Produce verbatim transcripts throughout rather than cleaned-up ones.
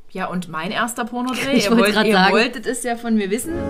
Ja, und mein erster Pornodreh, Ich ihr, wollte wollt, grad ihr sagen. wolltet es ja von mir wissen.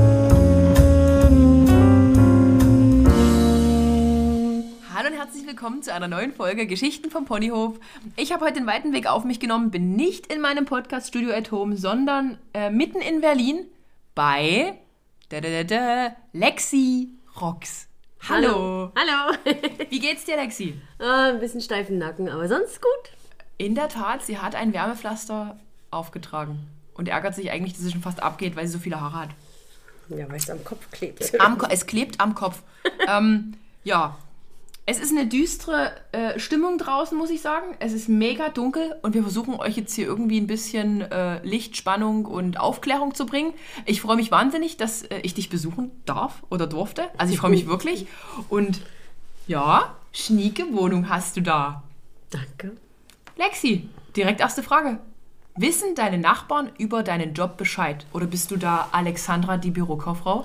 Hallo und herzlich willkommen zu einer neuen Folge Geschichten vom Ponyhof. Ich habe heute den weiten Weg auf mich genommen, bin nicht in meinem Podcast-Studio at home, sondern äh, mitten in Berlin bei da, da, da, da, Lexi Rocks. Hallo. Hallo. Wie geht's dir, Lexi? Ah, ein bisschen steifen Nacken, aber sonst gut. In der Tat, sie hat ein Wärmepflaster aufgetragen und ärgert sich eigentlich, dass es schon fast abgeht, weil sie so viele Haare hat. Ja, weil es am Kopf klebt. Am Ko- es klebt am Kopf. ähm, ja, es ist eine düstere äh, Stimmung draußen, muss ich sagen. Es ist mega dunkel und wir versuchen euch jetzt hier irgendwie ein bisschen äh, Licht, Spannung und Aufklärung zu bringen. Ich freue mich wahnsinnig, dass äh, ich dich besuchen darf oder durfte. Also ich freue mich wirklich. Und ja, schnieke Wohnung hast du da. Danke. Lexi, direkt erste Frage. Wissen deine Nachbarn über deinen Job Bescheid? Oder bist du da Alexandra, die Bürokauffrau?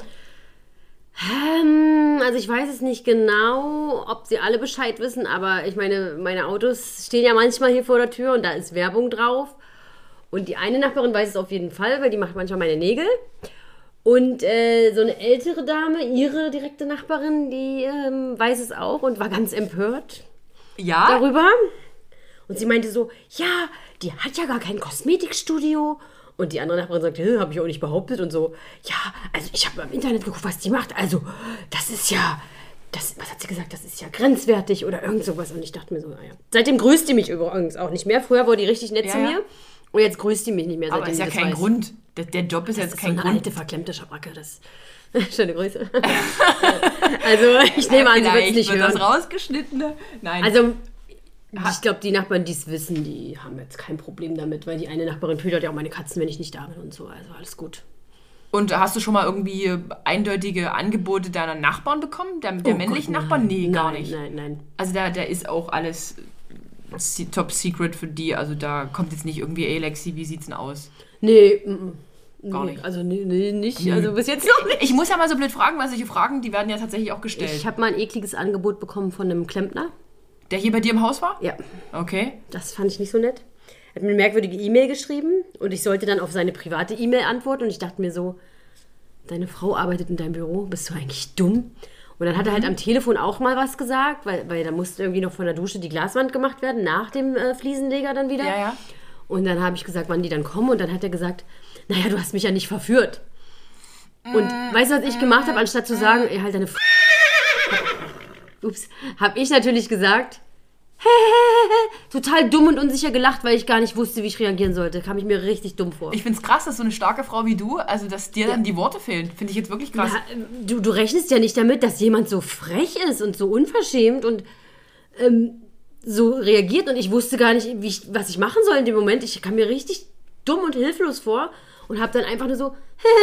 Ähm, also ich weiß es nicht genau, ob sie alle Bescheid wissen, aber ich meine, meine Autos stehen ja manchmal hier vor der Tür und da ist Werbung drauf. Und die eine Nachbarin weiß es auf jeden Fall, weil die macht manchmal meine Nägel. Und äh, so eine ältere Dame, ihre direkte Nachbarin, die ähm, weiß es auch und war ganz empört Ja? darüber. Und sie meinte so, ja, die hat ja gar kein Kosmetikstudio. Und die andere Nachbarin sagte, habe ich auch nicht behauptet. Und so, ja, also ich habe im Internet geguckt, was die macht. Also das ist ja, das, was hat sie gesagt, das ist ja grenzwertig oder irgend sowas. Und ich dachte mir so, naja. Seitdem grüßt die mich übrigens auch nicht mehr. Früher war die richtig nett Ja, zu ja. mir. Und jetzt grüßt die mich nicht mehr, seitdem Aber ist sie ja das kein weiß. Grund. Der, der Job ist Das jetzt ist kein so eine Grund. alte, verklemmte Schabracke. Das schöne Grüße. Also ich nehme an, sie wird es Vielleicht nicht wird hören. das rausgeschnittene. Nein. Also, ich glaube, die Nachbarn, die es wissen, die haben jetzt kein Problem damit, weil die eine Nachbarin tötet ja auch meine Katzen, wenn ich nicht da bin und so. Also alles gut. Und hast du schon mal irgendwie eindeutige Angebote deiner Nachbarn bekommen? Der, der Oh männlichen Gott, Nachbarn? nein. Nee, gar Nein, nicht. Nein, nein. Also da, da ist auch alles se- top secret für die. Also da kommt jetzt nicht irgendwie, ey Lexi, wie sieht's denn aus? Nee, mm, mm. Gar nee, nicht. also nee, nee, nicht. Also bis jetzt noch nicht. Ich muss ja mal so blöd fragen, weil solche Fragen, die werden ja tatsächlich auch gestellt. Ich habe mal ein ekliges Angebot bekommen von einem Klempner. Der hier bei dir im Haus war? Ja, Okay. das fand ich nicht so nett. Er hat mir eine merkwürdige E-Mail geschrieben und ich sollte dann auf seine private E-Mail antworten und ich dachte mir so, deine Frau arbeitet in deinem Büro, bist du eigentlich dumm? Und dann hat er halt am Telefon auch mal was gesagt, weil, weil da musste irgendwie noch von der Dusche die Glaswand gemacht werden, nach dem äh, Fliesenleger dann wieder. Ja, ja. Und dann habe ich gesagt, wann die dann kommen und dann hat er gesagt, naja, du hast mich ja nicht verführt. Und weißt du, was ich gemacht habe, anstatt zu sagen, ey, halt deine F Ups, habe ich natürlich gesagt, total dumm und unsicher gelacht, weil ich gar nicht wusste, wie ich reagieren sollte. Kam ich mir richtig dumm vor. Ich find's krass, dass so eine starke Frau wie du, also dass dir dann die Worte fehlen. Finde ich jetzt wirklich krass. Ja, du, du rechnest ja nicht damit, dass jemand so frech ist und so unverschämt und ähm, so reagiert und ich wusste gar nicht, wie ich, was ich machen soll in dem Moment. Ich kam mir richtig dumm und hilflos vor und habe dann einfach nur so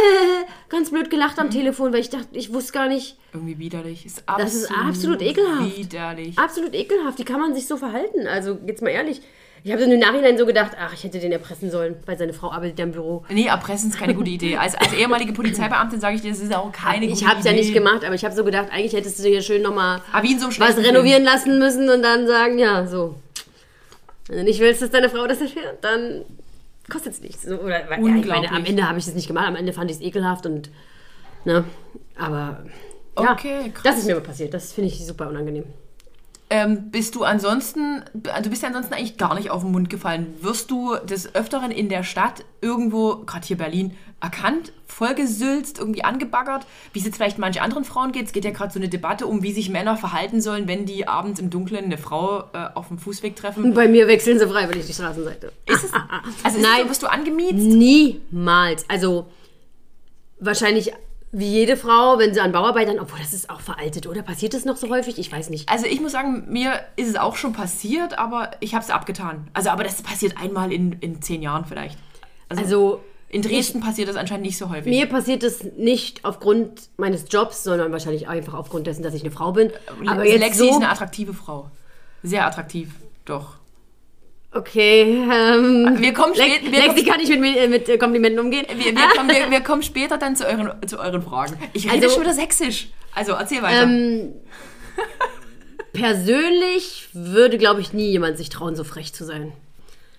ganz blöd gelacht am Telefon, weil ich dachte, ich wusste gar nicht, Irgendwie widerlich. Ist das ist absolut ekelhaft. Widerlich. Absolut ekelhaft. Wie kann man sich so verhalten? Also, jetzt mal ehrlich. Ich habe dann im Nachhinein so gedacht, ach, ich hätte den erpressen sollen, weil seine Frau arbeitet ja im Büro. Nee, erpressen ist keine gute Idee. Als, als ehemalige Polizeibeamtin sage ich dir, das ist auch keine gute Ich Idee. habe es ja nicht gemacht, aber ich habe so gedacht, eigentlich hättest du hier schön nochmal Aber wie in so einem was schlechten renovieren lassen müssen und dann sagen, ja, so. Wenn du nicht willst, dass deine Frau das erfährt, dann kostet es nichts. So, oder, ja, ich Unglaublich. meine, am Ende habe ich es nicht gemacht, am Ende fand ich es ekelhaft und, ne, aber, ja, Okay, krass. das ist mir mal passiert. Das finde ich super unangenehm. Ähm, bist du ansonsten, also du bist ja ansonsten eigentlich gar nicht auf den Mund gefallen. Wirst du des Öfteren in der Stadt irgendwo, gerade hier Berlin, erkannt, vollgesülzt, irgendwie angebaggert? Wie es jetzt vielleicht manche anderen Frauen geht? Es geht ja gerade so eine Debatte um, wie sich Männer verhalten sollen, wenn die abends im Dunkeln eine Frau äh, auf dem Fußweg treffen. Bei mir wechseln sie freiwillig die Straßenseite. Ist es, also ist Nein. Es so, wirst du angemiezt? Niemals. Also wahrscheinlich wie jede Frau, wenn sie an Bauarbeitern, obwohl das ist auch veraltet, oder? Passiert das noch so häufig? Ich weiß nicht. Also ich muss sagen, mir ist es auch schon passiert, aber ich habe es abgetan. Also aber das passiert einmal in, in zehn Jahren vielleicht. Also in Dresden passiert das anscheinend nicht so häufig. mir passiert das nicht aufgrund meines Jobs, sondern wahrscheinlich einfach aufgrund dessen, dass ich eine Frau bin. Aber jetzt Lexi so, ist eine attraktive Frau. Sehr attraktiv, doch. okay, ähm, Wir kommen Lex, spät- wir Lexi kommen- kann nicht mit, mit äh, Komplimenten umgehen. Wir, wir, kommen, wir, wir kommen später dann zu euren, zu euren Fragen. Ich rede Also- schon wieder sächsisch. Also erzähl weiter. Ähm, persönlich würde, glaube ich, nie jemand sich trauen, so frech zu sein.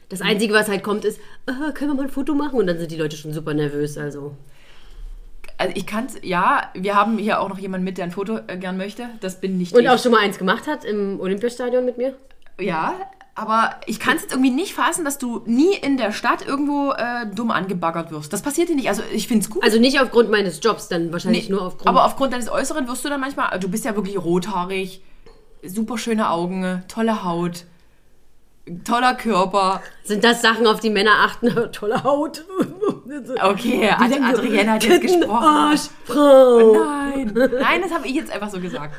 Das Einzige, was halt kommt, ist, äh, können wir mal ein Foto machen? Und dann sind die Leute schon super nervös, also... Also ich kann es, ja, wir haben hier auch noch jemanden mit, der ein Foto äh, gern möchte. Das bin nicht Und ich. auch schon mal eins gemacht hat im Olympiastadion mit mir. Ja, aber ich kann es jetzt irgendwie nicht fassen, dass du nie in der Stadt irgendwo äh, dumm angebaggert wirst. Das passiert dir nicht. Also ich finde es gut. Also nicht aufgrund meines Jobs, dann wahrscheinlich Nee, nur aufgrund... aber aufgrund deines Äußeren wirst du dann manchmal, du bist ja wirklich rothaarig, super schöne Augen, tolle Haut, toller Körper. Sind das Sachen, auf die Männer achten? Tolle Haut. Okay, Ad Adrienne hat jetzt gesprochen. Arsch, Frau. Nein, nein, das habe ich jetzt einfach so gesagt.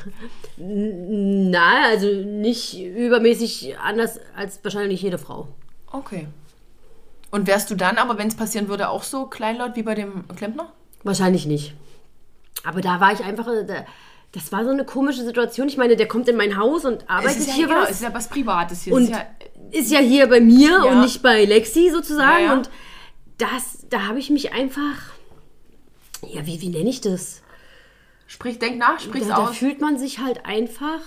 Na, also nicht übermäßig anders als wahrscheinlich jede Frau. Okay. Und wärst du dann aber, wenn es passieren würde, auch so kleinlaut wie bei dem Klempner? Wahrscheinlich nicht. Aber da war ich einfach... Da, das war so eine komische Situation. Ich meine, der kommt in mein Haus und arbeitet es ist ja, hier genau, was. Es ist ja was Privates hier. Und es ist ja, ist ja hier bei mir Ja. und nicht bei Lexi sozusagen. Ja, ja. Und das, da habe ich mich einfach... Ja, wie, wie nenne ich das? sprich, denk nach, sprich's Da, da aus. fühlt man sich halt einfach...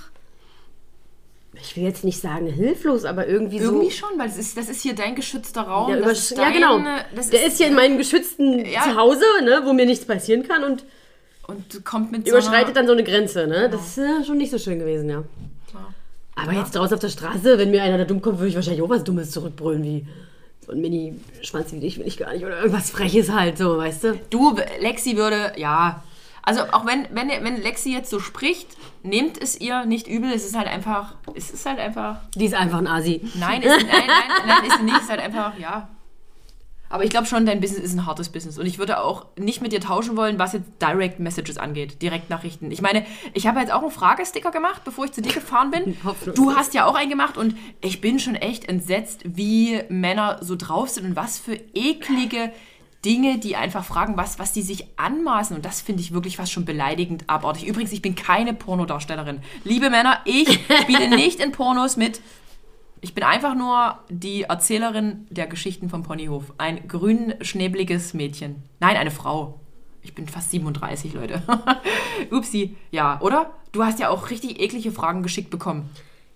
Ich will jetzt nicht sagen hilflos, aber irgendwie, Irgendwie so... schon, weil das ist, das ist hier dein geschützter Raum. Der das übersch- ist ja, genau. deine- Das Der ist hier in meinem geschützten Ja. Zuhause, ne, wo mir nichts passieren kann und Und kommt mit überschreitet so einer, dann so eine Grenze. Ne? Das ist ja schon nicht so schön gewesen, ja. Aber jetzt draußen auf der Straße, wenn mir einer da dumm kommt, würde ich wahrscheinlich auch was Dummes zurückbrüllen, wie so ein Mini-Schwanz wie dich will ich gar nicht. Oder irgendwas Freches halt, so, weißt du? Du, Lexi würde, ja. Also auch wenn, wenn, wenn Lexi jetzt so spricht, nehmt es ihr nicht übel. Es ist halt einfach, es ist halt einfach, Die ist einfach ein Asi. nein, ist, nein, nein, nein, ist sie nicht. Es ist halt einfach, ja. Aber ich glaube schon, dein Business ist ein hartes Business. Und ich würde auch nicht mit dir tauschen wollen, was jetzt Direct Messages angeht. Direktnachrichten. Ich meine, ich habe jetzt auch einen Fragesticker gemacht, bevor ich zu dir gefahren bin. Hoffnungslos. Du hast ja auch einen gemacht. Und ich bin schon echt entsetzt, wie Männer so drauf sind und was für eklige Dinge, die einfach fragen, was, was die sich anmaßen. Und das finde ich wirklich fast schon beleidigend abartig. Übrigens, ich bin keine Pornodarstellerin. Liebe Männer, ich spiele nicht in Pornos mit. Ich bin einfach nur die Erzählerin der Geschichten vom Ponyhof. Ein grün-schnebliges Mädchen. Nein, eine Frau. Ich bin fast siebenunddreißig, Leute. Upsi. Ja, oder? Du hast ja auch richtig eklige Fragen geschickt bekommen.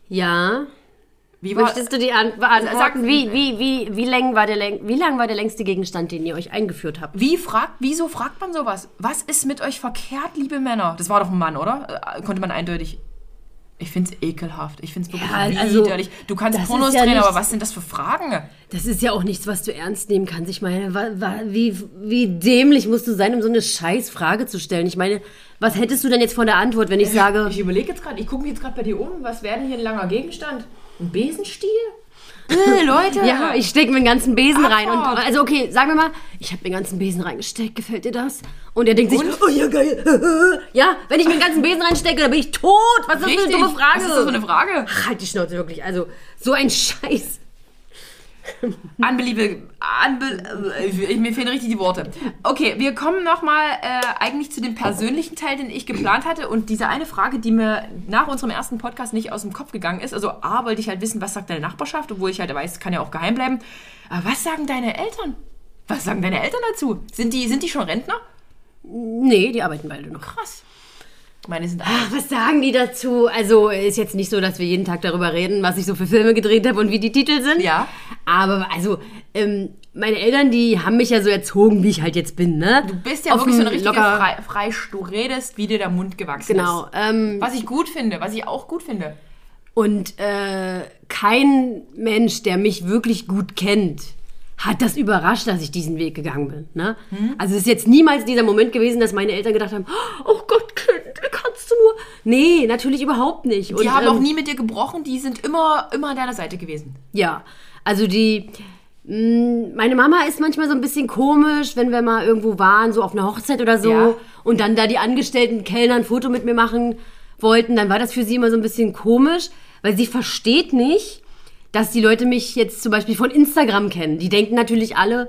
Ja. Wie war, Möchtest du die an beantworten? Sag- wie, wie, wie, wie, lang war der läng wie lang war der längste Gegenstand, den ihr euch eingeführt habt? wie fragt, wieso fragt man sowas? Was ist mit euch verkehrt, liebe Männer? Das war doch ein Mann, oder? Äh, Konnte man eindeutig... Ich finde es ekelhaft. Ich finde es wirklich Ja, also, widerlich. Du kannst das Pornos ist ja drehen, nichts- aber was sind das für Fragen? Das ist ja auch nichts, was du ernst nehmen kannst. Ich meine, wa, wa, wie, wie dämlich musst du sein, um so eine scheiß Frage zu stellen? Ich meine, was hättest du denn jetzt von der Antwort, wenn ich sage... Ich überlege jetzt gerade, ich gucke mich jetzt gerade bei dir um. Was wäre denn hier ein langer Gegenstand? Ein Besenstiel? Äh, Leute! Ja, ich stecke mir den ganzen Besen rein. Und, Abfahrt. also okay, sagen wir mal, ich habe mir den ganzen Besen reingesteckt. Gefällt dir das? Und er denkt sich, Und? oh ja, geil. Ja, wenn ich mir den ganzen Besen reinstecke, dann bin ich tot. Was ist das für eine dumme Frage? Was ist das für eine Frage? Ach, halt die Schnauze, wirklich. Also, so ein Scheiß. Unbelievable. Unbe äh, mir fehlen richtig die Worte. Okay, wir kommen nochmal äh, eigentlich zu dem persönlichen Teil, den ich geplant hatte. Und diese eine Frage, die mir nach unserem ersten Podcast nicht aus dem Kopf gegangen ist. Also A, wollte ich halt wissen, was sagt deine Nachbarschaft, obwohl ich halt weiß, kann ja auch geheim bleiben. Aber was sagen deine Eltern? Was sagen deine Eltern dazu? Sind die, sind die schon Rentner? Nee, die arbeiten beide noch. Krass. Meine sind Ach, was sagen die dazu? Also, ist jetzt nicht so, dass wir jeden Tag darüber reden, was ich so für Filme gedreht habe und wie die Titel sind. Ja. Aber, also, ähm, meine Eltern, die haben mich ja so erzogen, wie ich halt jetzt bin, ne? Du bist ja Auf wirklich so eine dem richtige locker- Frei, Freisch. Du redest, wie dir der Mund gewachsen Genau. ist. Ähm, Was ich gut finde, was ich auch gut finde. und äh, kein Mensch, der mich wirklich gut kennt, hat das überrascht, dass ich diesen Weg gegangen bin. Ne? Hm? Also es ist jetzt niemals dieser Moment gewesen, dass meine Eltern gedacht haben, oh Gott, Kind, wie kannst du nur? Nee, natürlich überhaupt nicht. Die Und, haben ähm, auch nie mit dir gebrochen, die sind immer, immer an deiner Seite gewesen. Ja, also die... mh, Meine Mama ist manchmal so ein bisschen komisch, wenn wir mal irgendwo waren, so auf einer Hochzeit oder so, Ja. und dann da die angestellten Kellner ein Foto mit mir machen wollten, dann war das für sie immer so ein bisschen komisch, weil sie versteht nicht, dass die Leute mich jetzt zum Beispiel von Instagram kennen. Die denken natürlich alle,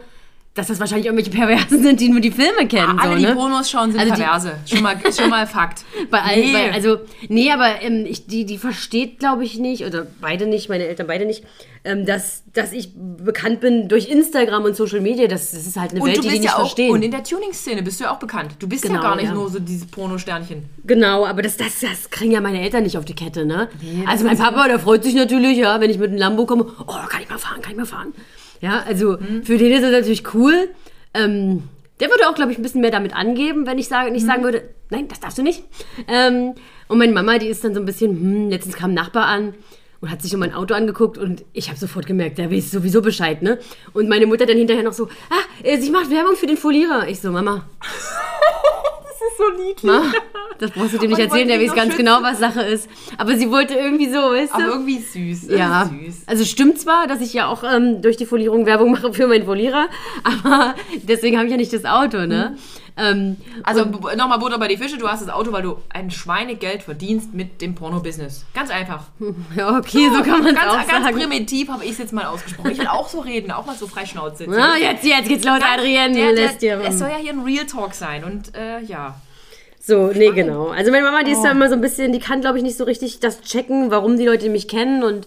dass das wahrscheinlich irgendwelche Perversen sind, die nur die Filme kennen. Ah, alle, so, die ne? Pornos schauen, sind Also die- perverse. Schon mal, schon mal Fakt. Bei allen, Nee. bei, also, nee, aber ähm, ich, die, die versteht, glaube ich, nicht, oder beide nicht, meine Eltern beide nicht, ähm, dass, dass ich bekannt bin durch Instagram und Social Media. Das, das ist halt eine Und Welt, du die die bist nicht ja auch, verstehen. und in der Tuning-Szene bist du ja auch bekannt. Du bist ja Genau, gar nicht ja. nur so dieses Porno-Sternchen. Genau, aber das, das, das kriegen ja meine Eltern nicht auf die Kette, ne? Nee, das also mein ist Papa, der freut sich natürlich, ja, wenn ich mit einem Lambo komme. Oh, kann ich mal fahren, kann ich mal fahren. Ja, also Mhm. für den ist das natürlich cool. Ähm, der würde auch, glaube ich, ein bisschen mehr damit angeben, wenn ich sage, nicht Mhm. sagen würde, nein, das darfst du nicht. Ähm, und meine Mama, die ist dann so ein bisschen, hm, letztens kam ein Nachbar an und hat sich um mein Auto angeguckt und ich habe sofort gemerkt, der weiß sowieso Bescheid, ne? Und meine Mutter dann hinterher noch so, ah, äh, sie macht Werbung für den Folierer. Ich so, Mama, Das ist so niedlich. Ma, das brauchst du dem nicht Und erzählen, der wollte weiß dich ganz noch genau, was Sache ist. Aber sie wollte irgendwie so, weißt Aber du? irgendwie süß. Ja, Süß. also stimmt zwar, dass ich ja auch ähm, durch die Folierung Werbung mache für meinen Folierer, aber deswegen habe ich ja nicht das Auto, ne? Ähm, Also b- nochmal Butter bei die Fische, du hast das Auto, weil du ein Schweinegeld verdienst mit dem Porno-Business. Ganz einfach. ja, okay, so kann man es Ganz, auch ganz sagen. primitiv habe ich es jetzt mal ausgesprochen. Ich will auch so reden, auch mal so freischnauze. Ah, jetzt, jetzt geht's los, Adrienne. Der, der, lässt dir, es soll ja hier ein Real Talk sein und äh, ja. so, nee, genau. Also meine Mama, die ist Oh. da immer so ein bisschen, die kann, glaube ich, nicht so richtig das checken, warum die Leute mich kennen und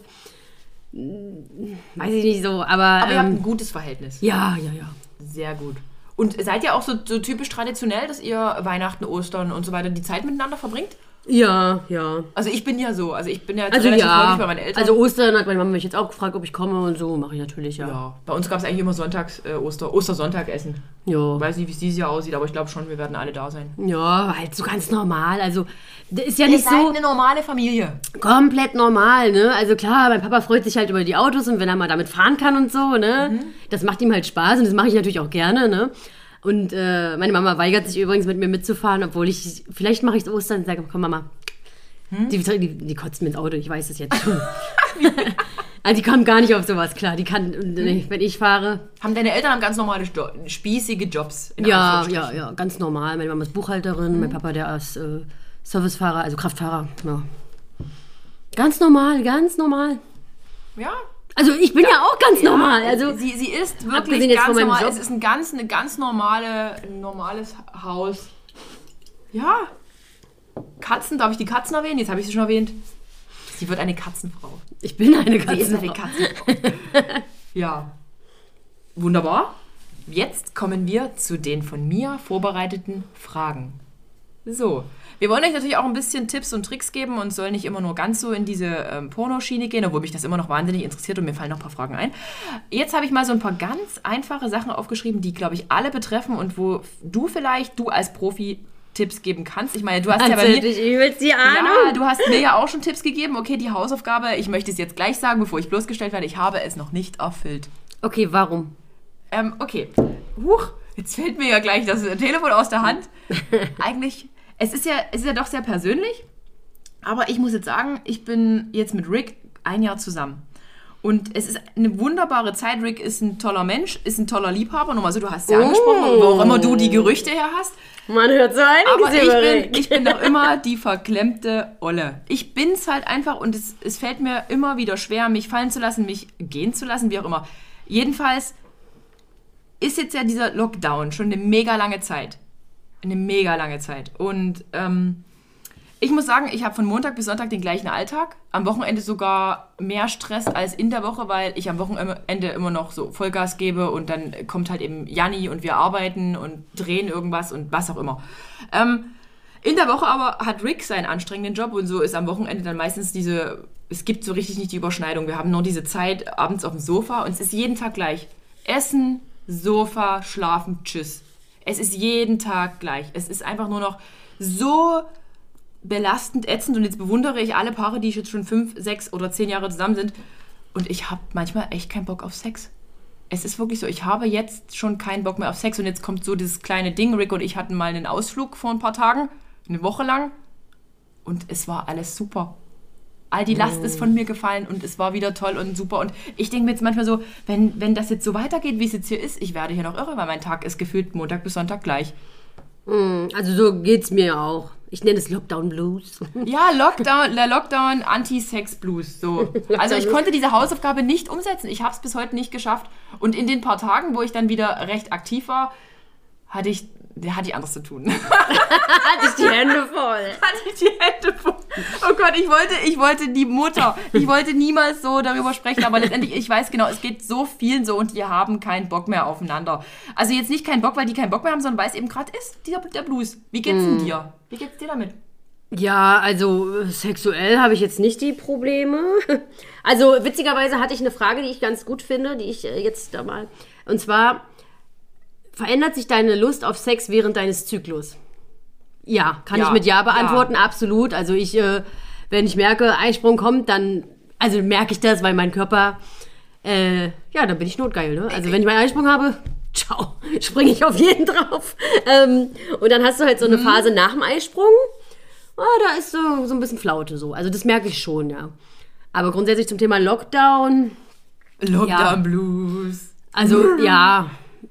mm, weiß ich nicht so, aber, Aber ihr habt ähm, ein gutes Verhältnis. ja, ja, ja. Sehr gut. Und seid ihr auch so, so typisch traditionell, dass ihr Weihnachten, Ostern und so weiter die Zeit miteinander verbringt? Ja, ja. Also ich bin ja so. Also ich bin ja jetzt Also relativ ja, häufig bei meinen Eltern. also Ostern hat meine Mama mich jetzt auch gefragt, ob ich komme und so, mache ich natürlich, ja. ja, bei uns gab es eigentlich immer Sonntags, äh, Oster, Ostersonntag essen. Ja, Ich weiß nicht, wie es dieses Jahr aussieht, aber ich glaube schon, wir werden alle da sein. ja, halt so ganz normal, also das ist ja nicht so eine normale Familie. komplett normal, ne? Also klar, mein Papa freut sich halt über die Autos und wenn er mal damit fahren kann und so, ne? Mhm. Das macht ihm halt Spaß und das mache ich natürlich auch gerne, ne? Und äh, meine Mama weigert sich übrigens mit mir mitzufahren, obwohl ich, vielleicht mache ich es Ostern und sage, komm Mama, Hm? die, die, die kotzt mir ins Auto, ich weiß es jetzt schon. Also die kommt gar nicht auf sowas klar, die kann, nee, wenn ich fahre, Haben deine Eltern haben ganz normale, Sto- spießige Jobs? in ja, ja, Anführungsstrichen? ja, ganz normal. Meine Mama ist Buchhalterin, mein Papa, der ist äh, Servicefahrer, also Kraftfahrer, ja. Ganz normal, ganz normal. Ja. Also ich bin ja, auch ganz normal. Also sie, sie ist abgesehen wirklich jetzt ganz von meinem normal. Job. Es ist ein ganz, eine ganz normale, ein normales Haus. Ja. Katzen, darf ich die Katzen erwähnen? Jetzt habe ich sie schon erwähnt. Sie wird eine Katzenfrau. ich bin eine Sie ist eine Katzenfrau. Katzenfrau. Ja. Wunderbar. Jetzt kommen wir zu den von mir vorbereiteten Fragen. So, wir wollen euch natürlich auch ein bisschen Tipps und Tricks geben und sollen nicht immer nur ganz so in diese ähm, Pornoschiene gehen, obwohl mich das immer noch wahnsinnig interessiert und mir fallen noch ein paar Fragen ein. Jetzt habe ich mal so ein paar ganz einfache Sachen aufgeschrieben, die, glaube ich, alle betreffen und wo du vielleicht, du als Profi, Tipps geben kannst. Ich meine, du hast ja bei mir... Ich übelst die Ahnung. Ja, du hast mir ja auch schon Tipps gegeben. Okay, die Hausaufgabe, ich möchte es jetzt gleich sagen, bevor ich bloßgestellt werde, ich habe es noch nicht erfüllt. Okay, warum? Ähm, okay. Huch, jetzt fällt mir ja gleich das Telefon aus der Hand. Eigentlich, es ist ja, es ist ja doch sehr persönlich, aber ich muss jetzt sagen, ich bin jetzt mit Rick ein Jahr zusammen. Und es ist eine wunderbare Zeit. Rick ist ein toller Mensch, ist ein toller Liebhaber. Nur mal so, du hast ja Oh. angesprochen, wo auch immer du die Gerüchte her hast. Man hört so einiges Aber ich über bin, Rick. ich bin doch immer die verklemmte Olle. Ich bin's halt einfach und es, es fällt mir immer wieder schwer, mich fallen zu lassen, mich gehen zu lassen, wie auch immer. Jedenfalls ist jetzt ja dieser Lockdown schon eine mega lange Zeit. Eine mega lange Zeit. Und ähm, ich muss sagen, ich habe von Montag bis Sonntag den gleichen Alltag. Am Wochenende sogar mehr Stress als in der Woche, weil ich am Wochenende immer noch so Vollgas gebe und dann kommt halt eben Janni und wir arbeiten und drehen irgendwas und was auch immer. Ähm, in der Woche aber hat Rick seinen anstrengenden Job und so ist am Wochenende dann meistens diese, es gibt so richtig nicht die Überschneidung. Wir haben nur diese Zeit abends auf dem Sofa und es ist jeden Tag gleich. Essen, Sofa, schlafen, tschüss. Es ist jeden Tag gleich. Es ist einfach nur noch so belastend, ätzend und jetzt bewundere ich alle Paare, die jetzt schon fünf, sechs oder zehn Jahre zusammen sind und ich habe manchmal echt keinen Bock auf Sex. Es ist wirklich so, ich habe jetzt schon keinen Bock mehr auf Sex und jetzt kommt so dieses kleine Ding. Rick und ich hatten mal einen Ausflug vor ein paar Tagen, eine Woche lang und es war alles super. All die Last ist von mir gefallen und es war wieder toll und super. Und ich denke mir jetzt manchmal so, wenn, wenn das jetzt so weitergeht, wie es jetzt hier ist, ich werde hier noch irre, weil mein Tag ist gefühlt Montag bis Sonntag gleich. Also so geht's mir auch. Ich nenne es Lockdown Blues. Ja, Lockdown, der Lockdown Anti-Sex-Blues. So. Also ich konnte diese Hausaufgabe nicht umsetzen. Ich habe es bis heute nicht geschafft. Und in den paar Tagen, wo ich dann wieder recht aktiv war, hatte ich, hatte ich anderes zu tun. Hatte ich die Hände voll. Hatte ich die Hände voll. Oh Gott, ich wollte, ich wollte die Mutter. Ich wollte niemals so darüber sprechen, aber letztendlich, ich weiß genau, es geht so vielen so und die haben keinen Bock mehr aufeinander. Also jetzt nicht keinen Bock, weil die keinen Bock mehr haben, sondern weil es eben gerade ist, dieser, der Blues. Wie geht's denn dir? Wie geht's dir damit? Ja, also sexuell habe ich jetzt nicht die Probleme. Also witzigerweise hatte ich eine Frage, die ich ganz gut finde, die ich äh, jetzt da mal... Und zwar... Verändert sich deine Lust auf Sex während deines Zyklus? Ja, kann ja, ich mit Ja beantworten, ja. Absolut. Also ich, äh, wenn ich merke, Eisprung kommt, dann, also merke ich das, weil mein Körper, äh, ja, dann bin ich notgeil, ne? Also wenn ich meinen Eisprung habe, ciao, springe ich auf jeden drauf. Ähm, und dann hast du halt so eine Phase mhm. nach dem Eisprung, oh, da ist so, so ein bisschen Flaute so. Also das merke ich schon, ja. Aber grundsätzlich zum Thema Lockdown. Lockdown ja. Blues. Also, ja.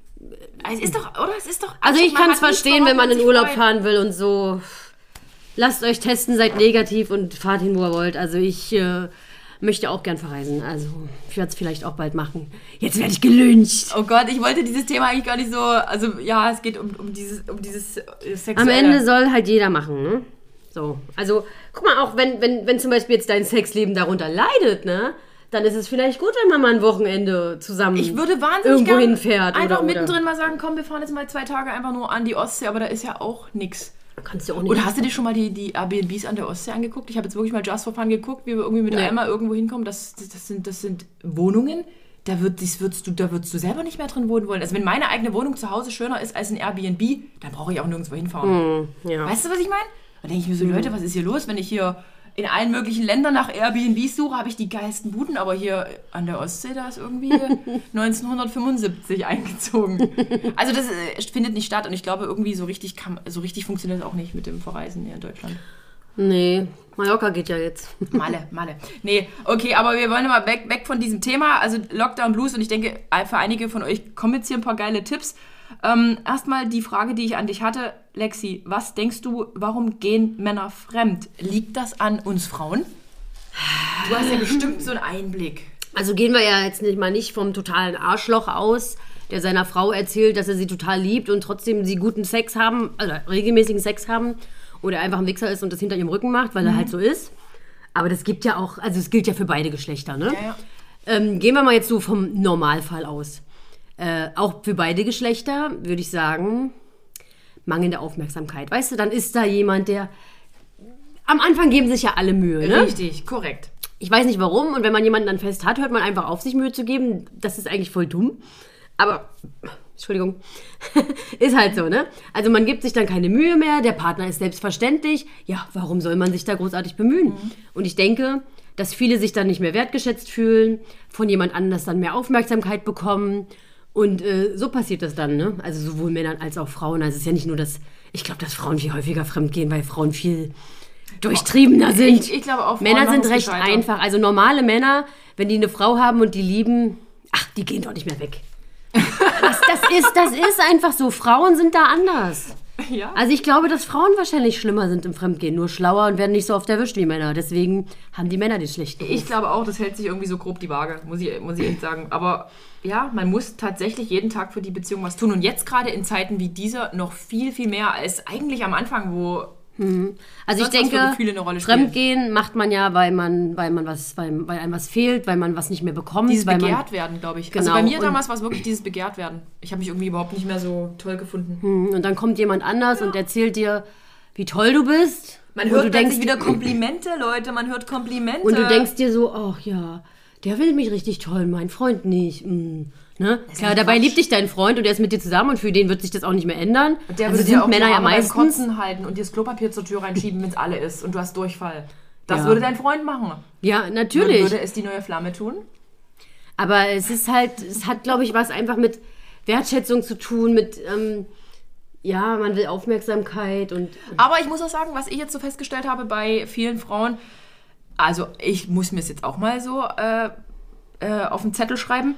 Es ist doch, oder? Es ist doch... Also ich kann es verstehen, wenn man in Urlaub fahren will und so. Lasst euch testen, seid negativ und fahrt hin, wo ihr wollt. Also ich äh, möchte auch gern verreisen. Also ich werde es vielleicht auch bald machen. Jetzt werde ich gelyncht. Oh Gott, ich wollte dieses Thema eigentlich gar nicht so... Also ja, es geht um, um dieses, um dieses äh, Sexuelle. Am Ende soll halt jeder machen, ne? So, also guck mal, auch wenn, wenn, wenn zum Beispiel jetzt dein Sexleben darunter leidet, ne? Dann ist es vielleicht gut, wenn man mal ein Wochenende zusammen ich würde wahnsinnig irgendwo gern hinfährt. Einfach oder, mittendrin oder. mal sagen, komm, wir fahren jetzt mal zwei Tage einfach nur an die Ostsee, aber da ist ja auch nix. Kannst du auch nicht. Oder hast du dir schon mal die, die Airbnbs an der Ostsee angeguckt? Ich habe jetzt wirklich mal Just for Fun geguckt, wie wir irgendwie mit nee. einmal irgendwo hinkommen. Das, das, das, sind, das sind Wohnungen, da, wird, das würdest du, da würdest du selber nicht mehr drin wohnen wollen. Also wenn meine eigene Wohnung zu Hause schöner ist als ein Airbnb, dann brauche ich auch nirgendwo hinfahren. Mm, ja. Weißt du, was ich meine? Da denke ich mir so, mm. Leute, was ist hier los, wenn ich hier... In allen möglichen Ländern nach Airbnbs suche, habe ich die geilsten Buden, aber hier an der Ostsee, da ist irgendwie neunzehnhundertfünfundsiebzig eingezogen. Also das äh, findet nicht statt und ich glaube, irgendwie so richtig, kann, so richtig funktioniert es auch nicht mit dem Verreisen hier in Deutschland. Nee, Mallorca geht ja jetzt. Malle, Malle. Nee, okay, aber wir wollen mal weg, weg von diesem Thema, also Lockdown Blues und ich denke, für einige von euch kommen jetzt hier ein paar geile Tipps. Ähm, erstmal die Frage, die ich an dich hatte, Lexi, was denkst du, warum gehen Männer fremd? Liegt das an uns Frauen? Du hast ja bestimmt so einen Einblick. Also gehen wir ja jetzt nicht mal nicht vom totalen Arschloch aus, der seiner Frau erzählt, dass er sie total liebt und trotzdem sie guten Sex haben, also regelmäßigen Sex haben oder einfach ein Wichser ist und das hinter ihrem Rücken macht, weil mhm. er halt so ist. Aber das gibt ja auch, also es gilt ja für beide Geschlechter, ne? Ja, ja. Ähm, gehen wir mal jetzt so vom Normalfall aus. Äh, auch für beide Geschlechter würde ich sagen, mangelnde Aufmerksamkeit. Weißt du, dann ist da jemand, der... Am Anfang geben sich ja alle Mühe, ne? Richtig, korrekt. Ich weiß nicht warum und wenn man jemanden dann fest hat, hört man einfach auf, sich Mühe zu geben. Das ist eigentlich voll dumm. Aber, Entschuldigung, ist halt so, ne? Also man gibt sich dann keine Mühe mehr, der Partner ist selbstverständlich. Ja, warum soll man sich da großartig bemühen? Mhm. Und ich denke, dass viele sich dann nicht mehr wertgeschätzt fühlen, von jemand anders dann mehr Aufmerksamkeit bekommen. Und äh, so passiert das dann, ne? Also sowohl Männern als auch Frauen. Also es ist ja nicht nur das, ich glaube, dass Frauen viel häufiger fremdgehen, weil Frauen viel durchtriebener sind. Ich, ich glaube auch, Frauen Männer sind recht gescheiter. einfach. Also normale Männer, wenn die eine Frau haben und die lieben, ach, die gehen doch nicht mehr weg. das, das, ist, das ist einfach so. Frauen sind da anders. Ja. Also ich glaube, dass Frauen wahrscheinlich schlimmer sind im Fremdgehen, nur schlauer und werden nicht so oft erwischt wie Männer. Deswegen haben die Männer den schlechten Ruf. Ich glaube auch, das hält sich irgendwie so grob die Waage, muss ich, muss ich echt sagen. Aber ja, man muss tatsächlich jeden Tag für die Beziehung was tun. Und jetzt gerade in Zeiten wie dieser noch viel, viel mehr als eigentlich am Anfang, wo... Mhm. Also ich denke, Fremdgehen macht man ja, weil man, weil man was, weil, weil einem was fehlt, weil man was nicht mehr bekommt. Dieses weil begehrt man, werden, glaube ich. Genau. Also bei mir damals war es wirklich dieses begehrt werden. Ich habe mich irgendwie überhaupt nicht mehr so toll gefunden. Mhm. Und dann kommt jemand anders ja. und erzählt dir, wie toll du bist. Man hört und du denkst wieder Komplimente, Leute, man hört Komplimente. Und du denkst dir so, ach ja, der will mich richtig toll, mein Freund nicht. Mhm. Ne? Klar, dabei liebt dich dein Freund und der ist mit dir zusammen und für den wird sich das auch nicht mehr ändern. Der also sind ja auch Männer ja meistens beim Kotzen halten und dir das Klopapier zur Tür reinschieben, wenn es alle ist und du hast Durchfall. Das ja. würde dein Freund machen. Ja, natürlich. Würde es die neue Flamme tun? Aber es ist halt, es hat, glaube ich, was einfach mit Wertschätzung zu tun, mit, ähm, ja, man will Aufmerksamkeit und... Aber ich muss auch sagen, was ich jetzt so festgestellt habe bei vielen Frauen, also ich muss mir es jetzt auch mal so äh, äh, auf den Zettel schreiben,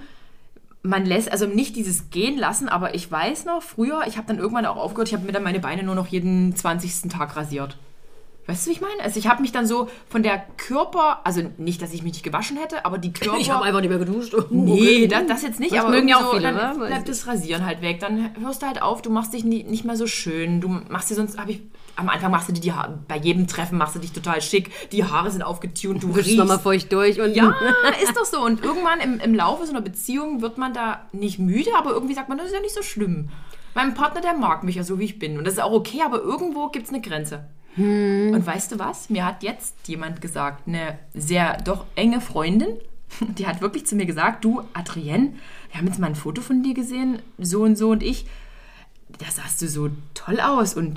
man lässt, also nicht dieses Gehen lassen, aber ich weiß noch, früher, ich habe dann irgendwann auch aufgehört, ich habe mir dann meine Beine nur noch jeden zwanzigsten Tag rasiert. Weißt du, wie ich meine? Also ich habe mich dann so von der Körper, also nicht, dass ich mich nicht gewaschen hätte, aber die Körper... Ich habe einfach nicht mehr geduscht. Nee, das, das jetzt nicht, das aber mögen ja so, auch viele, dann ne? bleibt das Rasieren halt weg. Dann hörst du halt auf, du machst dich nie, nicht mehr so schön. Du machst dir sonst, habe ich... Am Anfang machst du dir die Haare, bei jedem Treffen machst du dich total schick, die Haare sind aufgetunt, du riechst nochmal feucht durch. Und ja, ist doch so. Und irgendwann im, im Laufe so einer Beziehung wird man da nicht müde, aber irgendwie sagt man, das ist ja nicht so schlimm. Mein Partner, der mag mich ja so, wie ich bin. Und das ist auch okay, aber irgendwo gibt es eine Grenze. Hm. Und weißt du was? Mir hat jetzt jemand gesagt, eine sehr doch enge Freundin, die hat wirklich zu mir gesagt, du, Adrienne, wir haben jetzt mal ein Foto von dir gesehen, so und so und ich, da sahst du so toll aus und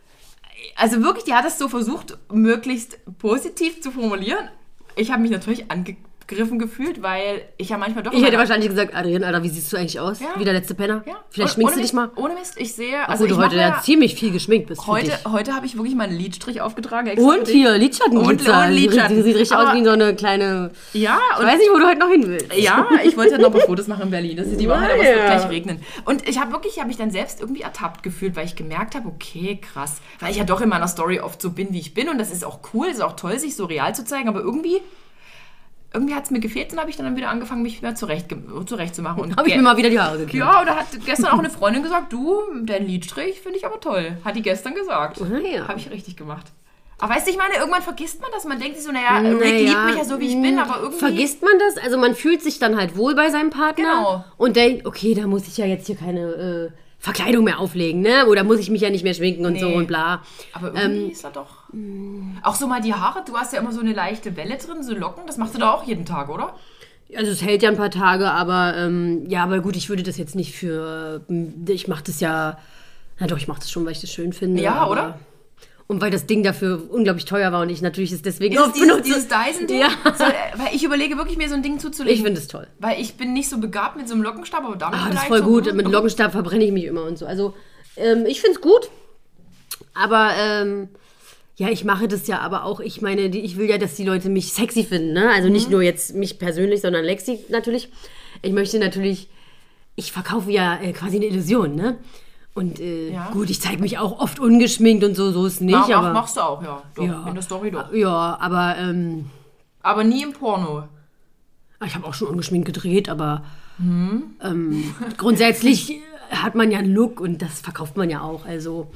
also wirklich, die hat es so versucht, möglichst positiv zu formulieren. Ich habe mich natürlich angegriffen gefühlt, weil ich ja manchmal doch... Ich hätte wahrscheinlich gesagt, Adrienne, Alter, wie siehst du eigentlich aus? Ja. Wie der letzte Penner? Ja. Vielleicht schminkst du dich mal? Ohne Mist, ich sehe... Also du heute ja ziemlich viel geschminkt bist Heute, heute habe ich wirklich mal einen Lidstrich aufgetragen. Und hier, Lidschatten. Und, und Lidschatten. Sie sieht richtig aber aus wie so eine kleine... Ja. Ich weiß nicht, wo du heute noch hin willst. Ja, ich wollte ja noch ein paar Fotos machen in Berlin. Das ist die Wahrheit, aber es wird gleich regnen. Und ich habe wirklich, ich habe mich dann selbst irgendwie ertappt gefühlt, weil ich gemerkt habe, okay, krass. Weil ich ja doch in meiner Story oft so bin, wie ich bin. Und das ist auch cool, ist auch toll, sich so real zu zeigen. Aber irgendwie... Irgendwie hat es mir gefehlt und habe ich dann wieder angefangen, mich wieder zurecht, zurecht zu machen. Habe ich mir mal wieder die Haare gekriegt. Ja, oder hat gestern auch eine Freundin gesagt, du, dein Lidstrich finde ich aber toll. Hat die gestern gesagt. Oh, ja. Habe ich richtig gemacht. Aber weißt du, ich meine, irgendwann vergisst man das. Man denkt sich so, naja, naja Rick liebt mich ja so, wie ich bin, aber irgendwie... Vergisst man das? Also man fühlt sich dann halt wohl bei seinem Partner. Genau. Und denkt, okay, da muss ich ja jetzt hier keine... Äh, Verkleidung mehr auflegen, ne? Oder muss ich mich ja nicht mehr schminken und nee. so und bla. Aber irgendwie ähm, ist er doch... Auch so mal die Haare, du hast ja immer so eine leichte Welle drin, so Locken, das machst du da auch jeden Tag, oder? Also es hält ja ein paar Tage, aber ähm, ja, aber gut, ich würde das jetzt nicht für... Ich mache das ja... Na doch, ich mache das schon, weil ich das schön finde. Ja, aber, oder? Und weil das Ding dafür unglaublich teuer war und ich natürlich es deswegen oft benutze. Dieses Dyson-Ding? Ja. So, weil ich überlege wirklich, mir so ein Ding zuzulegen. Ich finde es toll. Weil ich bin nicht so begabt mit so einem Lockenstab, aber damit ah, das ist voll so gut. Mit Lockenstab verbrenne ich mich immer und so. Also ähm, ich finde es gut, aber ähm, ja, ich mache das ja aber auch, ich meine, die, ich will ja, dass die Leute mich sexy finden, ne? Also nicht mhm. nur jetzt mich persönlich, sondern Lexi natürlich. Ich möchte natürlich, ich verkaufe ja äh, quasi eine Illusion, ne? Und äh, ja. gut, ich zeige mich auch oft ungeschminkt und so, so ist nicht. Mach, aber machst du auch, ja. Doch, ja. In der Story doch. Ja, aber... Ähm, aber nie im Porno. Ich habe auch schon ungeschminkt gedreht, aber mhm. ähm, grundsätzlich hat man ja einen Look und das verkauft man ja auch. Also,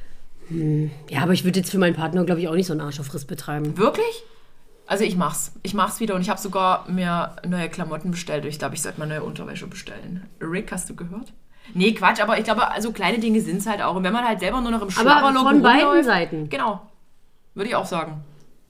hm, ja, aber ich würde jetzt für meinen Partner, glaube ich, auch nicht so einen Arsch auf Riss betreiben. Wirklich? Also ich mach's. Ich mach's wieder und ich habe sogar mir neue Klamotten bestellt. Ich glaube, ich sollte mal neue Unterwäsche bestellen. Rick, hast du gehört? Nee, Quatsch, aber ich glaube, also kleine Dinge sind es halt auch. Und wenn man halt selber nur noch im Schlabberlook von beiden Seiten. Genau, würde ich auch sagen.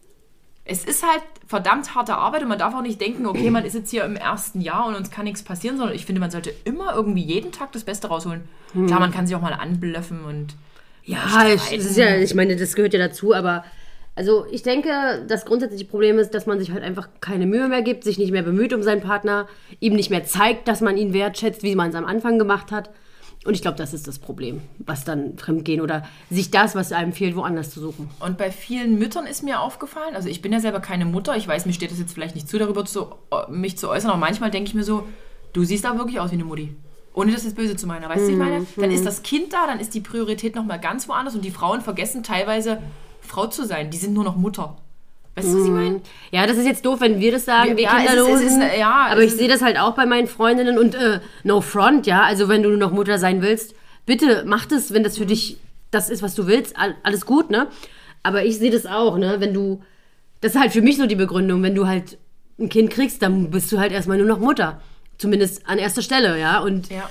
Es ist halt verdammt harte Arbeit und man darf auch nicht denken, okay, man ist jetzt hier im ersten Jahr und uns kann nichts passieren, sondern ich finde, man sollte immer irgendwie jeden Tag das Beste rausholen. Hm. Klar, man kann sich auch mal anblöffen und ja, das ist ja, ich meine, das gehört ja dazu, aber also ich denke, das grundsätzliche Problem ist, dass man sich halt einfach keine Mühe mehr gibt, sich nicht mehr bemüht um seinen Partner, ihm nicht mehr zeigt, dass man ihn wertschätzt, wie man es am Anfang gemacht hat. Und ich glaube, das ist das Problem, was dann Fremdgehen oder sich das, was einem fehlt, woanders zu suchen. Und bei vielen Müttern ist mir aufgefallen, also ich bin ja selber keine Mutter, ich weiß, mir steht das jetzt vielleicht nicht zu, darüber zu, mich zu äußern, aber manchmal denke ich mir so, du siehst da wirklich aus wie eine Mutti. Ohne das jetzt böse zu meinen, weißt du, ich meine? Dann ist das Kind da, dann ist die Priorität nochmal ganz woanders und die Frauen vergessen teilweise, Frau zu sein. Die sind nur noch Mutter. Weißt du, was ich meine? Ja, das ist jetzt doof, wenn wir das sagen, wir ja, Kinderlosen. Es ist, es ist, ja, aber ich sehe das halt auch bei meinen Freundinnen und äh, no front, ja. Also wenn du nur noch Mutter sein willst, bitte mach das, wenn das für dich das ist, was du willst. Alles gut, ne? Aber ich sehe das auch, ne? Wenn du, das ist halt für mich so die Begründung, wenn du halt ein Kind kriegst, dann bist du halt erstmal nur noch Mutter. Zumindest an erster Stelle, ja. Und ja.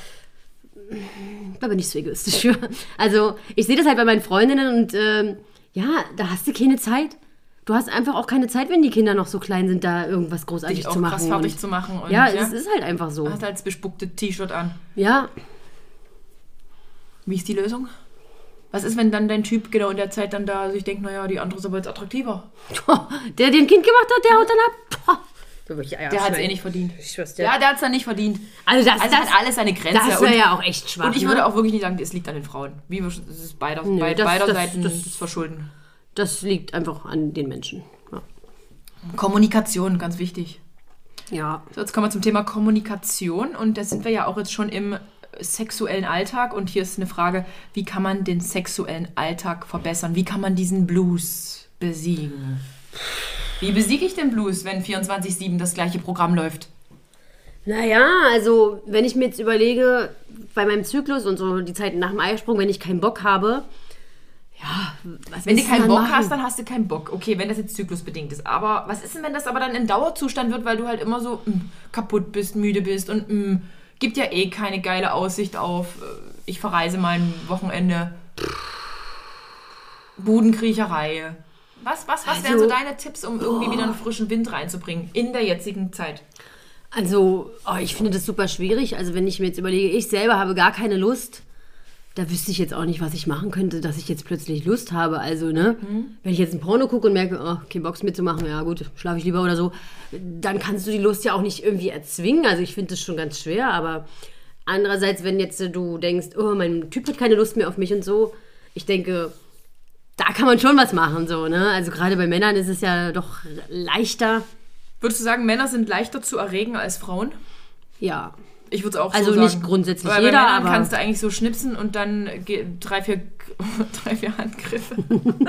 da bin ich so egoistisch für. Also ich sehe das halt bei meinen Freundinnen und ähm, ja, da hast du keine Zeit. Du hast einfach auch keine Zeit, wenn die Kinder noch so klein sind, da irgendwas großartig Dich auch zu machen. krass farbig zu machen. Und, ja, ja, es ist halt einfach so. Du hast halt das bespuckte T-Shirt an. Ja. Wie ist die Lösung? Was ist, wenn dann dein Typ genau in der Zeit dann da sich denkt, naja, die andere ist aber jetzt attraktiver? Der den Kind gemacht hat, der haut dann ab. Der hat es eh nicht verdient. Ich schwör's dir. Ja, der hat es dann nicht verdient. Also das, also das hat alles seine Grenze. Das wäre ja auch echt schwach. Und ich ne? würde auch wirklich nicht sagen, es liegt an den Frauen. Wie wir, es ist beider, Nö, bei, das, beider das, Seiten das, das Verschulden. Das liegt einfach an den Menschen. Ja. Kommunikation, ganz wichtig. Ja. So, jetzt kommen wir zum Thema Kommunikation. Und da sind wir ja auch jetzt schon im sexuellen Alltag. Und hier ist eine Frage, wie kann man den sexuellen Alltag verbessern? Wie kann man diesen Blues besiegen. Wie besiege ich den Blues, wenn vierundzwanzig sieben das gleiche Programm läuft? Naja, also wenn ich mir jetzt überlege, bei meinem Zyklus und so die Zeit nach dem Eisprung, wenn ich keinen Bock habe, ja, was Wenn du keinen Bock machen? hast, dann hast du keinen Bock. Okay, wenn das jetzt zyklusbedingt ist. Aber was ist denn, wenn das aber dann ein Dauerzustand wird, weil du halt immer so mh, kaputt bist, müde bist und mh, gibt ja eh keine geile Aussicht auf, äh, ich verreise mal ein Wochenende. Budenkriecherei. Was, was, was Also, wären so deine Tipps, um irgendwie oh. wieder einen frischen Wind reinzubringen in der jetzigen Zeit? Also, oh, ich finde das super schwierig. Also, wenn ich mir jetzt überlege, ich selber habe gar keine Lust, da wüsste ich jetzt auch nicht, was ich machen könnte, dass ich jetzt plötzlich Lust habe. Also, ne, mhm. wenn ich jetzt ein Porno gucke und merke, oh, okay, Box mitzumachen, ja gut, schlafe ich lieber oder so, dann kannst du die Lust ja auch nicht irgendwie erzwingen. Also, ich finde das schon ganz schwer, aber andererseits, wenn jetzt du denkst, oh, mein Typ hat keine Lust mehr auf mich und so, ich denke, da kann man schon was machen, so, ne? Also, gerade bei Männern ist es ja doch leichter. Würdest du sagen, Männer sind leichter zu erregen als Frauen? Ja. Ich würde es auch also so sagen. Also nicht grundsätzlich Weil jeder, bei Männern aber kannst du eigentlich so schnipsen und dann drei, vier, drei, vier Handgriffe.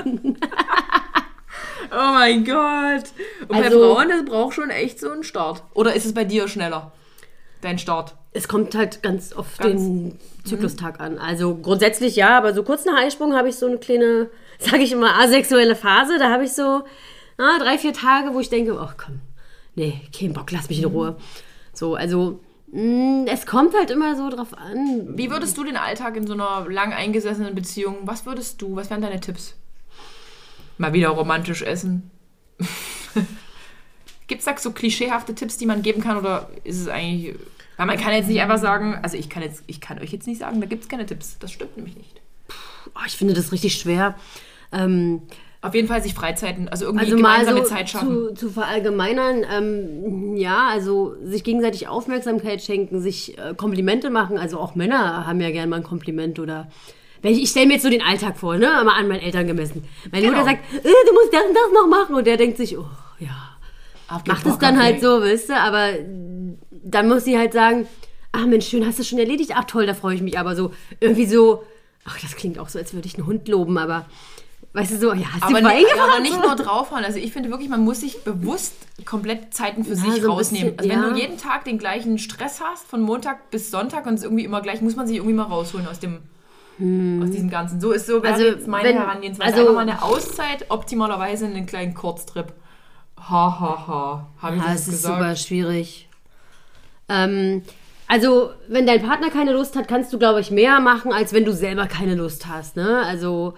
Oh mein Gott. Und also, bei Frauen, das braucht schon echt so einen Start. Oder ist es bei dir schneller, dein Start? Es kommt halt ganz auf ganz, den Zyklustag mhm. an. Also grundsätzlich ja, aber so kurz nach Eisprung habe ich so eine kleine, sage ich immer, asexuelle Phase. Da habe ich so ah, drei, vier Tage, wo ich denke, ach komm, nee, kein Bock, lass mich in Ruhe. So, also mh, es kommt halt immer so drauf an. Wie würdest du den Alltag in so einer lang eingesessenen Beziehung, was würdest du, was wären deine Tipps? Mal wieder romantisch essen. Gibt es da so klischeehafte Tipps, die man geben kann, oder ist es eigentlich... Weil man kann jetzt nicht einfach sagen, also ich kann jetzt, ich kann euch jetzt nicht sagen, da gibt es keine Tipps. Das stimmt nämlich nicht. Oh, ich finde das richtig schwer. Ähm, Auf jeden Fall sich Freizeiten, also irgendwie also gemeinsame mal so Zeit schaffen. Zu, zu verallgemeinern, ähm, ja, also sich gegenseitig Aufmerksamkeit schenken, sich äh, Komplimente machen. Also auch Männer haben ja gerne mal ein Kompliment oder... Wenn ich, ich stelle mir jetzt so den Alltag vor, ne, mal an meinen Eltern gemessen. Meine genau. Mutter sagt, äh, du musst das und das noch machen. Und der denkt sich, oh, ja, macht es dann halt so, weißt du, aber... Dann muss sie halt sagen, ach Mensch, schön, hast du schon erledigt? Ach toll, da freue ich mich. Aber so, irgendwie so, ach, das klingt auch so, als würde ich einen Hund loben, aber weißt du so, ja, hast aber du nicht, aber nicht nur draufhauen. Also ich finde wirklich, man muss sich bewusst komplett Zeiten für ja, sich so rausnehmen. Bisschen, also wenn ja. du jeden Tag den gleichen Stress hast, von Montag bis Sonntag und es irgendwie immer gleich, muss man sich irgendwie mal rausholen aus dem hm. aus diesem Ganzen. So ist so wäre also, jetzt meine wenn, Herangehensweise. Also, einfach mal eine Auszeit, optimalerweise einen kleinen Kurztrip. Ha, ha, ha. Habe ich ja, das es ist gesagt? Super schwierig. Ähm, also, wenn dein Partner keine Lust hat, kannst du, glaube ich, mehr machen, als wenn du selber keine Lust hast, ne? Also,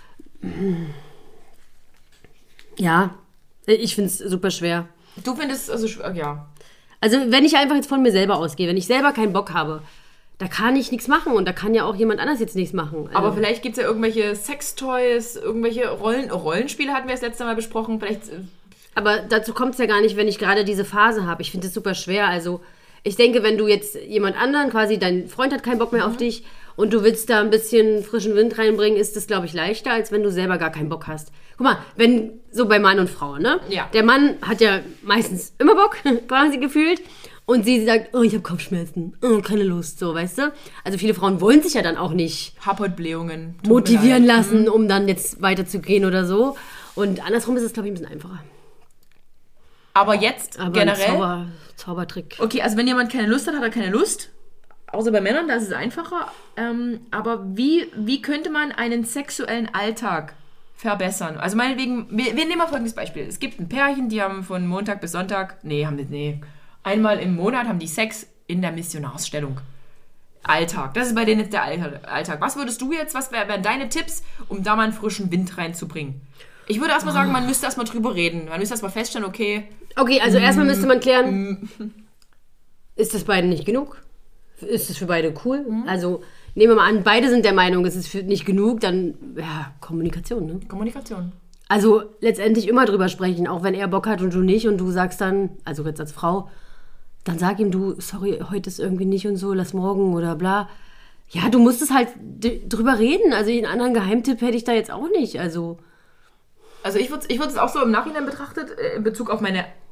ja, ich finde es super schwer. Du findest es also schwer, ja. Also, wenn ich einfach jetzt von mir selber ausgehe, wenn ich selber keinen Bock habe, da kann ich nichts machen und da kann ja auch jemand anders jetzt nichts machen. Also, aber vielleicht gibt es ja irgendwelche Sextoys, irgendwelche Rollen, Rollenspiele hatten wir das letzte Mal besprochen, vielleicht... Aber dazu kommt es ja gar nicht, wenn ich gerade diese Phase habe. Ich finde es super schwer, also... Ich denke, wenn du jetzt jemand anderen, quasi dein Freund hat keinen Bock mehr mhm. auf dich und du willst da ein bisschen frischen Wind reinbringen, ist das, glaube ich, leichter, als wenn du selber gar keinen Bock hast. Guck mal, wenn, so bei Mann und Frau, ne? Ja. Der Mann hat ja meistens immer Bock, quasi gefühlt. Und sie sagt, oh, ich habe Kopfschmerzen, oh, keine Lust, so, weißt du? Also viele Frauen wollen sich ja dann auch nicht Hautblähungen motivieren lassen, mhm. um dann jetzt weiterzugehen oder so. Und andersrum ist es, glaube ich, ein bisschen einfacher. Aber jetzt Aber generell... Ein Zauber, Zaubertrick. Okay, also wenn jemand keine Lust hat, hat er keine Lust. Außer bei Männern, da ist es einfacher. Ähm, aber wie, wie könnte man einen sexuellen Alltag verbessern? Also meinetwegen, wir, wir nehmen mal folgendes Beispiel. Es gibt ein Pärchen, die haben von Montag bis Sonntag, nee, haben die, nee, einmal im Monat haben die Sex in der Missionarsstellung. Alltag, das ist bei denen jetzt der Alltag. Was würdest du jetzt, was wären deine Tipps, um da mal einen frischen Wind reinzubringen? Ich würde erstmal sagen, man müsste erstmal drüber reden. Man müsste erstmal feststellen, okay... Okay, also mm, erstmal müsste man klären, mm. ist das beiden nicht genug? Ist das für beide cool? Mm. Also nehmen wir mal an, beide sind der Meinung, es ist für nicht genug, dann, ja, Kommunikation, ne? Kommunikation. Also letztendlich immer drüber sprechen, auch wenn er Bock hat und du nicht und du sagst dann, also jetzt als Frau, dann sag ihm, du, sorry, heute ist irgendwie nicht und so, lass morgen oder bla. Ja, du musst es halt d- drüber reden. Also einen anderen Geheimtipp hätte ich da jetzt auch nicht, also... Also ich würde ich würd es auch so im Nachhinein betrachtet, in Bezug auf meine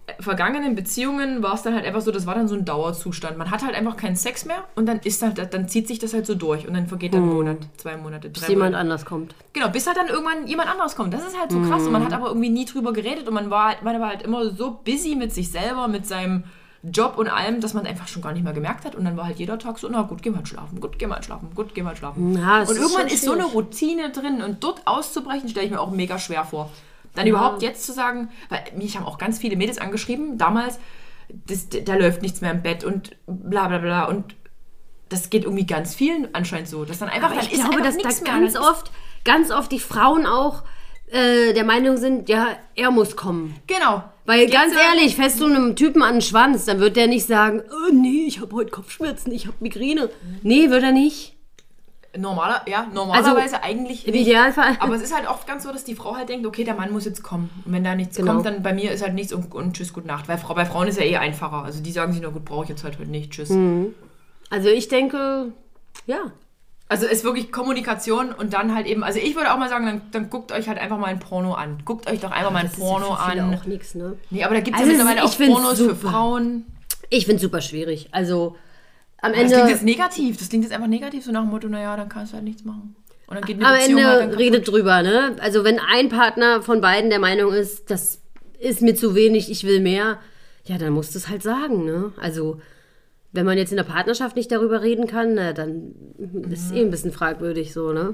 vergangenen Beziehungen war es dann halt einfach so, das war dann so ein Dauerzustand. Man hat halt einfach keinen Sex mehr und dann ist halt, dann zieht sich das halt so durch und dann vergeht dann ein Monat, zwei Monate, drei Bis jemand Monate. anders kommt. Genau, bis halt dann irgendwann jemand anderes kommt. Das ist halt so krass und man hat aber irgendwie nie drüber geredet und man war, halt, man war halt immer so busy mit sich selber, mit seinem Job und allem, dass man einfach schon gar nicht mehr gemerkt hat und dann war halt jeder Tag so, na gut, geh mal schlafen, gut, geh mal schlafen, gut, geh mal schlafen. Ja, und irgendwann ist, ist so eine Routine drin und dort auszubrechen, stelle ich mir auch mega schwer vor. Dann ja. überhaupt jetzt zu sagen, weil mich haben auch ganz viele Mädels angeschrieben, damals, das, da läuft nichts mehr im Bett und bla bla bla und das geht irgendwie ganz vielen anscheinend so, dass dann einfach, dann ich ist glaube, dass nichts da mehr. ganz oft, ganz oft die Frauen auch äh, der Meinung sind, ja, er muss kommen. Genau. Weil jetzt, ganz ehrlich, fährst du einem Typen an den Schwanz, dann wird der nicht sagen, oh nee, ich habe heute Kopfschmerzen, ich habe Migräne. Nee, wird er nicht. Normaler, ja, normalerweise also, eigentlich im nicht. Idealfall. Aber es ist halt oft ganz so, dass die Frau halt denkt, okay, der Mann muss jetzt kommen. Und wenn da nichts genau. kommt, dann bei mir ist halt nichts und, und tschüss, gute Nacht. Weil Frau, bei Frauen ist ja eh einfacher. Also die sagen sich nur, gut, brauche ich jetzt halt heute nicht, tschüss. Mhm. Also ich denke, ja. Also es ist wirklich Kommunikation und dann halt eben, also ich würde auch mal sagen, dann, dann guckt euch halt einfach mal ein Porno an. Guckt euch doch einfach mal ein das Porno ist ja für viele an. auch nichts, ne? Nee, aber da gibt es also ja mittlerweile auch Pornos super. für Frauen. Ich finde es super schwierig. Also am Das Ende... klingt jetzt negativ. Das klingt jetzt einfach negativ, so nach dem Motto, naja, dann kannst du halt nichts machen. Und dann geht eine Am Beziehung Ende halt dann kaputt. redet drüber, ne? Also wenn ein Partner von beiden der Meinung ist, das ist mir zu wenig, ich will mehr, ja, dann musst du es halt sagen, ne? Also wenn man jetzt in der Partnerschaft nicht darüber reden kann, na, dann ist es eh ein bisschen fragwürdig so, ne?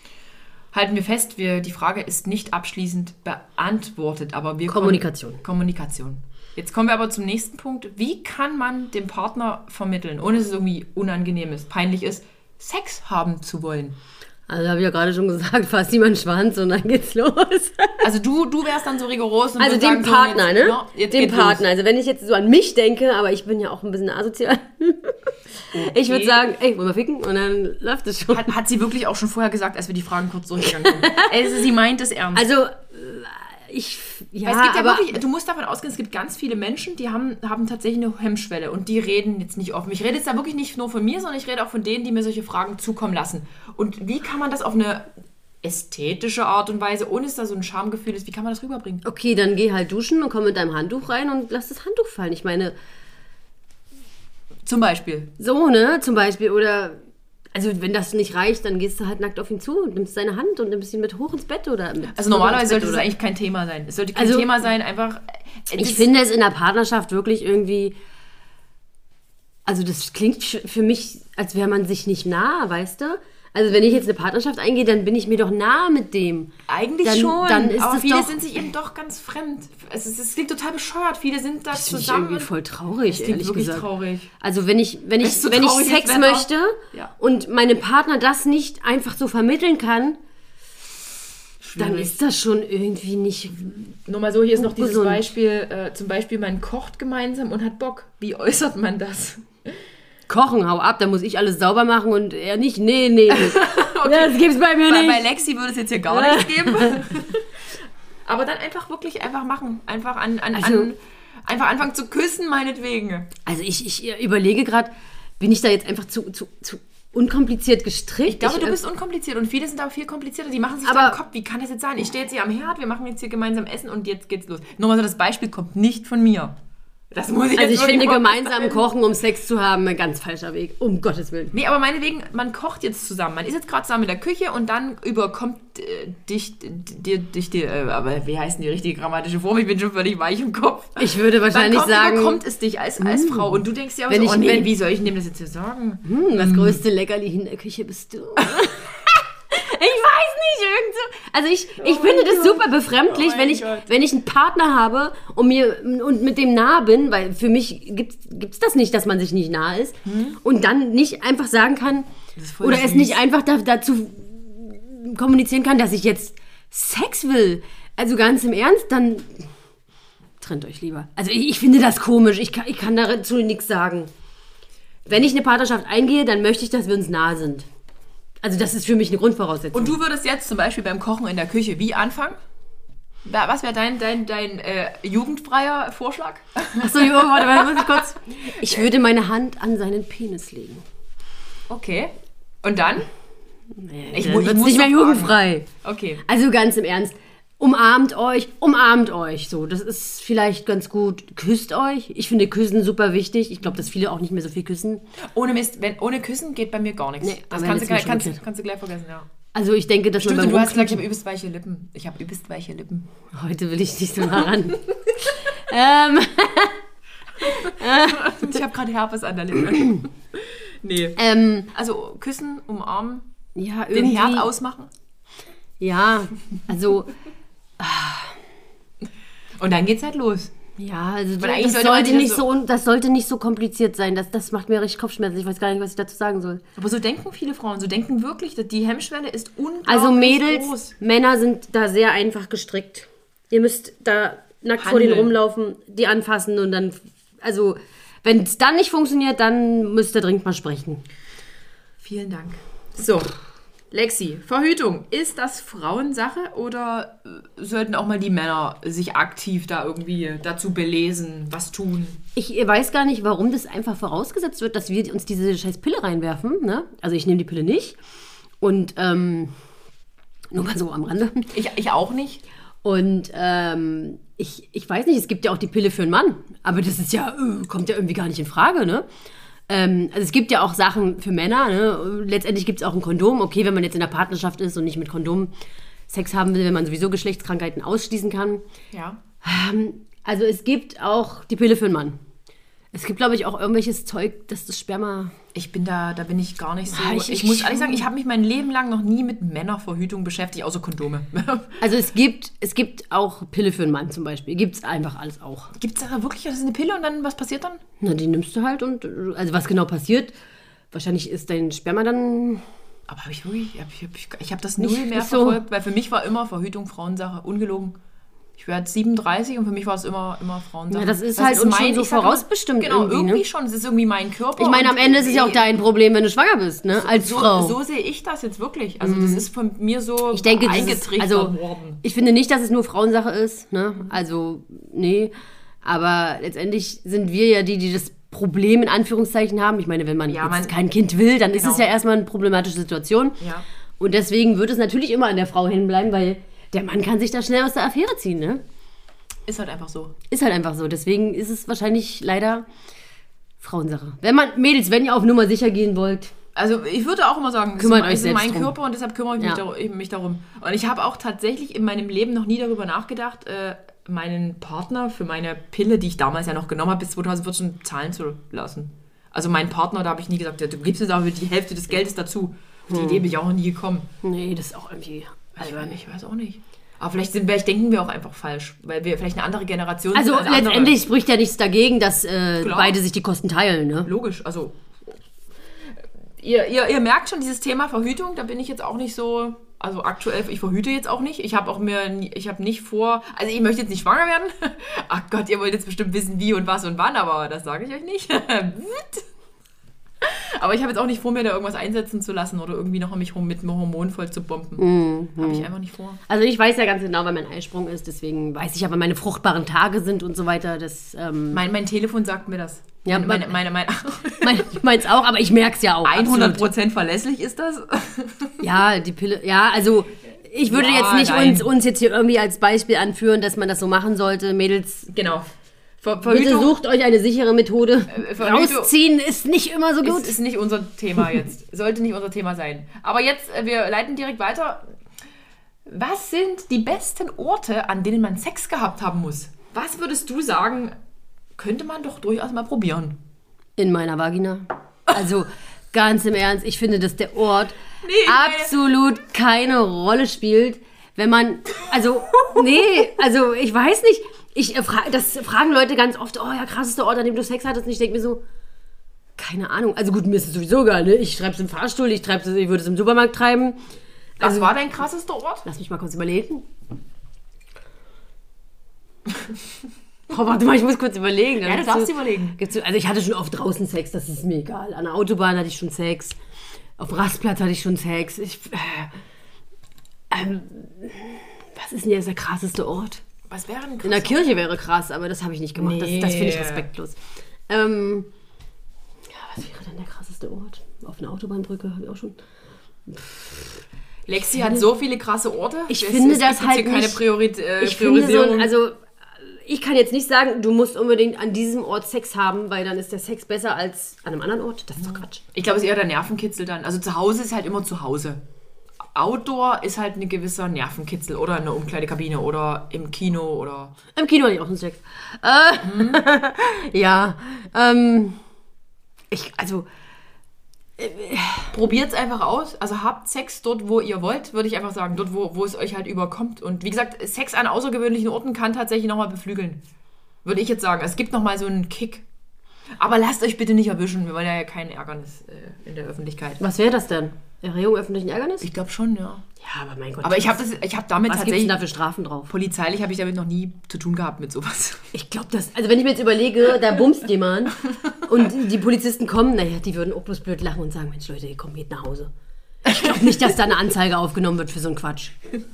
Halten wir fest, wir, die Frage ist nicht abschließend beantwortet, aber wir... Kommunikation. Kon- Kommunikation. Jetzt kommen wir aber zum nächsten Punkt. Wie kann man dem Partner vermitteln, ohne dass es irgendwie unangenehm ist, peinlich ist, Sex haben zu wollen? Also habe ich ja gerade schon gesagt, fass jemand Schwanz und dann geht's los. Also du, du wärst dann so rigoros und Also würdest dem sagen, Partner, so, jetzt, ne? Ja, jetzt dem geht Partner. los. Also wenn ich jetzt so an mich denke, aber ich bin ja auch ein bisschen asozial. Okay. Ich würde sagen, ey, wollen wir ficken? Und dann läuft es schon. Hat, hat sie wirklich auch schon vorher gesagt, als wir die Fragen kurz durchgegangen sind. Also sie meint es ernst. Also ich, ja, Weil es gibt ja aber wirklich, du musst davon ausgehen, es gibt ganz viele Menschen, die haben, haben tatsächlich eine Hemmschwelle und die reden jetzt nicht offen. Ich rede jetzt da wirklich nicht nur von mir, sondern ich rede auch von denen, die mir solche Fragen zukommen lassen. Und wie kann man das auf eine ästhetische Art und Weise, ohne dass da so ein Schamgefühl ist, wie kann man das rüberbringen? okay, dann geh halt duschen und komm mit deinem Handtuch rein und lass das Handtuch fallen. Ich meine, Zum Beispiel. so, ne, zum Beispiel. Oder, also wenn das nicht reicht, dann gehst du halt nackt auf ihn zu und nimmst seine Hand und nimmst ihn mit hoch ins Bett oder mit Also normalerweise sollte das das eigentlich kein Thema sein. Es sollte kein Also, Thema sein, einfach... äh, Ich das- finde es in der Partnerschaft wirklich irgendwie... Also das klingt für für mich, als wäre man sich nicht nah, weißt du? Also wenn ich jetzt eine Partnerschaft eingehe, dann bin ich mir doch nah mit dem. Eigentlich Dann- schon, dann ist aber das viele doch- sind sich eben doch ganz fremd. Es, ist, es klingt total bescheuert. Viele sind da Das finde ich zusammen. irgendwie voll traurig, Das klingt ehrlich wirklich gesagt. traurig. Also wenn ich, wenn ich, Ist so wenn ich traurig, Sex jetzt wär doch- möchte Ja. und meinem Partner das nicht einfach so vermitteln kann, dann Schwierig. ist das schon irgendwie nicht... Nur mal so, hier ist noch dieses Gesund. Beispiel, äh, zum Beispiel, man kocht gemeinsam und hat Bock. Wie äußert man das? Kochen, hau ab, da muss ich alles sauber machen und er nicht. Nee, nee, nee. Das gibt's bei mir Bei, nicht. bei Lexi würde es jetzt hier gar nichts geben. Aber dann einfach wirklich einfach machen. Einfach, an, an, Also- an, einfach anfangen zu küssen, meinetwegen. Also ich, ich überlege gerade, bin ich da jetzt einfach zu, zu, zu unkompliziert gestrickt? Ich glaube, du äh, bist unkompliziert und viele sind aber viel komplizierter. Die machen sich Aber- da im Kopf, wie kann das jetzt sein? Ich stehe jetzt hier am Herd, wir machen jetzt hier gemeinsam Essen und jetzt geht's los. Nur mal so, das Beispiel kommt nicht von mir. Das muss ich Also jetzt ich wirklich finde, mal gemeinsam festhalten. kochen, um Sex zu haben, ein ganz falscher Weg. Um Gottes Willen. Nee, aber meinetwegen, man kocht jetzt zusammen. Man ist jetzt gerade zusammen in der Küche und dann überkommt äh, dich, dir, dich, die, äh, aber wie heißt denn die richtige grammatische Form? Ich bin schon völlig weich im Kopf. Ich würde wahrscheinlich dann kommt, sagen, überkommt es dich als, als Frau und du denkst dir aber Wenn so, ich- oh nee, wenn- wie soll ich dem das jetzt hier sagen? hm, das größte Leckerli in der Küche bist du. Ich weiß nicht, irgend so. Also ich, ich finde das super befremdlich, Oh mein wenn ich, Gott. wenn ich einen Partner habe und mir und mit dem nah bin, weil für mich gibt es das nicht, dass man sich nicht nah ist und dann nicht einfach sagen kann Das ist voll oder es süß. nicht einfach da, dazu kommunizieren kann, dass ich jetzt Sex will. Also ganz im Ernst, dann trennt euch lieber. Also ich, ich finde das komisch. Ich kann, ich kann dazu nichts sagen. Wenn ich eine Partnerschaft eingehe, dann möchte ich, dass wir uns nah sind. Also das ist für mich eine Grundvoraussetzung. Und du würdest jetzt zum Beispiel beim Kochen in der Küche wie anfangen? Wa- Was wäre dein, dein, dein äh, jugendfreier Vorschlag? Achso, oh, warte, warte, muss ich kurz. Ich würde meine Hand an seinen Penis legen. Okay. Und dann? Nee, Ich dann mu- ich wird's muss nicht mehr doch fragen. jugendfrei. Okay. Also ganz im Ernst. umarmt euch, umarmt euch. So, das ist vielleicht ganz gut. Küsst euch. Ich finde Küssen super wichtig. Ich glaube, dass viele auch nicht mehr so viel küssen. Ohne Mist, wenn, ohne Küssen geht bei mir gar nichts. Nee, das aber kannst du, letztens gleich, schon kannst, kannst du gleich vergessen, ja. Also ich denke, dass Stimmt, man und beim du hast gesagt, ich habe Rumknutschen... übelst weiche Lippen. Ich habe übelst weiche Lippen. Heute will ich nicht so nah ran. ähm, Ich habe gerade Herpes an der Lippe. Nee. ähm, Also küssen, umarmen, ja, den irgendwie... Herd ausmachen. Ja, also... Und dann geht's halt los. Ja, also Weil eigentlich das sollte man sollte, sich nicht das so, un- das sollte nicht so kompliziert sein. Das, das macht mir richtig Kopfschmerzen. Ich weiß gar nicht, was ich dazu sagen soll. Aber so denken viele Frauen. So denken wirklich, dass die Hemmschwelle ist unglaublich Also Mädels, groß. Männer sind da sehr einfach gestrickt. Ihr müsst da nackt vor denen Handeln. rumlaufen, die anfassen und dann... Also, wenn es dann nicht funktioniert, dann müsst ihr dringend mal sprechen. Vielen Dank. So, Lexi, Verhütung. Ist das Frauensache oder äh, sollten auch mal die Männer sich aktiv da irgendwie dazu belesen, was tun? Ich weiß gar nicht, warum das einfach vorausgesetzt wird, dass wir uns diese scheiß Pille reinwerfen. Ne? Also ich nehme die Pille nicht. Und ähm, nur mal so am Rande. Ich, ich auch nicht. Und ähm, ich, ich weiß nicht, es gibt ja auch die Pille für einen Mann. Aber das ist ja, äh, kommt ja irgendwie gar nicht in Frage, ne? Ähm, also es gibt ja auch Sachen für Männer, ne? Letztendlich gibt es auch ein Kondom. Okay, wenn man jetzt in der Partnerschaft ist und nicht mit Kondom Sex haben will, wenn man sowieso Geschlechtskrankheiten ausschließen kann. Ja. Ähm, also es gibt auch die Pille für einen Mann. Es gibt, glaube ich, auch irgendwelches Zeug, dass das Sperma... Ich bin da, da bin ich gar nicht so. Ah, Ich, ich- muss ich- ehrlich sagen, ich habe mich mein Leben lang noch nie mit Männerverhütung beschäftigt, außer Kondome. Also es gibt, es gibt auch Pille für einen Mann zum Beispiel. Gibt es einfach alles auch. Gibt es da wirklich, das ist eine Pille und dann, was passiert dann? Na, die nimmst du halt und... Also was genau passiert, wahrscheinlich ist dein Sperma dann... Aber habe ich wirklich, ich habe ich, hab- ich hab das null Nicht- mehr ist so- verfolgt, weil für mich war immer Verhütung Frauensache, ungelogen. Ich werde siebenunddreißig und für mich war es immer, immer Frauensache. Ja, das ist halt uns schon so ich sag immer, vorausbestimmt Genau, irgendwie, irgendwie ne? schon. Es ist irgendwie mein Körper. Ich meine, am und- Ende ist es ja auch dein Problem, wenn du schwanger bist, ne? Als so, Frau. So sehe ich das jetzt wirklich. Also das ist von mir so Ich denke, das ist, eingetrichtert also worden. ich finde nicht, dass es nur Frauensache ist, ne? Also, nee. Aber letztendlich sind wir ja die, die das Problem in Anführungszeichen haben. Ich meine, wenn man Ja, jetzt man- kein Kind will, dann ist Genau. es ja erstmal eine problematische Situation. Ja. Und deswegen wird es natürlich immer an der Frau hängen bleiben, weil der Mann kann sich da schnell aus der Affäre ziehen, ne? Ist halt einfach so. Ist halt einfach so. Deswegen ist es wahrscheinlich leider Frauensache. Wenn man, Mädels, wenn ihr auf Nummer sicher gehen wollt, Also ich würde auch immer sagen, Kümmert es euch ist mein selbst drum. Körper und deshalb kümmere ich mich, Ja. dar- mich darum. Und ich habe auch tatsächlich in meinem Leben noch nie darüber nachgedacht, äh, meinen Partner für meine Pille, die ich damals ja noch genommen habe, bis zweitausendvierzehn zahlen zu lassen. Also meinen Partner, da habe ich nie gesagt, ja, du gibst jetzt aber die Hälfte des Geldes dazu. Auf die Idee bin ich auch noch nie gekommen. nee, das ist auch irgendwie... Ich weiß, ich weiß auch nicht. Aber vielleicht, sind, vielleicht denken wir auch einfach falsch, weil wir vielleicht eine andere Generation Also sind als andere. letztendlich spricht ja nichts dagegen, dass äh, Klar. beide sich die Kosten teilen, ne? Logisch, also ihr, ihr, ihr merkt schon, dieses Thema Verhütung, da bin ich jetzt auch nicht so, also aktuell, ich verhüte jetzt auch nicht. Ich habe auch mir, nie- ich habe nicht vor, also ich möchte jetzt nicht schwanger werden. Ach Gott, ihr wollt jetzt bestimmt wissen, wie und was und wann, aber das sage ich euch nicht. Aber ich habe jetzt auch nicht vor, mir da irgendwas einsetzen zu lassen oder irgendwie noch mich rum mit einem Hormon voll zu bomben. Habe ich einfach nicht vor. Also ich weiß ja ganz genau, wann mein Eisprung ist, deswegen weiß ich ja, wann meine fruchtbaren Tage sind und so weiter. Das, ähm, Mein, mein Telefon sagt mir das. Ja, meine, meine, meine, mein, ich meins auch, aber ich merke es ja auch. hundert absolut. Prozent verlässlich ist das. Ja, die Pille, ja, also ich würde Ja, jetzt nicht nein. uns, uns jetzt hier irgendwie als Beispiel anführen, dass man das so machen sollte. Mädels, Genau. Ver bitte sucht euch eine sichere Methode. Verhütung- Rausziehen ist nicht immer so gut. Ist, ist nicht unser Thema jetzt. Sollte nicht unser Thema sein. Aber jetzt, äh, wir leiten direkt weiter. Was sind die besten Orte, an denen man Sex gehabt haben muss? Was würdest du sagen, könnte man doch durchaus mal probieren? In meiner Vagina. Also ganz im Ernst, ich finde, dass der Ort Nee, meine- absolut keine Rolle spielt, wenn man, also, nee, also ich weiß nicht, ich, äh, fra das fragen Leute ganz oft, oh ja, krassester Ort, an dem du Sex hattest, und ich denke mir so, keine Ahnung, also gut, mir ist es sowieso egal, ne? Ich schreibe es im Fahrstuhl, ich, treib's, ich würde es im Supermarkt treiben. Was Also- war dein krassester Ort? Lass mich mal kurz überlegen. Oh, warte mal, ich muss kurz überlegen. Ja, das darfst du überlegen. Gibt's so, also ich hatte schon oft draußen Sex, das ist mir egal. An der Autobahn hatte ich schon Sex. Auf dem Rastplatz hatte ich schon Sex. Ich, äh, ähm, was ist denn jetzt der krasseste Ort? Was wäre denn krass? In der Kirche wäre krass, aber das habe ich nicht gemacht. Nee. Das, das finde ich respektlos. Ähm, ja, was wäre denn der krasseste Ort? Auf einer Autobahnbrücke habe ich auch schon. Lexi hat so viele krasse Orte. Ich es, finde es das gibt halt hier keine nicht... Priorit äh, ich finde so, Priorisierung. also ich kann jetzt nicht sagen, du musst unbedingt an diesem Ort Sex haben, weil dann ist der Sex besser als an einem anderen Ort. Das ist doch Quatsch. Ich glaube, es ist eher der Nervenkitzel dann. Also zu Hause ist halt immer zu Hause. Outdoor ist halt ein gewisser Nervenkitzel oder in der Umkleidekabine oder im Kino oder... Im Kino hatte ich auch einen Sex. Äh, hm. ja, ähm, ich, also... Probiert es einfach aus. Also habt Sex dort, wo ihr wollt, würde ich einfach sagen. Dort, wo, wo es euch halt überkommt. Und wie gesagt, Sex an außergewöhnlichen Orten kann tatsächlich nochmal beflügeln. Würde ich jetzt sagen. Es gibt nochmal so einen Kick. Aber lasst euch bitte nicht erwischen. Wir wollen ja kein Ärgernis äh, in der Öffentlichkeit. Was wäre das denn? Erregung öffentlichen Ärgernis? Ich glaube schon, ja. Ja, aber mein Gott. Aber ich habe hab damit was tatsächlich... gibt's denn da für Strafen drauf? Polizeilich habe ich damit noch nie zu tun gehabt mit sowas. Ich glaube, das... Also wenn ich mir jetzt überlege, da bumst jemand und die Polizisten kommen, naja, die würden auch bloß blöd lachen und sagen, Mensch Leute, ihr kommt geht nach Hause. Ich glaube nicht, dass da eine Anzeige aufgenommen wird für so einen Quatsch.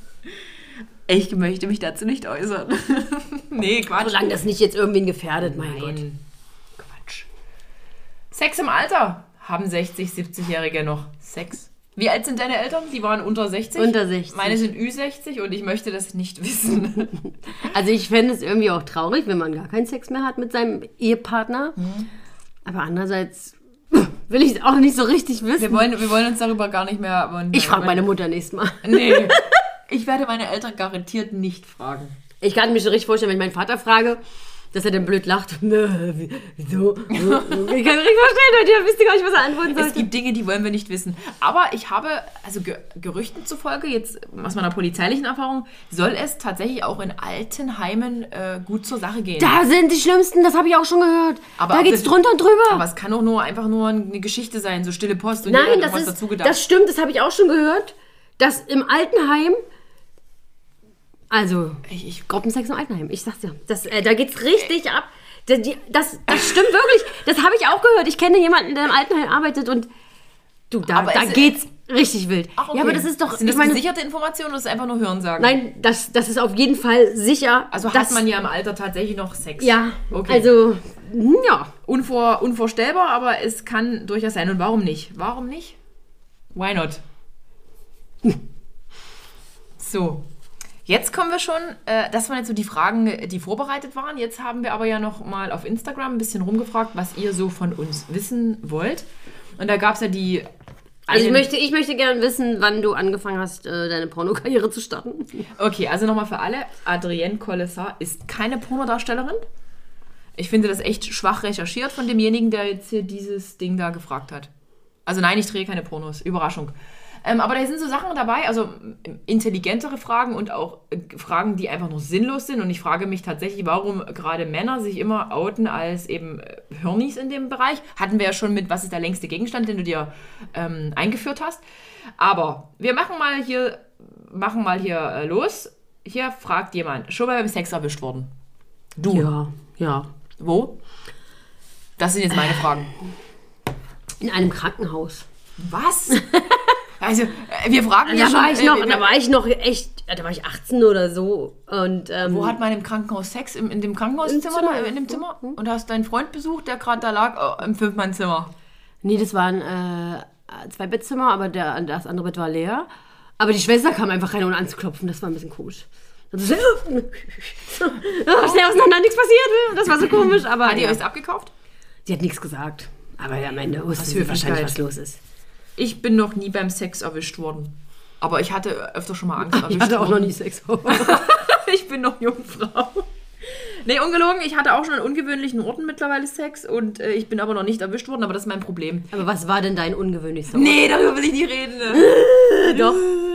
Ich möchte mich dazu nicht äußern. Nee, Quatsch. Solange das nicht jetzt irgendwen gefährdet, mein Nein. Gott. Quatsch. Sex im Alter. Haben sechzig-, siebzig-Jährige noch Sex? Wie alt sind deine Eltern? Die waren unter sechzig? Unter sechzig. Meine sind Ü sechzig und ich möchte das nicht wissen. Also ich fände es irgendwie auch traurig, wenn man gar keinen Sex mehr hat mit seinem Ehepartner. Mhm. Aber andererseits will ich es auch nicht so richtig wissen. Wir wollen, wir wollen uns darüber gar nicht mehr... Aber ich frage meine Mutter nächstes Mal. Nee, ich werde meine Eltern garantiert nicht fragen. Ich kann mir schon richtig vorstellen, wenn ich meinen Vater frage, dass er dann blöd lacht. Wieso? Ich kann mir richtig vorstellen, Leute, ihr wisst gar nicht, was er antworten sollte. Es gibt Dinge, die wollen wir nicht wissen. Aber ich habe, also Ge- Gerüchten zufolge, jetzt aus meiner polizeilichen Erfahrung, soll es tatsächlich auch in Altenheimen äh, gut zur Sache gehen. Da sind die Schlimmsten, das habe ich auch schon gehört. Aber da geht's das, drunter und drüber. Aber es kann auch nur einfach nur eine Geschichte sein, so stille Post und Nein, jeder hat das, irgendwas ist, dazu gedacht. das stimmt, das habe ich auch schon gehört, dass im Altenheim... Also, ich, ich, Gruppensex im Altenheim, ich sag's dir. Das, äh, da geht's richtig ab. Das, die, das, das stimmt wirklich. Das habe ich auch gehört. Ich kenne jemanden, der im Altenheim arbeitet und du, da, da es, geht's richtig wild. Ach, okay. Ja, aber das ist doch... Sind das ich meine, gesicherte Informationen oder ist das einfach nur Hörensagen? Nein, das, das ist auf jeden Fall sicher. Also dass, hat man ja im Alter tatsächlich noch Sex? Ja, okay. Also, ja. Unvor, unvorstellbar, aber es kann durchaus sein. Und warum nicht? Warum nicht? Why not? So. Jetzt kommen wir schon, äh, das waren jetzt so die Fragen, die vorbereitet waren. Jetzt haben wir aber ja noch mal auf Instagram ein bisschen rumgefragt, was ihr so von uns wissen wollt. Und da gab es ja die... Also ich möchte, ich möchte gerne wissen, wann du angefangen hast, äh, deine Pornokarriere zu starten. Okay, also nochmal für alle. Adrienne Collessar ist keine Pornodarstellerin. Ich finde das echt schwach recherchiert von demjenigen, der jetzt hier dieses Ding da gefragt hat. Also nein, ich drehe keine Pornos. Überraschung. Ähm, aber da sind so Sachen dabei, also intelligentere Fragen und auch äh, Fragen, die einfach nur sinnlos sind. Und ich frage mich tatsächlich, warum gerade Männer sich immer outen als eben äh, Hirnis in dem Bereich. Hatten wir ja schon mit, was ist der längste Gegenstand, den du dir ähm, eingeführt hast. Aber wir machen mal hier, machen mal hier äh, los. Hier fragt jemand, schon mal beim Sex erwischt worden? Du? Ja, ja. Wo? Das sind jetzt meine Fragen. In einem Krankenhaus. Was? Also, wir fragen ja da schon... War ich noch, äh, da war ich noch echt, da war ich achtzehn oder so. Und, ähm, wo hat man im Krankenhaus Sex? Im, in dem Krankenhauszimmer? Zimmer. Da, in dem Zimmer? Und da hast du deinen Freund besucht, der gerade da lag, oh, im Fünfmannzimmer? Nee, das waren äh, zwei Bettzimmer, aber der, das andere Bett war leer. Aber die Schwester kam einfach rein, ohne anzuklopfen. Das war ein bisschen komisch. Also, oh, schnell auseinander, nichts passiert. Das war so komisch. Aber hat die ja. euch abgekauft? Sie hat nichts gesagt. Aber am Ende wusste Was sie wahrscheinlich, Höflichkeit. was los ist. Ich bin noch nie beim Sex erwischt worden. Aber ich hatte öfter schon mal Angst, erwischt Ich hatte auch worden. noch nie Sex. Ich bin noch Jungfrau. Nee, ungelogen, ich hatte auch schon an ungewöhnlichen Orten mittlerweile Sex und äh, ich bin aber noch nicht erwischt worden, aber das ist mein Problem. Aber was war denn dein ungewöhnlichster Ort? Nee, darüber will ich nicht reden. Ne? Doch.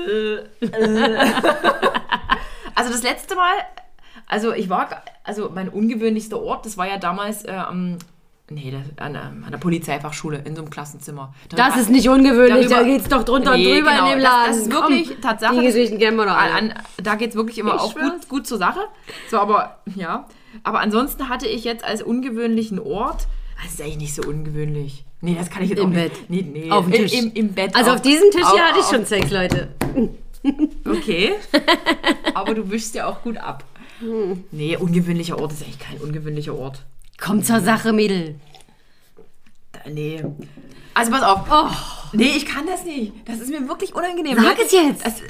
Also das letzte Mal, also ich war, also mein ungewöhnlichster Ort, das war ja damals äh, am, nee, das, an, an der Polizeifachschule in so einem Klassenzimmer. Da Das war, ist nicht ungewöhnlich, darüber- da geht's doch drunter Nee, und drüber genau, in dem das- Laden. das ist Komm, wirklich Tatsache. Die Geschichten kennen wir doch alle. An, an, da geht es wirklich immer Ich auch schwör's. gut, gut zur Sache. So, aber ja. Aber ansonsten hatte ich jetzt als ungewöhnlichen Ort, das ist eigentlich nicht so ungewöhnlich. Nee, das kann ich jetzt Im auch Bett. nicht. Nee, nee. Auf dem Im- Tisch. Im, im Bett. Also auch. auf diesem Tisch hier Auch- hatte ich auch- schon Sex, Leute. Okay. Aber du wischst ja auch gut ab. Nee, ungewöhnlicher Ort ist eigentlich kein ungewöhnlicher Ort. Komm zur Sache, Mädel. nee. Also pass auf. Oh. Nee, ich kann das nicht. Das ist mir wirklich unangenehm. Sag es jetzt. Das,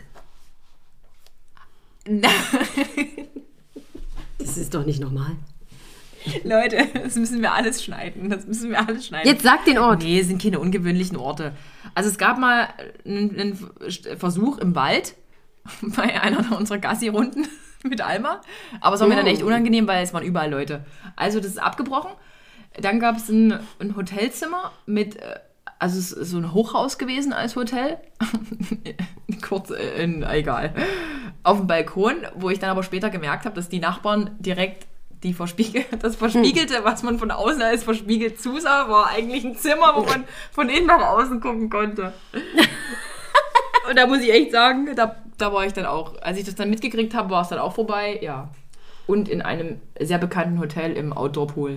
das ist doch nicht normal. Leute, das müssen wir alles schneiden. Das müssen wir alles schneiden. Jetzt sag den Ort. Nee, es sind keine ungewöhnlichen Orte. Also es gab mal einen, einen Versuch im Wald bei einer unserer Gassi-Runden mit Alma. Aber es war mir dann echt unangenehm, weil es waren überall Leute. Also das ist abgebrochen. Dann gab es ein, ein Hotelzimmer mit, also es ist so ein Hochhaus gewesen als Hotel. Kurz, in, egal. Auf dem Balkon, wo ich dann aber später gemerkt habe, dass die Nachbarn direkt die verspiegel, das Verspiegelte, was man von außen als verspiegelt zusah, war eigentlich ein Zimmer, wo man von innen nach außen gucken konnte. Und da muss ich echt sagen, da, da war ich dann auch, als ich das dann mitgekriegt habe, war es dann auch vorbei, ja. Und in einem sehr bekannten Hotel im Outdoor-Pool.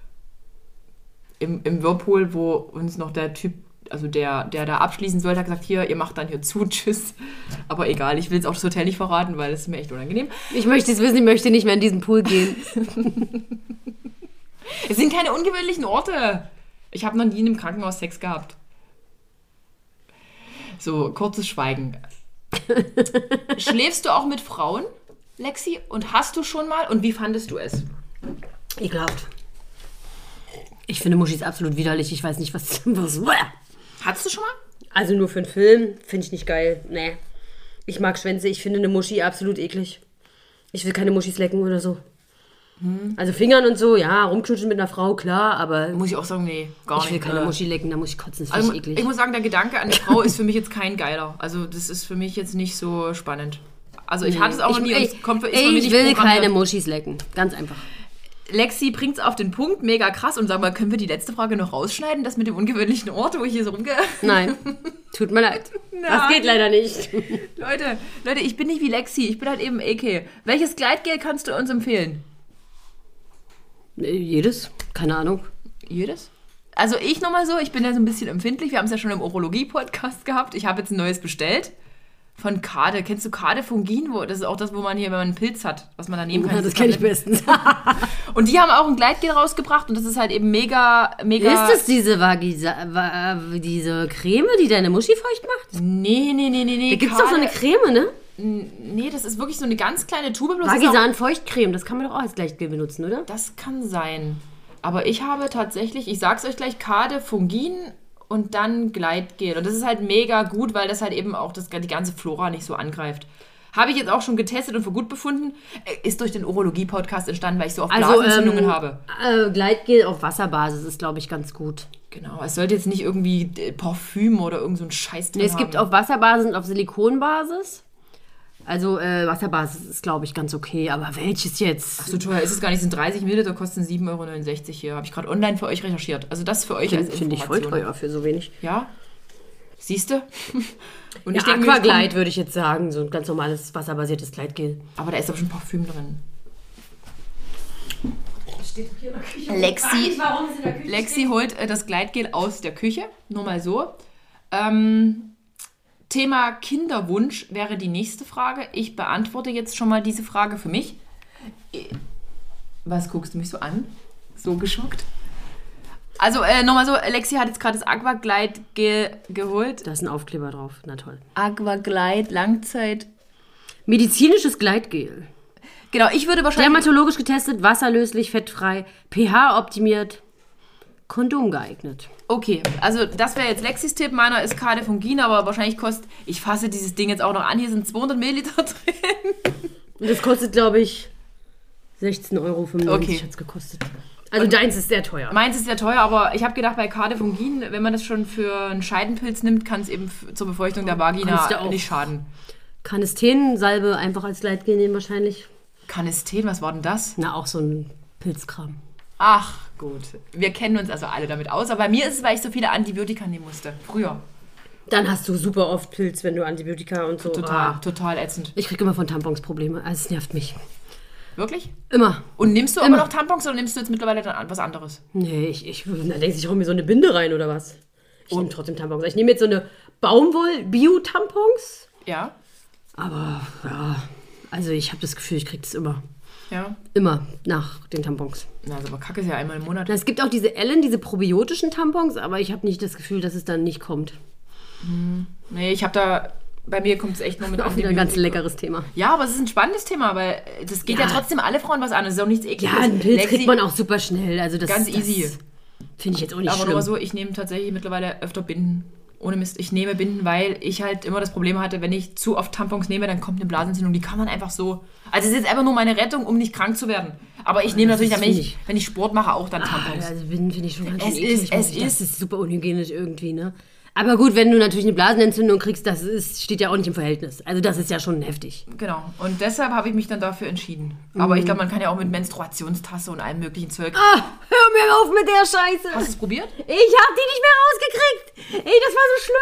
Im, im Whirlpool, wo uns noch der Typ, also der, der da abschließen sollte, hat gesagt, hier, ihr macht dann hier zu, tschüss. Aber egal, ich will jetzt auch das Hotel nicht verraten, weil das ist mir echt unangenehm. Ich möchte es wissen, ich möchte nicht mehr in diesen Pool gehen. Es sind keine ungewöhnlichen Orte. Ich habe noch nie in einem Krankenhaus Sex gehabt. So, kurzes Schweigen. Schläfst du auch mit Frauen, Lexi? Und hast du schon mal? Und wie fandest du es? Ekelhaft. Ich finde Muschis absolut widerlich. Ich weiß nicht, was... was Hattest du schon mal? Also nur für einen Film finde ich nicht geil. Nee. Ich mag Schwänze. Ich finde eine Muschi absolut eklig. Ich will keine Muschis lecken oder so. Hm. Also Fingern und so, ja, rumknutschen mit einer Frau, klar, aber... Muss ich auch sagen, nee, gar nicht. Ich will keine Muschi lecken, da muss ich kotzen, das also, finde ich eklig. Ich muss sagen, der Gedanke an eine Frau ist für mich jetzt kein geiler. Also das ist für mich jetzt nicht so spannend. Also ich nee. hatte es auch ich, noch nie. Ich, und es kommt für, ist ich nicht will keine Muschis lecken, ganz einfach. Lexi bringt es auf den Punkt, mega krass. Und sag mal, können wir die letzte Frage noch rausschneiden? Das mit dem ungewöhnlichen Ort, wo ich hier so rumge... Nein, tut mir leid. Nein. Das geht leider nicht. Leute, Leute, ich bin nicht wie Lexi. Ich bin halt eben A K. Welches Gleitgel kannst du uns empfehlen? Jedes, keine Ahnung. Jedes? Also ich nochmal so, ich bin ja so ein bisschen empfindlich. Wir haben es ja schon im Urologie-Podcast gehabt. Ich habe jetzt ein neues bestellt. Von Kade. Kennst du Kade Fungin? Wo, das ist auch das, wo man hier, wenn man einen Pilz hat, was man da nehmen kann. Ja, das kenne ich bestens. Und die haben auch ein Gleitgel rausgebracht und das ist halt eben mega, mega... Ist das diese Vagisa, diese Creme, die deine Muschi feucht macht? Nee, nee, nee, nee, nee. Da gibt es doch so eine Creme, ne? Nee, das ist wirklich so eine ganz kleine Tube. Vagisan-Feuchtcreme, das kann man doch auch als Gleitgel benutzen, oder? Das kann sein. Aber ich habe tatsächlich, ich sag's euch gleich, Kade Fungin und dann Gleitgel. Und das ist halt mega gut, weil das halt eben auch das, die ganze Flora nicht so angreift. Habe ich jetzt auch schon getestet und für gut befunden. Ist durch den Urologie-Podcast entstanden, weil ich so oft also, Blasenentzündungen ähm, habe. Äh, Gleitgel auf Wasserbasis ist, glaube ich, ganz gut. Genau, es sollte jetzt nicht irgendwie Parfüm oder irgend so ein Scheiß drin nee, es haben. gibt auf Wasserbasis und auf Silikonbasis. Also äh, Wasserbasis ist, glaube ich, ganz okay. Aber welches jetzt? Ach so teuer ist es gar nicht. Sind dreißig Milliliter, kosten sieben Euro neunundsechzig hier. Habe ich gerade online für euch recherchiert. Also das für euch Find, als Finde ich voll teuer für so wenig. Ja? Siehst du? Und ja, ich denke, Aquaglide würde ich jetzt sagen. So ein ganz normales wasserbasiertes Gleitgel. Aber da ist doch schon Parfüm drin. Das steht hier in der Küche. Lexi, nicht, warum es in der Küche Lexi holt äh, das Gleitgel aus der Küche. Nur mal so. Ähm... Thema Kinderwunsch wäre die nächste Frage. Ich beantworte jetzt schon mal diese Frage für mich. Was guckst du mich so an? So geschockt? Also äh, nochmal so, Lexi hat jetzt gerade das Aquaglide ge- geholt. Da ist ein Aufkleber drauf, na toll. Aquaglide, Langzeit. Medizinisches Gleitgel. Genau, ich würde wahrscheinlich... Dermatologisch getestet, wasserlöslich, fettfrei, pH optimiert, Kondom geeignet. Okay, also das wäre jetzt Lexis Tipp. Meiner ist Kade Fungin, aber wahrscheinlich kostet... Ich fasse dieses Ding jetzt auch noch an. Hier sind zweihundert Milliliter drin. Und das kostet, glaube ich, sechzehn Euro fünfundneunzig okay. Hat es gekostet. Also und deins ist sehr teuer. Meins ist sehr teuer, aber ich habe gedacht, bei Kade Fungin, wenn man das schon für einen Scheidenpilz nimmt, kann es eben f- zur Befeuchtung der Vagina nicht schaden. Kanisthensalbe einfach als Gleitgel nehmen wahrscheinlich. Kanisthen, was war denn das? Na, auch so ein Pilzkram. Ach, gut. Wir kennen uns also alle damit aus. Aber bei mir ist es, weil ich so viele Antibiotika nehmen musste. Früher. Dann hast du super oft Pilz, wenn du Antibiotika und so... Total, ah. total ätzend. Ich kriege immer von Tampons Probleme. Also es nervt mich. Wirklich? Immer. Und nimmst du immer. aber noch Tampons oder nimmst du jetzt mittlerweile dann was anderes? Nee, ich, ich dann denkst du, ich hole mir so eine Binde rein oder was? Ich nehme trotzdem Tampons. Ich nehme jetzt so eine Baumwoll-Bio-Tampons. Ja. Aber, ja, also ich habe das Gefühl, ich kriege das immer. Ja. Immer nach den Tampons. Na, also aber Kacke ist ja einmal im Monat. Na, es gibt auch diese Ellen, diese probiotischen Tampons, aber ich habe nicht das Gefühl, dass es dann nicht kommt. Hm. Nee, ich habe da... Bei mir kommt es echt nur mit Auch wieder ein ganz leckeres Thema. Ja, aber es ist ein spannendes Thema, weil das geht ja, ja trotzdem alle Frauen was an. Es ist auch nichts Ekliges. Ja, einen Pilz kriegt man auch super schnell. Also das, ganz easy. Finde ich jetzt auch nicht aber schlimm. Aber nur so, ich nehme tatsächlich mittlerweile öfter Binden. Ohne Mist, ich nehme Binden, weil ich halt immer das Problem hatte, wenn ich zu oft Tampons nehme, dann kommt eine Blasenentzündung. Die kann man einfach so... Also es ist jetzt einfach nur meine Rettung, um nicht krank zu werden. Aber ich nehme natürlich, dann, wenn, ich, wenn ich Sport mache, auch dann Tampons. Ah, also Binden finde ich schon ganz schön es eklig. Ist, es das ist... ist super unhygienisch irgendwie, ne? Aber gut, wenn du natürlich eine Blasenentzündung kriegst, das ist, steht ja auch nicht im Verhältnis. Also das ist ja schon heftig. Genau. Und deshalb habe ich mich dann dafür entschieden. Aber mm. ich glaube, man kann ja auch mit Menstruationstasse und allem möglichen Zeug... Ah, hör mir auf mit der Scheiße. Hast du es probiert? Ich habe die nicht mehr rausgekriegt. Ey, das war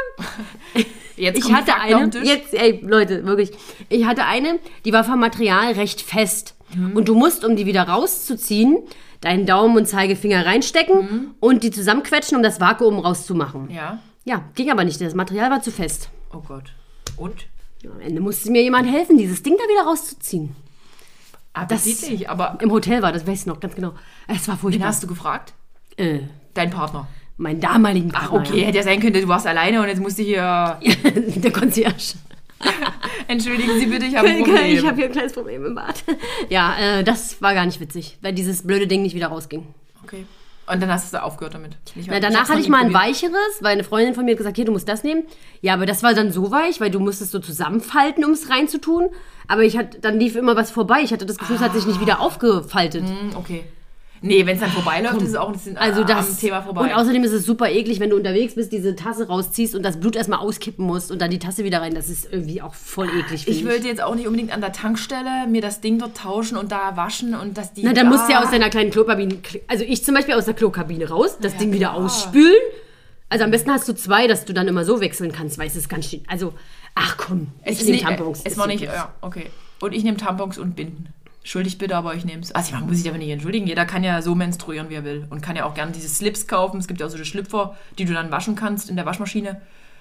so schlimm. Jetzt ich hatte eine, jetzt, ey, Leute, wirklich. Ich hatte eine, die war vom Material recht fest. Mhm. Und du musst, um die wieder rauszuziehen, deinen Daumen und Zeigefinger reinstecken mhm. und die zusammenquetschen, um das Vakuum rauszumachen. Ja. Ja, ging aber nicht. Das Material war zu fest. Oh Gott. Und? Ja, am Ende musste mir jemand helfen, dieses Ding da wieder rauszuziehen. Appetitlich, das, aber... Im Hotel war das, weiß ich noch, ganz genau. Es war furchtbar. Wen hast du gefragt? Äh. Dein Partner? Meinen damaligen Partner. Ach, okay. Ja. Hätte ja sein können, du warst alleine und jetzt musste ich hier... Der Concierge. Entschuldigen Sie bitte, ich habe ein Problem. Ich habe hier ein kleines Problem im Bad. Ja, äh, das war gar nicht witzig, weil dieses blöde Ding nicht wieder rausging. Okay. Und dann hast du aufgehört damit? Nicht Na, danach hatte ich mal ein weicheres, weil eine Freundin von mir hat gesagt, hier, du musst das nehmen. Ja, aber das war dann so weich, weil du musstest so zusammenfalten, um es reinzutun. Aber ich hatte, dann lief immer was vorbei. Ich hatte das Gefühl, ah. es hat sich nicht wieder aufgefaltet. Mm, okay. Nee, wenn es dann vorbeiläuft, ist es auch ein also das, am Thema vorbei. Und außerdem ist es super eklig, wenn du unterwegs bist, diese Tasse rausziehst und das Blut erstmal auskippen musst und dann die Tasse wieder rein. Das ist irgendwie auch voll eklig. Ich würde jetzt auch nicht unbedingt an der Tankstelle mir das Ding dort tauschen und da waschen und dass die... Na, dann musst du ja aus deiner kleinen Klokabine... Also ich zum Beispiel aus der Klokabine raus, das ja, Ding wieder klar. ausspülen. Also am besten hast du zwei, dass du dann immer so wechseln kannst, weil es ist ganz schön... Also, ach komm, es ich nehme Tampons. Es war nicht... Ja, okay. Und ich nehme Tampons und Binden. Schuldig bitte, aber ich nehme es. Also man muss sich aber nicht entschuldigen. Jeder kann ja so menstruieren, wie er will. Und kann ja auch gerne diese Slips kaufen. Es gibt ja auch so Schlüpfer, die du dann waschen kannst in der Waschmaschine.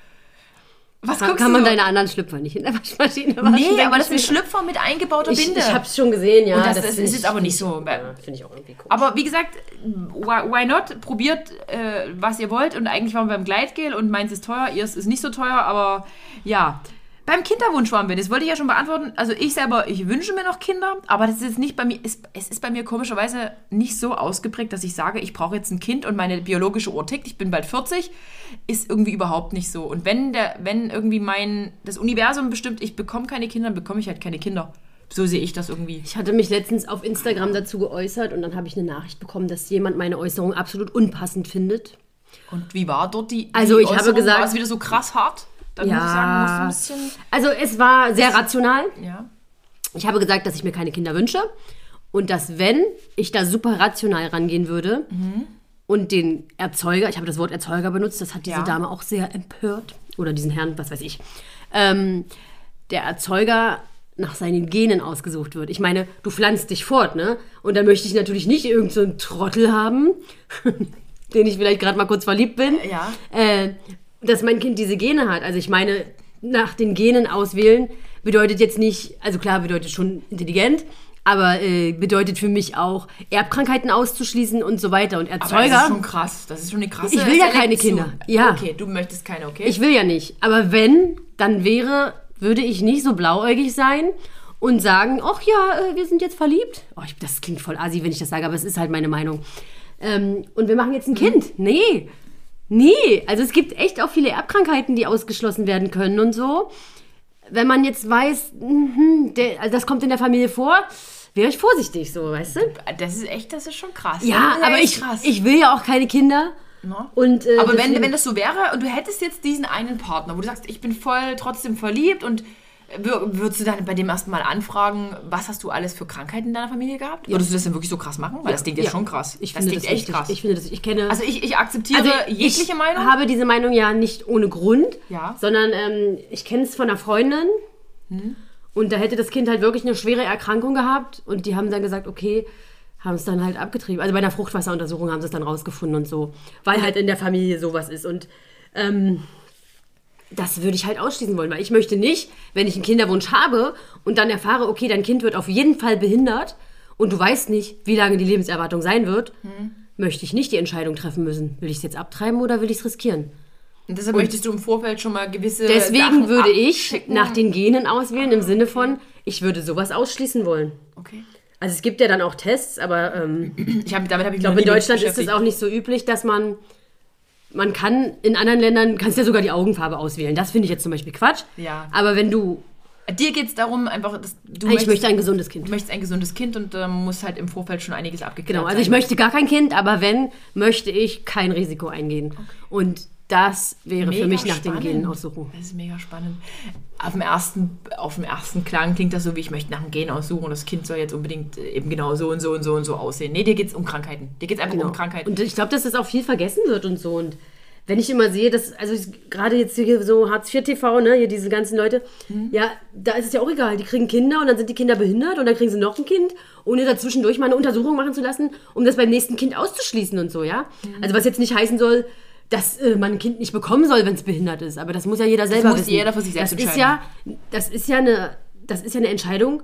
Was kann, kann man so? Deine anderen Schlüpfer nicht in der Waschmaschine waschen? Nee, aber das ist ein Schlüpfer mit eingebauter ich, Binde. Ich hab's schon gesehen, ja. Und das, das, das ist jetzt aber nicht so. Ja, finde ich auch irgendwie komisch. Aber wie gesagt, why, why not? Probiert, äh, was ihr wollt. Und eigentlich waren wir beim Gleitgel und meins ist teuer, ihrs ist nicht so teuer, aber ja... Beim Kinderwunsch waren wir, das wollte ich ja schon beantworten. Also ich selber, ich wünsche mir noch Kinder, aber das ist jetzt nicht bei mir, ist, es ist bei mir komischerweise nicht so ausgeprägt, dass ich sage, ich brauche jetzt ein Kind und meine biologische Uhr tickt, ich bin bald vierzig, ist irgendwie überhaupt nicht so. Und wenn der, wenn irgendwie mein, das Universum bestimmt, ich bekomme keine Kinder, dann bekomme ich halt keine Kinder. So sehe ich das irgendwie. Ich hatte mich letztens auf Instagram dazu geäußert und dann habe ich eine Nachricht bekommen, dass jemand meine Äußerung absolut unpassend findet. Und wie war dort die, also die ich Äußerung? Habe gesagt, war es wieder so krass hart? Dann ja, muss ich sagen, musst du ein bisschen... Also es war sehr rational. Ja. Ich habe gesagt, dass ich mir keine Kinder wünsche und dass, wenn ich da super rational rangehen würde mhm. und den Erzeuger, ich habe das Wort Erzeuger benutzt, das hat diese ja. Dame auch sehr empört, oder diesen Herrn, was weiß ich, ähm, der Erzeuger nach seinen Genen ausgesucht wird. Ich meine, du pflanzt dich fort, ne? Und da möchte ich natürlich nicht irgendeinen so Trottel haben, den ich vielleicht gerade mal kurz verliebt bin. Ja. Äh, dass mein Kind diese Gene hat. Also ich meine, nach den Genen auswählen bedeutet jetzt nicht, also klar, bedeutet schon intelligent, aber äh, bedeutet für mich auch, Erbkrankheiten auszuschließen und so weiter. Und Erzeuger... Aber das ist schon krass. Das ist schon eine krasse... Ich will ja keine Kinder. Ja. Okay, du möchtest keine, okay? Ich will ja nicht. Aber wenn, dann wäre, würde ich nicht so blauäugig sein und sagen, ach ja, äh, wir sind jetzt verliebt. Oh, ich, das klingt voll assi, wenn ich das sage, aber es ist halt meine Meinung. Ähm, und wir machen jetzt ein mhm. Kind. Nee. Nee, also es gibt echt auch viele Erbkrankheiten, die ausgeschlossen werden können und so. Wenn man jetzt weiß, der, also das kommt in der Familie vor, wäre ich vorsichtig so, weißt du? Das ist echt, das ist schon krass. Ja, aber ich, krass. ich will ja auch keine Kinder. No. Und, äh, aber wenn, wenn das so wäre und du hättest jetzt diesen einen Partner, wo du sagst, ich bin voll trotzdem verliebt und würdest du dann bei dem ersten Mal anfragen, was hast du alles für Krankheiten in deiner Familie gehabt? Ja. Würdest du das denn wirklich so krass machen? Weil ja. das klingt jetzt ja. schon krass. Ich das finde klingt das echt richtig. krass. Ich finde das, ich kenne... Also ich, ich akzeptiere also jegliche ich Meinung. Ich habe diese Meinung ja nicht ohne Grund, ja. sondern ähm, ich kenne es von einer Freundin hm. und da hätte das Kind halt wirklich eine schwere Erkrankung gehabt und die haben dann gesagt, okay, haben es dann halt abgetrieben. Also bei einer Fruchtwasseruntersuchung haben sie es dann rausgefunden und so, weil halt in der Familie sowas ist und ähm, das würde ich halt ausschließen wollen, weil ich möchte nicht, wenn ich einen Kinderwunsch habe und dann erfahre, okay, dein Kind wird auf jeden Fall behindert und du weißt nicht, wie lange die Lebenserwartung sein wird, hm. möchte ich nicht die Entscheidung treffen müssen. Will ich es jetzt abtreiben oder will ich es riskieren? Und deshalb und möchtest du im Vorfeld schon mal gewisse Deswegen Sachen würde ich abchecken. nach den Genen auswählen, im Sinne von, ich würde sowas ausschließen wollen. Okay. Also es gibt ja dann auch Tests, aber ähm, ich hab, damit habe ich ich glaube, in Deutschland ist es auch nicht so üblich, dass man, man kann, in anderen Ländern kannst du ja sogar die Augenfarbe auswählen. Das finde ich jetzt zum Beispiel Quatsch. Ja. Aber wenn du... Dir geht es darum, einfach, dass du ich möchtest, möchte ein gesundes Kind. Du möchtest ein gesundes Kind und da äh, muss halt im Vorfeld schon einiges abgeklärt sein. Genau, also ich möchte gar kein Kind, aber wenn, möchte ich kein Risiko eingehen. Okay. Und das wäre mega für mich nach spannend. Den Genen aussuchen. Das ist mega spannend. Auf dem, ersten, auf dem ersten Klang klingt das so, wie ich möchte nach dem Gen aussuchen und das Kind soll jetzt unbedingt eben genau so und so und so und so aussehen. Nee, dir geht es um Krankheiten. Dir geht es einfach genau. um Krankheiten. Und ich glaube, dass das auch viel vergessen wird und so. Und wenn ich immer sehe, dass, also gerade jetzt hier so Hartz vier T V, ne, hier diese ganzen Leute, mhm. ja, da ist es ja auch egal. Die kriegen Kinder und dann sind die Kinder behindert und dann kriegen sie noch ein Kind, ohne dazwischendurch mal eine Untersuchung machen zu lassen, um das beim nächsten Kind auszuschließen und so, ja. Mhm. Also was jetzt nicht heißen soll, dass äh, man ein Kind nicht bekommen soll, wenn es behindert ist. Aber das muss ja jeder selber wissen. Das muss wissen. jeder für sich selbst das entscheiden. Ist ja, das, ist ja eine, das ist ja eine Entscheidung,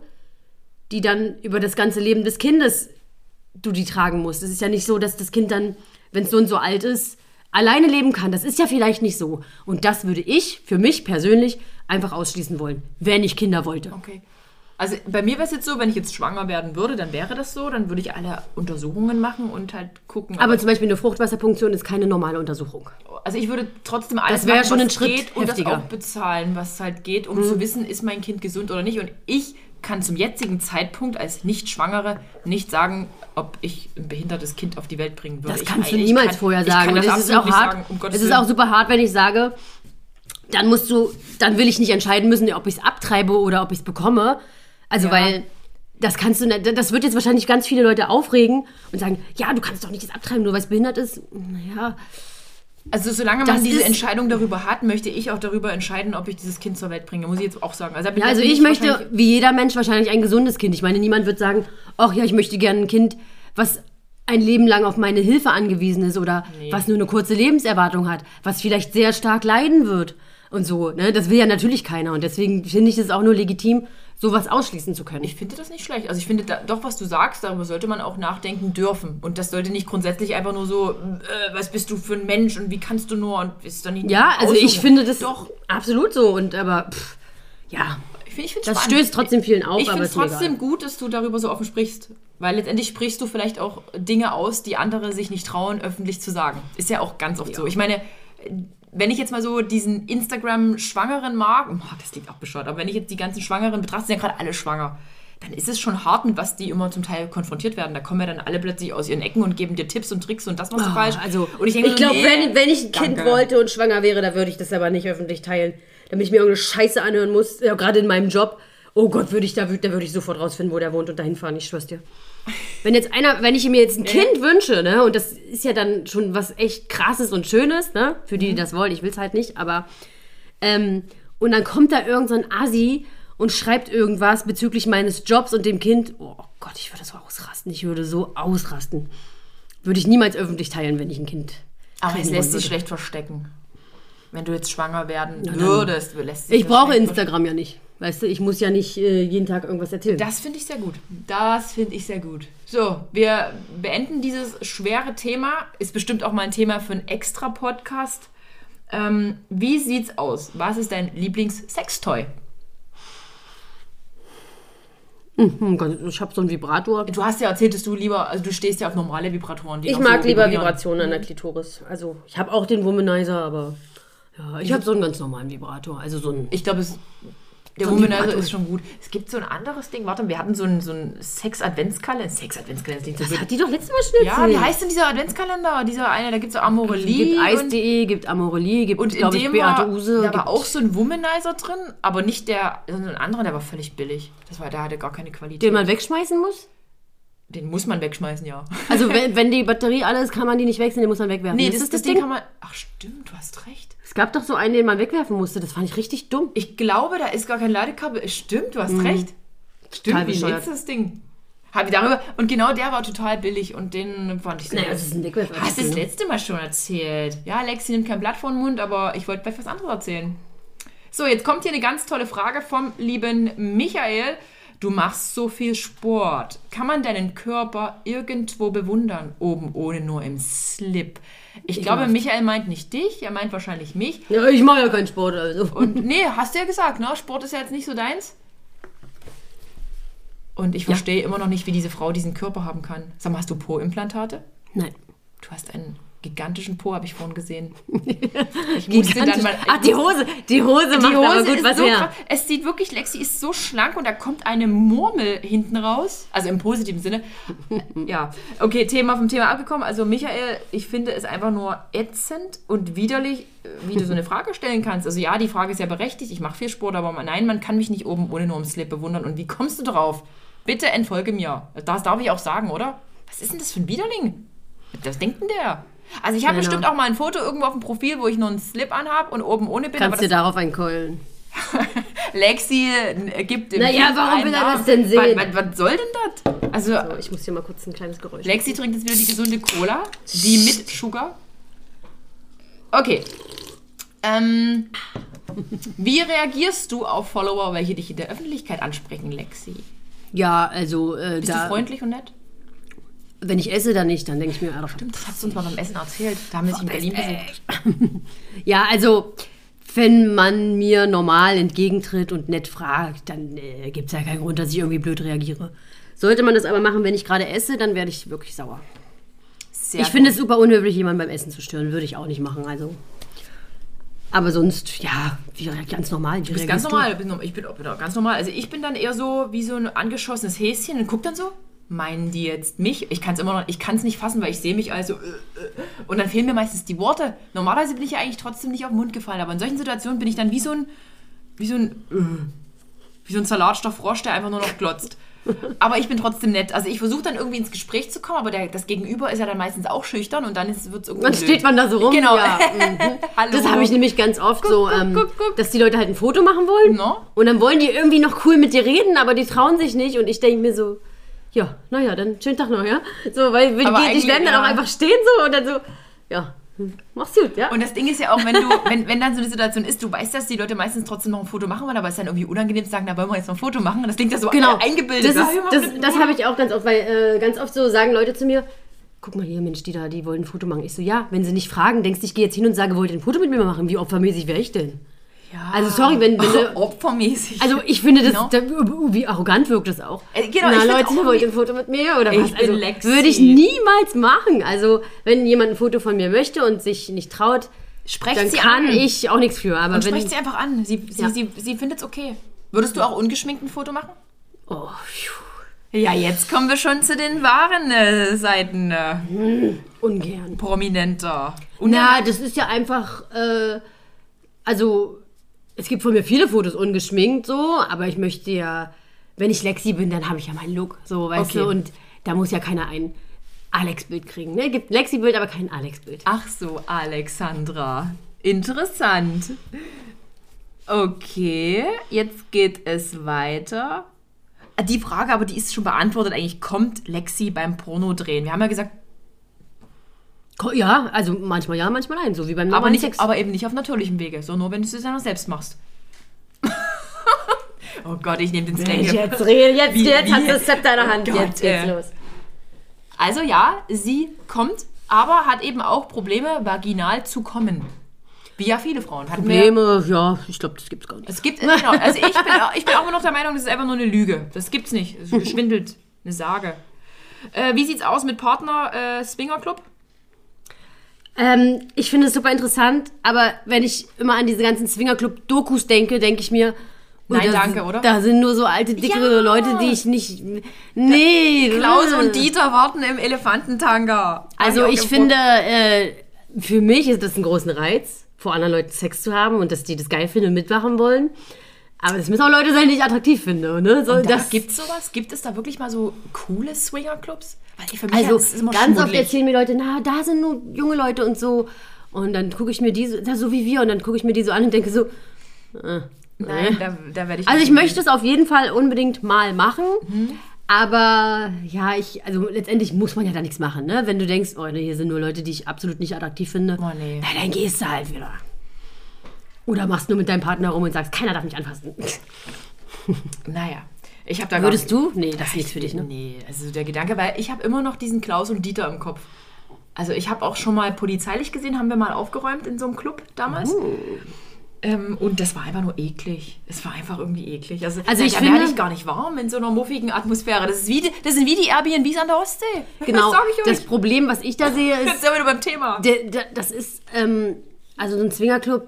die dann über das ganze Leben des Kindes du die tragen musst. Es ist ja nicht so, dass das Kind dann, wenn es so und so alt ist, alleine leben kann. Das ist ja vielleicht nicht so. Und das würde ich für mich persönlich einfach ausschließen wollen, wenn ich Kinder wollte. Okay. Also bei mir wäre es jetzt so, wenn ich jetzt schwanger werden würde, dann wäre das so, dann würde ich alle Untersuchungen machen und halt gucken. Aber, aber zum Beispiel eine Fruchtwasserpunktion ist keine normale Untersuchung. Also ich würde trotzdem alles das machen, schon was ein Schritt geht und heftiger. das auch bezahlen, was halt geht, um hm. zu wissen, ist mein Kind gesund oder nicht. Und ich kann zum jetzigen Zeitpunkt als Nicht-Schwangere nicht sagen, ob ich ein behindertes Kind auf die Welt bringen würde. Das kannst ich, du niemals kann, vorher sagen. Das das ist auch hart. Sagen, um es ist auch super hart, wenn ich sage, dann musst du, dann will ich nicht entscheiden müssen, ob ich es abtreibe oder ob ich es bekomme. Also ja. weil das kannst du, das wird jetzt wahrscheinlich ganz viele Leute aufregen und sagen, ja, du kannst doch nicht das abtreiben, nur weil es behindert ist. Naja. Also solange man diese Entscheidung darüber hat, möchte ich auch darüber entscheiden, ob ich dieses Kind zur Welt bringe, muss ich jetzt auch sagen. Also, ja, also ich möchte, wie jeder Mensch, wahrscheinlich ein gesundes Kind. Ich meine, niemand wird sagen, ach ja, ich möchte gerne ein Kind, was ein Leben lang auf meine Hilfe angewiesen ist oder nee. was nur eine kurze Lebenserwartung hat, was vielleicht sehr stark leiden wird und so. Ne? Das will ja natürlich keiner und deswegen finde ich es auch nur legitim, sowas ausschließen zu können. Ich finde das nicht schlecht. Also ich finde da, doch, was du sagst, darüber sollte man auch nachdenken dürfen. Und das sollte nicht grundsätzlich einfach nur so, äh, was bist du für ein Mensch und wie kannst du nur und ist dann nicht. Ja, also ich finde das doch absolut so. Und aber pff, ja, ich find, ich find das spannend. stößt trotzdem vielen auf. Ich finde es trotzdem gut, dass du darüber so offen sprichst. Weil letztendlich sprichst du vielleicht auch Dinge aus, die andere sich nicht trauen, öffentlich zu sagen. Ist ja auch ganz oft ja. so. Ich meine, wenn ich jetzt mal so diesen Instagram-Schwangeren mag, oh, das klingt auch bescheuert, aber wenn ich jetzt die ganzen Schwangeren betrachte, sind ja gerade alle schwanger, dann ist es schon hart, mit was die immer zum Teil konfrontiert werden. Da kommen ja dann alle plötzlich aus ihren Ecken und geben dir Tipps und Tricks und das machst du oh, falsch. Also, und ich, ich glaube, nee, wenn, wenn ich ein Kind danke. wollte und schwanger wäre, da würde ich das aber nicht öffentlich teilen. Damit ich mir irgendeine Scheiße anhören muss, ja, gerade in meinem Job. Oh Gott, würde ich da, da würde ich sofort rausfinden, wo der wohnt und dahin fahren, ich schwör's dir. Wenn jetzt einer, wenn ich mir jetzt ein ja. Kind wünsche, ne, und das ist ja dann schon was echt Krasses und Schönes, ne, für die, die das wollen, ich will's halt nicht, aber ähm, und dann kommt da irgend so ein Assi und schreibt irgendwas bezüglich meines Jobs und dem Kind, oh Gott, ich würde so ausrasten, ich würde so ausrasten. Würde ich niemals öffentlich teilen, wenn ich ein Kind Aber es lässt sich schlecht verstecken. Wenn du jetzt schwanger werden ja, würdest, lässt sich Ich brauche Instagram ja nicht. Weißt du, ich muss ja nicht äh, jeden Tag irgendwas erzählen. Das finde ich sehr gut. Das finde ich sehr gut. So, wir beenden dieses schwere Thema. Ist bestimmt auch mal ein Thema für einen extra Podcast. Ähm, wie sieht's aus? Was ist dein Lieblings-Sextoy? Ich habe so einen Vibrator. Du hast ja erzählt, dass du lieber, also du stehst ja auf normale Vibratoren. Die ich mag so lieber Vibrationen an der Klitoris. Also ich habe auch den Womanizer, aber ja, ich habe so einen ganz normalen Vibrator. Also so einen. Ich glaube, es Der so Womanizer ist schon gut. Es gibt so ein anderes Ding. Warte, wir hatten so einen, so einen Sex-Adventskalender. Sex-Adventskalender klingt so Das blöd. hat die doch letztes Mal schon Ja, wie heißt denn dieser Adventskalender? Dieser eine, da gibt es so Amorelie. Gibt Eis punkt de, gibt Amorelie, gibt, und glaube ich, Beate Use. Da war auch so ein Womanizer drin, aber nicht der, sondern ein anderer, der war völlig billig. Das war, der hatte gar keine Qualität. Den man wegschmeißen muss? Den muss man wegschmeißen, ja. Also wenn, wenn die Batterie alle ist, kann man die nicht wechseln, den muss man wegwerfen. Nee, das, das, das Ding kann man... Ach stimmt, du hast recht. Es gab doch so einen, den man wegwerfen musste. Das fand ich richtig dumm. Ich glaube, da ist gar kein Ladekabel. Stimmt, du hast mhm. recht. Stimmt, wie ist das Ding? Hab ich darüber... Und genau der war total billig und den fand ich sehr... Naja, das ist ein Wegwerfer. Hast du das letzte Mal schon erzählt? Ja, Lexi nimmt kein Blatt vor den Mund, aber ich wollte gleich was anderes erzählen. So, jetzt kommt hier eine ganz tolle Frage vom lieben Michael. Du machst so viel Sport. Kann man deinen Körper irgendwo bewundern? Oben ohne nur im Slip. Ich, ich glaube, Michael meint nicht dich, er meint wahrscheinlich mich. Ja, ich mache ja keinen Sport. Also. Und nee, hast du ja gesagt, ne? Sport ist ja jetzt nicht so deins. Und ich verstehe ja. immer noch nicht, wie diese Frau diesen Körper haben kann. Sag mal, hast du Po-Implantate? Nein. Du hast einen gigantischen Po, habe ich vorhin gesehen. Ich musste dann mal... Ach, die Hose. Die Hose macht die Hose aber gut ist was so her. krass. Es sieht wirklich, Lexi ist so schlank und da kommt eine Murmel hinten raus. Also im positiven Sinne. Ja, okay, Thema vom Thema abgekommen. Also Michael, ich finde es einfach nur ätzend und widerlich, wie du so eine Frage stellen kannst. Also ja, die Frage ist ja berechtigt. Ich mache viel Sport, aber nein, man kann mich nicht oben ohne nur im Slip bewundern. Und wie kommst du drauf? Bitte entfolge mir. Das darf ich auch sagen, oder? Was ist denn das für ein Widerling? Was denkt denn der? Also ich habe genau. bestimmt auch mal ein Foto irgendwo auf dem Profil, wo ich nur einen Slip anhabe und oben ohne bin. Kannst aber du darauf einkeulen. Lexi gibt im Naja, warum will er das denn sehen? Was, was, was soll denn das? Also, so, ich muss hier mal kurz ein kleines Geräusch Lexi trinkt jetzt wieder die gesunde Cola, die mit Sugar. Okay. Ähm, wie reagierst du auf Follower, welche dich in der Öffentlichkeit ansprechen, Lexi? Ja, also... Äh, Bist da, du freundlich und nett? Wenn ich esse, dann nicht. Dann denke ich mir... Ah, stimmt, das hast du uns mal beim Essen erzählt. Da haben wir sich in Berlin besucht. Ja, also... Wenn man mir normal entgegentritt und nett fragt, dann äh, gibt es ja keinen Grund, dass ich irgendwie blöd reagiere. Sollte man das aber machen, wenn ich gerade esse, dann werde ich wirklich sauer. Sehr ich finde es super unhöflich, jemanden beim Essen zu stören. Würde ich auch nicht machen. Also. Aber sonst, ja, wie, ganz normal. Du bist ganz normal. Ich bin auch ganz normal. Also ich bin dann eher so wie so ein angeschossenes Häschen und guck dann so. Meinen die jetzt mich? Ich kann es immer noch, ich kann es nicht fassen, weil ich sehe mich also äh, äh, und dann fehlen mir meistens die Worte. Normalerweise bin ich ja eigentlich trotzdem nicht auf den Mund gefallen, aber in solchen Situationen bin ich dann wie so ein wie so ein äh, wie so ein Salatstoffrosch, der einfach nur noch glotzt. Aber ich bin trotzdem nett. Also ich versuche dann irgendwie ins Gespräch zu kommen, aber der, das Gegenüber ist ja dann meistens auch schüchtern und dann wird es irgendwie Dann blöd. steht man da so rum. Genau. Ja. Mhm. Hallo. Das habe ich nämlich ganz oft guck, so, guck, ähm, guck, guck. dass die Leute halt ein Foto machen wollen No? und dann wollen die irgendwie noch cool mit dir reden, aber die trauen sich nicht und ich denke mir so, ja, naja, dann schönen Tag noch, ja? So, weil die, die bleiben dann ja. auch einfach stehen so und dann so, ja, hm, mach's gut, ja? Und das Ding ist ja auch, wenn du, wenn, wenn dann so eine Situation ist, du weißt, dass die Leute meistens trotzdem noch ein Foto machen wollen, aber es ist dann irgendwie unangenehm zu sagen, na, wollen wir jetzt noch ein Foto machen? Und das klingt ja so genau. eingebildet. Das, ja, ist, das, das habe ich auch ganz oft, weil äh, ganz oft so sagen Leute zu mir, guck mal hier, Mensch, die da, die wollen ein Foto machen. Ich so, ja, wenn sie nicht fragen, denkst du, ich gehe jetzt hin und sage, wollt ihr ein Foto mit mir machen? Wie opfermäßig wäre ich denn? Ja. Also sorry, wenn, wenn du, opfermäßig. Also ich finde, das, Genau. da, wie arrogant wirkt das auch. Äh, genau, Na ich Leute, auch wollt ihr ein Foto mit mir oder was? Ich bin Also Lexi. würde ich niemals machen. Also wenn jemand ein Foto von mir möchte und sich nicht traut, Sprecht dann sie kann an. ich auch nichts für. Aber Und wenn sprecht sie einfach an. Sie, sie, Ja. sie, sie findet es okay. Würdest du auch ungeschminkt ein Foto machen? oh, pfiuh, Ja, jetzt kommen wir schon zu den wahren äh, Seiten äh, ungern. prominenter. Na, das ist ja einfach, äh, also es gibt von mir viele Fotos ungeschminkt so, aber ich möchte ja, wenn ich Lexi bin, dann habe ich ja meinen Look, so, weißt Okay. du, und da muss ja keiner ein Alex-Bild kriegen. Ne? Gibt Lexi-Bild, aber kein Alex-Bild. Ach so, Alexandra. Interessant. Okay, jetzt geht es weiter. Die Frage, aber die ist schon beantwortet eigentlich. Kommt Lexi beim Pornodrehen? Wir haben ja gesagt, Ko- Ja, also manchmal ja, manchmal nein, so wie beim aber, normalen nicht, Sex. aber eben nicht auf natürlichem Wege, so nur wenn du es dann selbst machst. Oh Gott, ich nehme den Slang Ich hier. jetzt rede, jetzt, Wie- jetzt wie- hast du das Zepter in der Hand, Oh Gott, jetzt geht's äh. los. Also ja, sie kommt, aber hat eben auch Probleme, vaginal zu kommen. Wie ja viele Frauen. Hatten wir- Probleme, ja, ich glaube, das gibt's gar nicht. Es gibt, genau, also ich bin, auch, ich bin auch immer noch der Meinung, das ist einfach nur eine Lüge. Das gibt's nicht. Es geschwindelt. Eine Sage. Äh, wie sieht's aus mit Partner äh, Swingerclub? Ähm, ich finde es super interessant, aber wenn ich immer an diese ganzen Swingerclub-Dokus denke, denke ich mir, oh, Nein, da danke, sind, oder? Da sind nur so alte, dickere Ja. Leute, die ich nicht... Nee. Klaus äh. und Dieter warten im Elefantentanga. Also Hab auch ich gefunden. finde, äh, für mich ist das einen großen Reiz, vor anderen Leuten Sex zu haben und dass die das geil finden und mitmachen wollen. Aber das müssen auch Leute sein, die ich attraktiv finde. Ne? So, Und da das, gibt's sowas? Gibt es da wirklich mal so coole Swingerclubs? Weil ich für mich also ist es immer ganz oft schmuddelig. erzählen mir Leute, na, da sind nur junge Leute und so. Und dann gucke ich mir die so, da so wie wir, und dann gucke ich mir die so an und denke so, äh, Nein, da, da werde ich also nicht ich möchte es auf jeden Fall unbedingt mal machen, Mhm. aber ja, ich, also letztendlich muss man ja da nichts machen, ne? Wenn du denkst, oh, nee, hier sind nur Leute, die ich absolut nicht attraktiv finde, Oh, nee. na, dann gehst du halt wieder. Oder machst nur mit deinem Partner rum und sagst, keiner darf mich anfassen. Naja. Ich habe da Würdest gar, du? Nee, das ist nichts für dich, ne? Nee, also der Gedanke, weil ich habe immer noch diesen Klaus und Dieter im Kopf. Also ich habe auch schon mal polizeilich gesehen, haben wir mal aufgeräumt in so einem Club damals. Oh. Ähm, und das war einfach nur eklig. Es war einfach irgendwie eklig. Also, Also da, ich da finde- werde ich gar nicht warm in so einer muffigen Atmosphäre. Das, ist wie, die- das sind wie die Airbnbs an der Ostsee. Genau, Das sag ich euch. das Problem, was ich da sehe, Jetzt ist, sind wir wieder beim Thema. der, der, das ist, ähm, also so ein Swingerclub,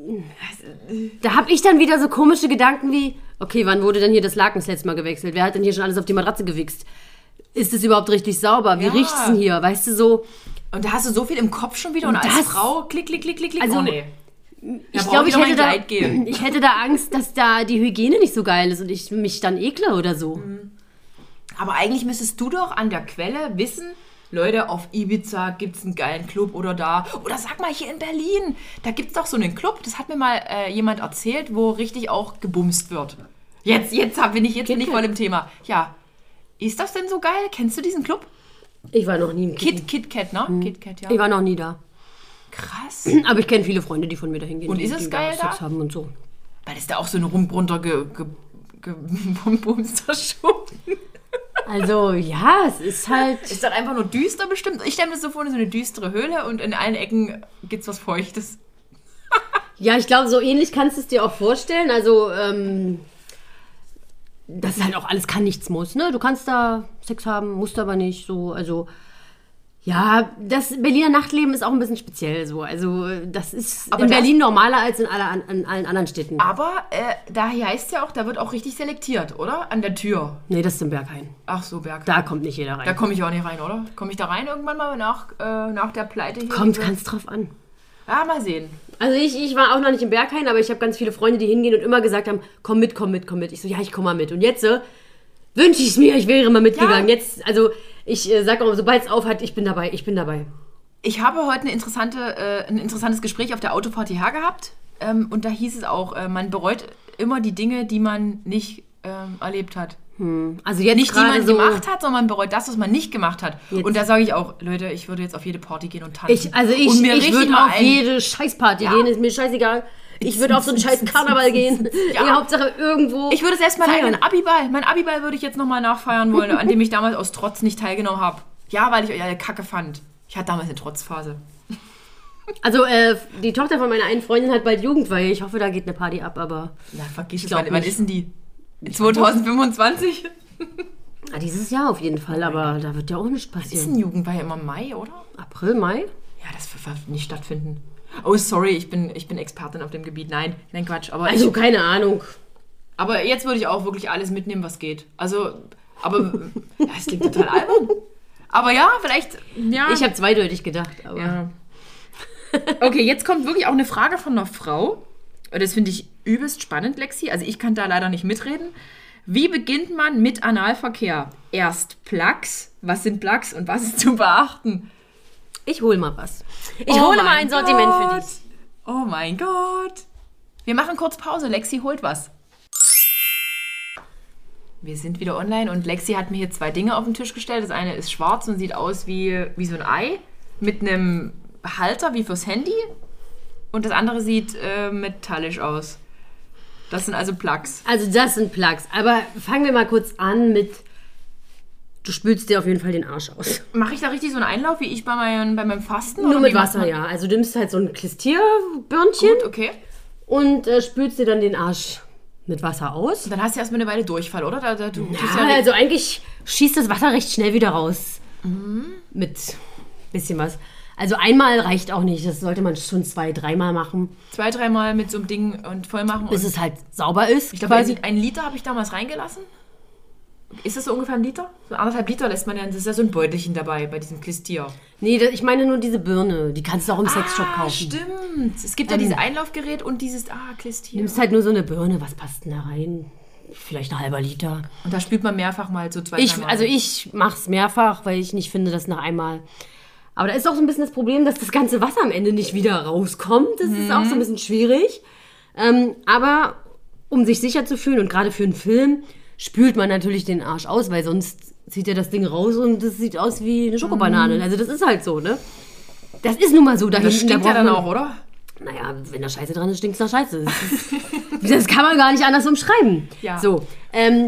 da habe ich dann wieder so komische Gedanken wie, okay, wann wurde denn hier das Laken das letzte Mal gewechselt? Wer hat denn hier schon alles auf die Matratze gewichst? Ist es überhaupt richtig sauber? Wie Ja. riecht's denn hier? Weißt du, so... Und da hast du so viel im Kopf schon wieder und, Und als das- Frau klick, klick, klick, klick, klick. Also, oh, nee. Ich brauch glaube, ich, wieder hätte mein da- Gleitgel. ich hätte da Angst, dass da die Hygiene nicht so geil ist und ich mich dann ekle oder so. Aber eigentlich müsstest du doch an der Quelle wissen, Leute, auf Ibiza gibt es einen geilen Club oder da. Oder sag mal, hier in Berlin, da gibt es doch so einen Club, das hat mir mal äh, jemand erzählt, wo richtig auch gebumst wird. Jetzt, jetzt hab, bin ich, jetzt bin ich voll im Thema. Ja, ist das denn so geil? Kennst du diesen Club? Ich war noch nie im Kit, Kit Kat, ne? Kit Kat, ja. Ich war noch nie da. Krass. Aber ich kenne viele Freunde, die von mir dahin gehen. Und die, ist es die geil Sex da? haben und so. Weil das ist da auch so ein rumbrunter ge, ge, ge, gebumster Schuppen. Also, ja, es ist halt... Ist das einfach nur düster bestimmt? Ich stelle mir das so vor, so eine düstere Höhle und in allen Ecken gibt's was Feuchtes. Ja, ich glaube, so ähnlich kannst du es dir auch vorstellen. Also, ähm, das ist halt auch alles kann, nichts muss, ne? Du kannst da Sex haben, musst aber nicht, so, also... Ja, das Berliner Nachtleben ist auch ein bisschen speziell so. Also, das ist Aber in das- Berlin normaler als in, alle, an, in allen anderen Städten. Aber äh, da heißt ja auch, da wird auch richtig selektiert, oder? An der Tür. Nee, das ist im Berghain. Ach so, Berg. Da kommt nicht jeder rein. Da komme ich auch nicht rein, oder? Komme ich da rein irgendwann mal nach, äh, nach der Pleite hier? Kommt Diese- ganz drauf an. Ja, mal sehen. Also ich, ich war auch noch nicht im Berghain, aber ich habe ganz viele Freunde, die hingehen und immer gesagt haben, komm mit, komm mit, komm mit. Ich so, ja, ich komme mal mit. Und jetzt äh, wünsche ich es mir, ich wäre mal mitgegangen. Ja. Jetzt, also ich äh, sage auch, sobald es aufhat, ich bin dabei, ich bin dabei. Ich habe heute eine interessante, äh, ein interessantes Gespräch auf der Autofahrt hierher gehabt. Ähm, und da hieß es auch, äh, man bereut immer die Dinge, die man nicht ähm, erlebt hat. Also jetzt Nicht, die gerade man so, gemacht hat, sondern man bereut das, was man nicht gemacht hat. Jetzt- Und da sage ich auch, Leute, ich würde jetzt auf jede Party gehen und tanzen. Ich, also ich, und mir ich richtig würde mal auf ein- jede Scheißparty Ja. gehen, ist mir scheißegal. Ich würde auf so einen scheiß Karneval gehen. Ja. Ja. Hauptsache irgendwo. Ich würde selbst mal feiern. meinen Abiball, mein Abiball würde ich jetzt nochmal nachfeiern wollen, an dem ich damals aus Trotz nicht teilgenommen habe. Ja, weil ich euch alle Kacke fand. Ich hatte damals eine Trotzphase. Also äh, die Tochter von meiner einen Freundin hat bald Jugendweihe. Ich hoffe, da geht eine Party ab, aber Na, vergiss es, glaub wann, wann nicht. ist denn die? zwanzig fünfundzwanzig? ah, dieses Jahr auf jeden Fall. Aber da wird ja auch nichts Ist passieren. ein Jugendweihe immer im Mai, oder? April, Mai? Ja, das wird nicht stattfinden. Oh, sorry, ich bin, ich bin Expertin auf dem Gebiet. Nein, nein, Quatsch. Aber, Also ich, keine Ahnung. aber jetzt würde ich auch wirklich alles mitnehmen, was geht. Also, aber ja, es klingt total albern. Aber ja, vielleicht. Ja. Ich habe zweideutig gedacht. Aber Ja. Okay, jetzt kommt wirklich auch eine Frage von einer Frau. Und das finde ich übelst spannend, Lexi. Also ich kann da leider nicht mitreden. Wie beginnt man mit Analverkehr? Erst Plugs. Was sind Plugs und was ist zu beachten? ich hole mal was. Ich Oh hole mal mein ein Sortiment für Gott. dich. Oh mein Gott. Wir machen kurz Pause. Lexi holt was. Wir sind wieder online und Lexi hat mir hier zwei Dinge auf den Tisch gestellt. Das eine ist schwarz und sieht aus wie, wie so ein Ei mit einem Halter wie fürs Handy. Und das andere sieht äh, metallisch aus. Das sind also Plugs. Also das sind Plugs. Aber fangen wir mal kurz an mit, du spülst dir auf jeden Fall den Arsch aus. Mache ich da richtig so einen Einlauf, wie ich bei, mein, bei meinem Fasten? Nur oder mit wie macht Wasser, man- ja. Also du nimmst halt so ein Klistierbirnchen Gut, okay. und äh, spülst dir dann den Arsch mit Wasser aus. Dann hast du erstmal eine Weile Durchfall, oder? Da, da, du, tust Ja, ja, also eigentlich schießt das Wasser recht schnell wieder raus. Mit bisschen was. Also einmal reicht auch nicht. Das sollte man schon zwei, dreimal machen, zwei, dreimal mit so einem Ding und voll machen. bis Und es halt sauber ist. ich glaube, quasi. ein, ein Liter habe ich damals reingelassen. Ist das so ungefähr ein Liter? So anderthalb Liter lässt man ja, das ist ja so ein Beutelchen dabei bei diesem Klistier. Nee, das, ich meine nur diese Birne. Die kannst du auch im Sexshop Ah, kaufen. stimmt. Es gibt ja Ähm, dieses Einlaufgerät und dieses, ah, Klistier. Du nimmst halt nur so eine Birne. Was passt denn da rein? Vielleicht ein halber Liter. Und da spült man mehrfach mal so zwei, Ich, dreimal. also ich mache es mehrfach, weil ich nicht finde, dass nach einmal... Aber da ist auch so ein bisschen das Problem, dass das ganze Wasser am Ende nicht wieder rauskommt. Das ist auch so ein bisschen schwierig. Ähm, aber um sich sicher zu fühlen und gerade für einen Film spült man natürlich den Arsch aus, weil sonst zieht er das Ding raus und das sieht aus wie eine Schokobanane. Also das ist halt so, ne? Das ist nun mal so. Da das hinten, da stinkt ja braucht dann man- auch, oder? Naja, wenn da Scheiße dran ist, stinkt es nach Scheiße. Das, ist, das kann man gar nicht anders umschreiben. Ja. So, ähm,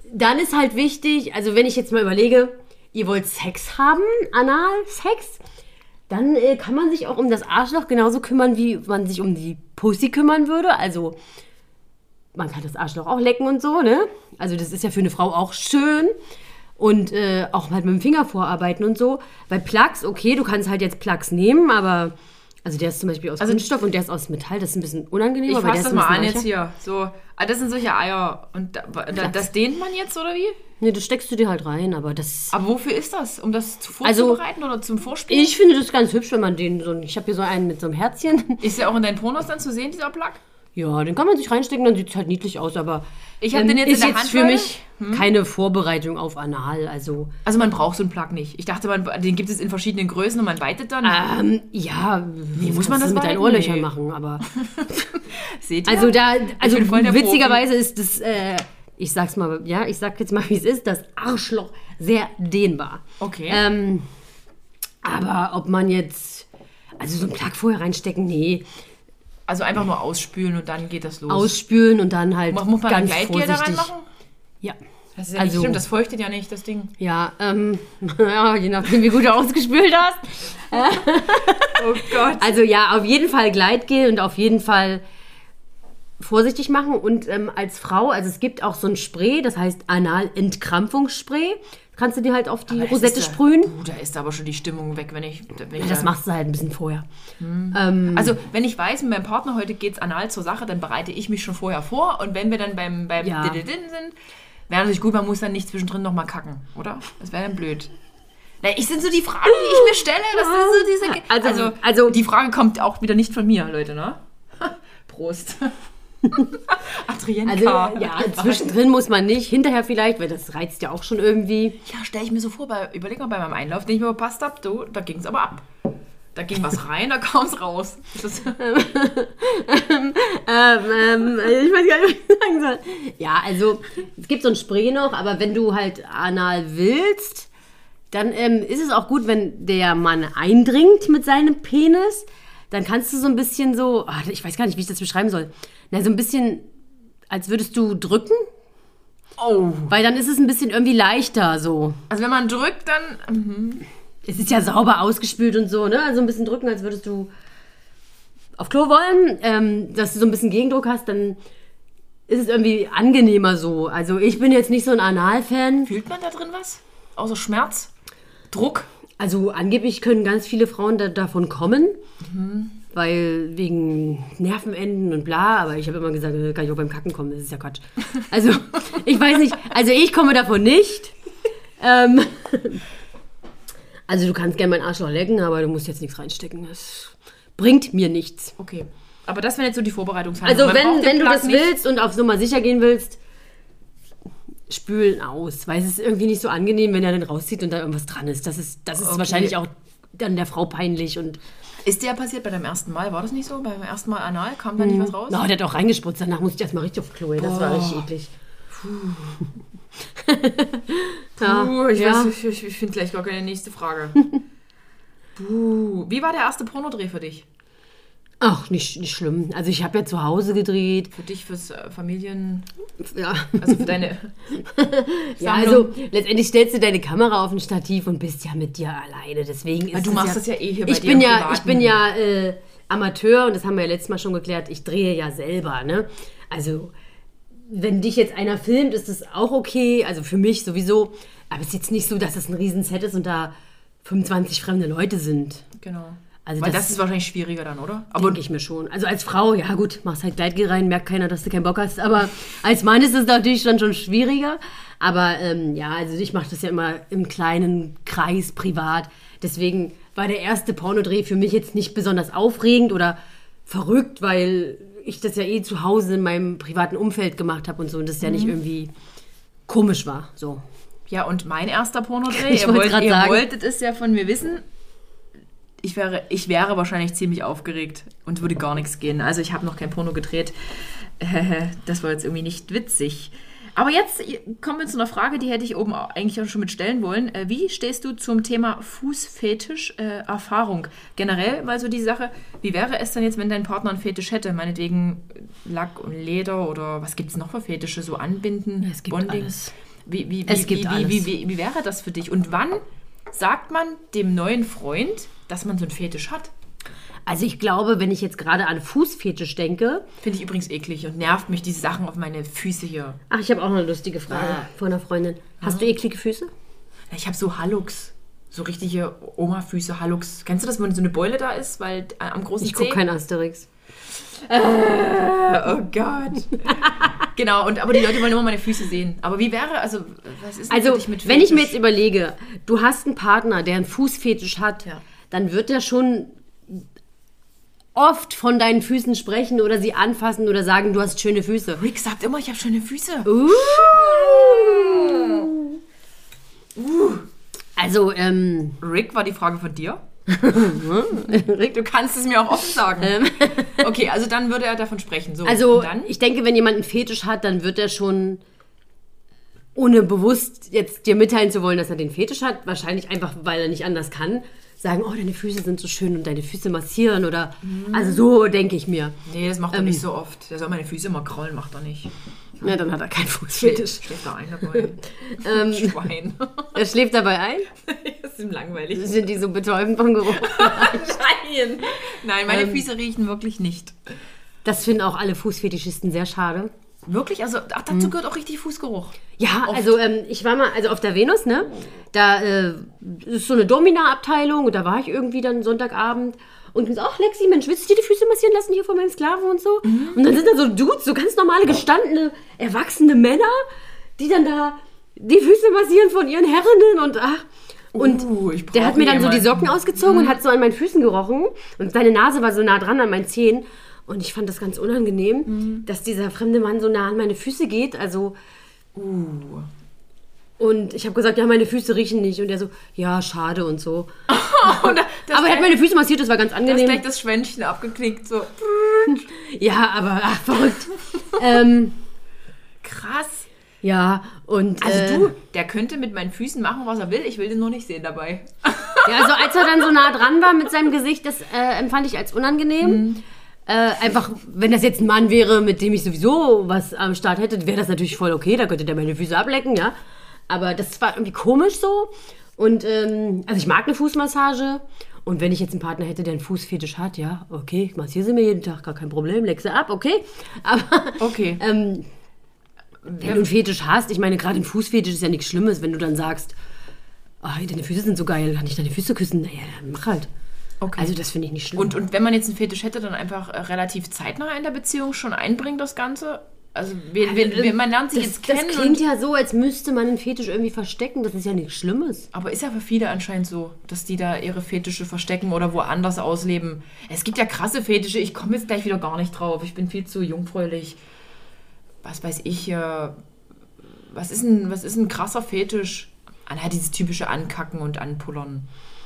dann ist halt wichtig, also wenn ich jetzt mal überlege, ihr wollt Sex haben, Anal-Sex, dann äh, kann man sich auch um das Arschloch genauso kümmern, wie man sich um die Pussy kümmern würde. Also man kann das Arschloch auch lecken und so, ne? Also das ist ja für eine Frau auch schön. Und äh, auch halt mit dem Finger vorarbeiten und so. Bei Plugs, okay, du kannst halt jetzt Plugs nehmen, aber... Also der ist zum Beispiel aus also, Kunststoff und der ist aus Metall. Das ist ein bisschen unangenehm. Ich aber fasse der das ist mal an weicher. jetzt hier. So, ah, das sind solche Eier. Und da, da, das dehnt man jetzt, oder wie? Nee, das steckst du dir halt rein, aber das... Aber wofür ist das? Um das zu Also, vorzubereiten oder zum Vorspielen? Ich finde das ganz hübsch, wenn man den so... Ich habe hier so einen mit so einem Herzchen. Ist der auch in deinen Pornos dann zu sehen, dieser Plug? Ja, den kann man sich reinstecken, dann sieht es halt niedlich aus, aber... Ich habe ähm, den jetzt ist in der jetzt Hand, für Leute. mich hm? keine Vorbereitung auf Anal, also... Also man braucht so einen Plug nicht. Ich dachte, man, den gibt es in verschiedenen Größen und man weitet dann. Ähm, ja, wie muss man das mit deinen weiten? Ohrlöchern Nee. machen, aber... Seht ihr? Also da, also bin voll der witzigerweise ist das, äh, ich sag's mal, ja, ich sag jetzt mal, wie es ist, das Arschloch sehr dehnbar. Okay. Ähm, aber ob man jetzt, also so einen Plug vorher reinstecken, nee, Also einfach nur ausspülen und dann geht das los. ausspülen und dann halt Muss muss man ein ganz Gleitgel da vorsichtig. reinmachen? Ja. Das ist ja Also- nicht schlimm, das feuchtet ja nicht, das Ding. Ja, ähm, ja, je nachdem, wie gut du ausgespült hast. Oh Gott. Also ja, auf jeden Fall Gleitgel und auf jeden Fall vorsichtig machen. Und ähm, als Frau, also es gibt auch so ein Spray, das heißt Anal-Entkrampfungsspray. Kannst du dir halt auf die Das Rosette ist da- sprühen. Puh, da ist aber schon die Stimmung weg, wenn ich... Wenn ich Ja, das da- machst du halt ein bisschen vorher. Ähm, Also, wenn ich weiß, mit meinem Partner heute geht's anal zur Sache, dann bereite ich mich schon vorher vor. Und wenn wir dann beim, beim Ja. Dididin sind, wäre natürlich gut, man muss dann nicht zwischendrin nochmal kacken, oder? Das wäre dann blöd. Na, ich sind so die Fragen, die ich mir stelle. Das ist so diese... Also- Also, also- die Frage kommt auch wieder nicht von mir, Leute, ne? Prost. Adrienne also K. ja, zwischendrin muss man nicht, hinterher vielleicht, weil das reizt ja auch schon irgendwie. Ja, stelle ich mir so vor, bei, überleg mal bei meinem Einlauf, den ich mir verpasst habe, du, da ging es aber ab. Da ging was rein, da kam es raus. Das, Ähm, ähm, ich weiß gar nicht, was ich sagen soll. Ja, also es gibt so ein Spray noch, aber wenn du halt anal willst, dann ähm, ist es auch gut, wenn der Mann eindringt mit seinem Penis. Dann kannst du so ein bisschen so, ach, ich weiß gar nicht, wie ich das beschreiben soll. Na, so ein bisschen, als würdest du drücken, oh. weil dann ist es ein bisschen irgendwie leichter so. Also wenn man drückt, dann... Mhm. Es ist ja sauber ausgespült und so, ne? Also ein bisschen drücken, als würdest du auf Klo wollen, ähm, dass du so ein bisschen Gegendruck hast, dann ist es irgendwie angenehmer so. Also ich bin jetzt nicht so ein Anal-Fan. Fühlt man da drin was? Außer Schmerz? Druck? Also angeblich können ganz viele Frauen da, davon kommen, mhm. weil wegen Nervenenden und bla, aber ich habe immer gesagt, das kann ich auch beim Kacken kommen, das ist ja Quatsch. Also ich weiß nicht, also ich komme davon nicht. ähm, also du kannst gerne meinen Arschloch lecken, aber du musst jetzt nichts reinstecken, das bringt mir nichts. Okay. Aber das wäre jetzt so die Vorbereitungshandlung. Also Man braucht wenn, den wenn du Plug das nicht. willst und auf Nummer sicher gehen willst, spülen aus, weil es ist irgendwie nicht so angenehm, wenn er dann rauszieht und da irgendwas dran ist. Das ist, das ist Okay. wahrscheinlich auch dann der Frau peinlich und Ist der passiert bei deinem ersten Mal? War das nicht so? Beim ersten Mal anal? Kam da nicht was raus? na, der hat auch reingespritzt, danach musste ich erstmal richtig auf Klo, ey. Das war Boah. richtig eklig. Puh, ich, ja. weiß, ich, ich, ich finde gleich gar keine nächste Frage. Puh. Wie war der erste Pornodreh für dich? Ach, nicht, nicht schlimm. Also ich habe ja zu Hause gedreht. Für dich, fürs äh, Familien... Ja. Also für deine... Ja, Sammlung? also letztendlich stellst du deine Kamera auf ein Stativ und bist ja mit dir alleine. Deswegen ist Weil du es machst ja, das ja eh hier bei ich dir bin im ja, Privaten. Ich bin ja äh, Amateur und das haben wir ja letztes Mal schon geklärt. Ich drehe ja selber, ne? Also wenn dich jetzt einer filmt, ist das auch okay. Also für mich sowieso. Aber es ist jetzt nicht so, dass es ein Riesenset ist und da fünfundzwanzig fremde Leute sind. Genau. Also Weil das- das, ist wahrscheinlich schwieriger dann, oder? Aber Denke ich mir schon. Also als Frau, ja gut, machst halt Gleitgel rein, merkt keiner, dass du keinen Bock hast. Aber als Mann ist es natürlich dann schon schwieriger. Aber ähm, ja, also ich mache das ja immer im kleinen Kreis, privat. Deswegen war der erste Pornodreh für mich jetzt nicht besonders aufregend oder verrückt, weil ich das ja eh zu Hause in meinem privaten Umfeld gemacht habe und so. Und das ja nicht irgendwie komisch war. So. ja, und mein erster Pornodreh, Ich ihr, wollte wollt, grad ihr sagen. wolltet es ja von mir wissen. Ich wäre, ich wäre wahrscheinlich ziemlich aufgeregt und würde gar nichts gehen. Also ich habe noch kein Porno gedreht. Äh, das war jetzt irgendwie nicht witzig. Aber jetzt kommen wir zu einer Frage, die hätte ich oben eigentlich auch schon mit stellen wollen. Äh, Wie stehst du zum Thema Fußfetisch, äh, Erfahrung? Generell mal so die Sache, wie wäre es denn jetzt, wenn dein Partner einen Fetisch hätte? Meinetwegen Lack und Leder oder was gibt es noch für Fetische? So Anbinden, Es gibt Bonding. alles. Wie, wie, Es wie, gibt wie, alles. wie, wie, wie wäre das für dich? Und wann sagt man dem neuen Freund, dass man so einen Fetisch hat? Also ich glaube, wenn ich jetzt gerade an Fußfetisch denke... Finde ich übrigens eklig und nervt mich, diese Sachen auf meine Füße hier. Ach, ich habe auch noch eine lustige Frage Ah. von einer Freundin. Hast du eklige Füße? Ich habe so Hallux. So richtige Oma-Füße, Hallux. Kennst du das, wenn so eine Beule da ist? Weil äh, am großen Ich Zeh... gucke kein Asterix. Oh Gott. Genau, und, aber die Leute wollen immer meine Füße sehen. Aber wie wäre, also, was ist denn Also, für dich mit wenn ich mir Fetisch? jetzt überlege, du hast einen Partner, der einen Fußfetisch hat, Ja. dann wird er schon oft von deinen Füßen sprechen oder sie anfassen oder sagen, du hast schöne Füße. Rick sagt immer, ich habe schöne Füße. Uh. Also, ähm, Rick, war die Frage von dir? Rick, Du kannst es mir auch oft sagen. Okay, also dann würde er davon sprechen. So, also und dann? ich denke, wenn jemand einen Fetisch hat, dann wird er schon, ohne bewusst jetzt dir mitteilen zu wollen, dass er den Fetisch hat, wahrscheinlich einfach, weil er nicht anders kann, sagen, oh, deine Füße sind so schön und deine Füße massieren oder, also so denke ich mir. Nee, das macht er Ähm. nicht so oft. Der soll meine Füße immer kraulen, macht er nicht. Ja, dann hat er keinen Fußfetisch. Schläft da ein dabei. Ähm, Schwein. er schläft dabei ein? Das ist ihm langweilig. Sind die so betäubend vom Geruch? Nein. Nein, meine Ähm. Füße riechen wirklich nicht. Das finden auch alle Fußfetischisten sehr schade. Wirklich? Also, ach, dazu gehört auch richtig Fußgeruch. Ja, Oft. also ähm, ich war mal, also auf der Venus, ne? Da äh, ist so eine Domina-Abteilung und da war ich irgendwie dann Sonntagabend und bin so, ach Lexi, Mensch, willst du dir die Füße massieren lassen hier von meinem Sklaven und so? Mhm. Und dann sind da so Dudes, so ganz normale, gestandene, erwachsene Männer, die dann da die Füße massieren von ihren Herrinnen und ach. Und Uh, ich der hat brauche mir dann so die jemanden. Socken ausgezogen und hat so an meinen Füßen gerochen und seine Nase war so nah dran an meinen Zehen. Und ich fand das ganz unangenehm, dass dieser fremde Mann so nah an meine Füße geht. Also, Uh. und ich habe gesagt, ja, meine Füße riechen nicht. Und er so, ja, schade und so. Und da- das Aber er hat meine Füße massiert, das war ganz Da ist angenehm. gleich das Schwänzchen abgeknickt. So. Ja, aber ach, verrückt. ähm, Krass. ja, und Also äh, du, der könnte mit meinen Füßen machen, was er will. Ich will den nur nicht sehen dabei. ja, also als er dann so nah dran war mit seinem Gesicht, das äh, empfand ich als unangenehm. Äh, einfach, wenn das jetzt ein Mann wäre, mit dem ich sowieso was am Start hätte, wäre das natürlich voll okay, da könnte der meine Füße ablecken, ja. Aber das war irgendwie komisch so. Und ähm, also ich mag eine Fußmassage. Und wenn ich jetzt einen Partner hätte, der einen Fußfetisch hat, ja, okay, ich massiere sie mir jeden Tag, gar kein Problem, leck sie ab, okay. Aber Okay. ähm, wenn du einen Fetisch hast, ich meine, gerade ein Fußfetisch ist ja nichts Schlimmes, wenn du dann sagst, oh, deine Füße sind so geil, kann ich deine Füße küssen? Naja, dann mach halt. Okay. Also das finde ich nicht schlimm. Und, und wenn man jetzt einen Fetisch hätte, dann einfach äh, relativ zeitnah in der Beziehung schon einbringen, das Ganze? Also wir, wir, wir, man lernt sich das, jetzt kennen. das klingt und, ja so, als müsste man einen Fetisch irgendwie verstecken. Das ist ja nichts Schlimmes. aber ist ja für viele anscheinend so, dass die da ihre Fetische verstecken oder woanders ausleben. Es gibt ja krasse Fetische, ich komme jetzt gleich wieder gar nicht drauf. Ich bin viel zu jungfräulich. Was weiß ich, äh, was ist ein, was ist ein krasser Fetisch? Ah, halt dieses typische Ankacken und Anpullern.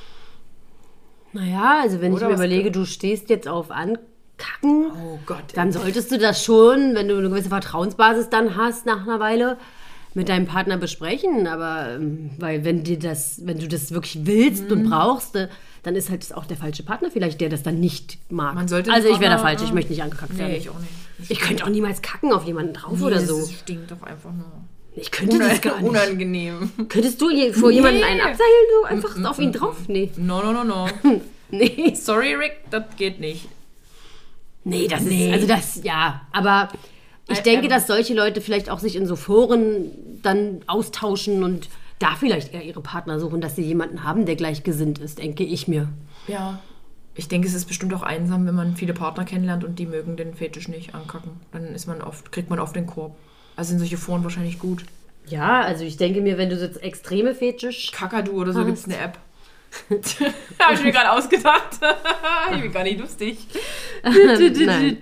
Naja, also wenn Oder ich mir was- überlege, du stehst jetzt auf Ankacken, Oh Gott. dann solltest du das schon, wenn du eine gewisse Vertrauensbasis dann hast, nach einer Weile mit deinem Partner besprechen. Aber ähm, weil wenn dir das, wenn du das wirklich willst Mhm. und brauchst, äh, dann ist halt das auch der falsche Partner vielleicht, der das dann nicht mag. Man sollte den also ich wäre der Partner- Falsche, ich möchte nicht angekackt werden. Nee, ich auch nicht. Ich könnte auch niemals kacken auf jemanden drauf Nee, oder das so. ist- stinkt doch einfach nur. Ich könnte das gar nicht. Unangenehm. Könntest du je, vor Nee. jemanden einen abseilen, so einfach auf ihn drauf? Nee. No, no, no, no. Nee. Sorry, Rick, das geht nicht. Nee, das Nee. ist, also das, ja, aber ich Ä- denke, ähm. dass solche Leute vielleicht auch sich in so Foren dann austauschen und da vielleicht eher ihre Partner suchen, dass sie jemanden haben, der gleichgesinnt ist, denke ich mir. Ja. Ich denke, es ist bestimmt auch einsam, wenn man viele Partner kennenlernt und die mögen den Fetisch nicht ankacken. Dann ist man oft, kriegt man oft den Korb. Also sind solche Foren wahrscheinlich gut. Ja, also ich denke mir, wenn du so extreme Fetisch... Kakadu oder so Was? gibt es eine App. Habe ich mir gerade ausgedacht. Ich bin gar nicht lustig. Nein.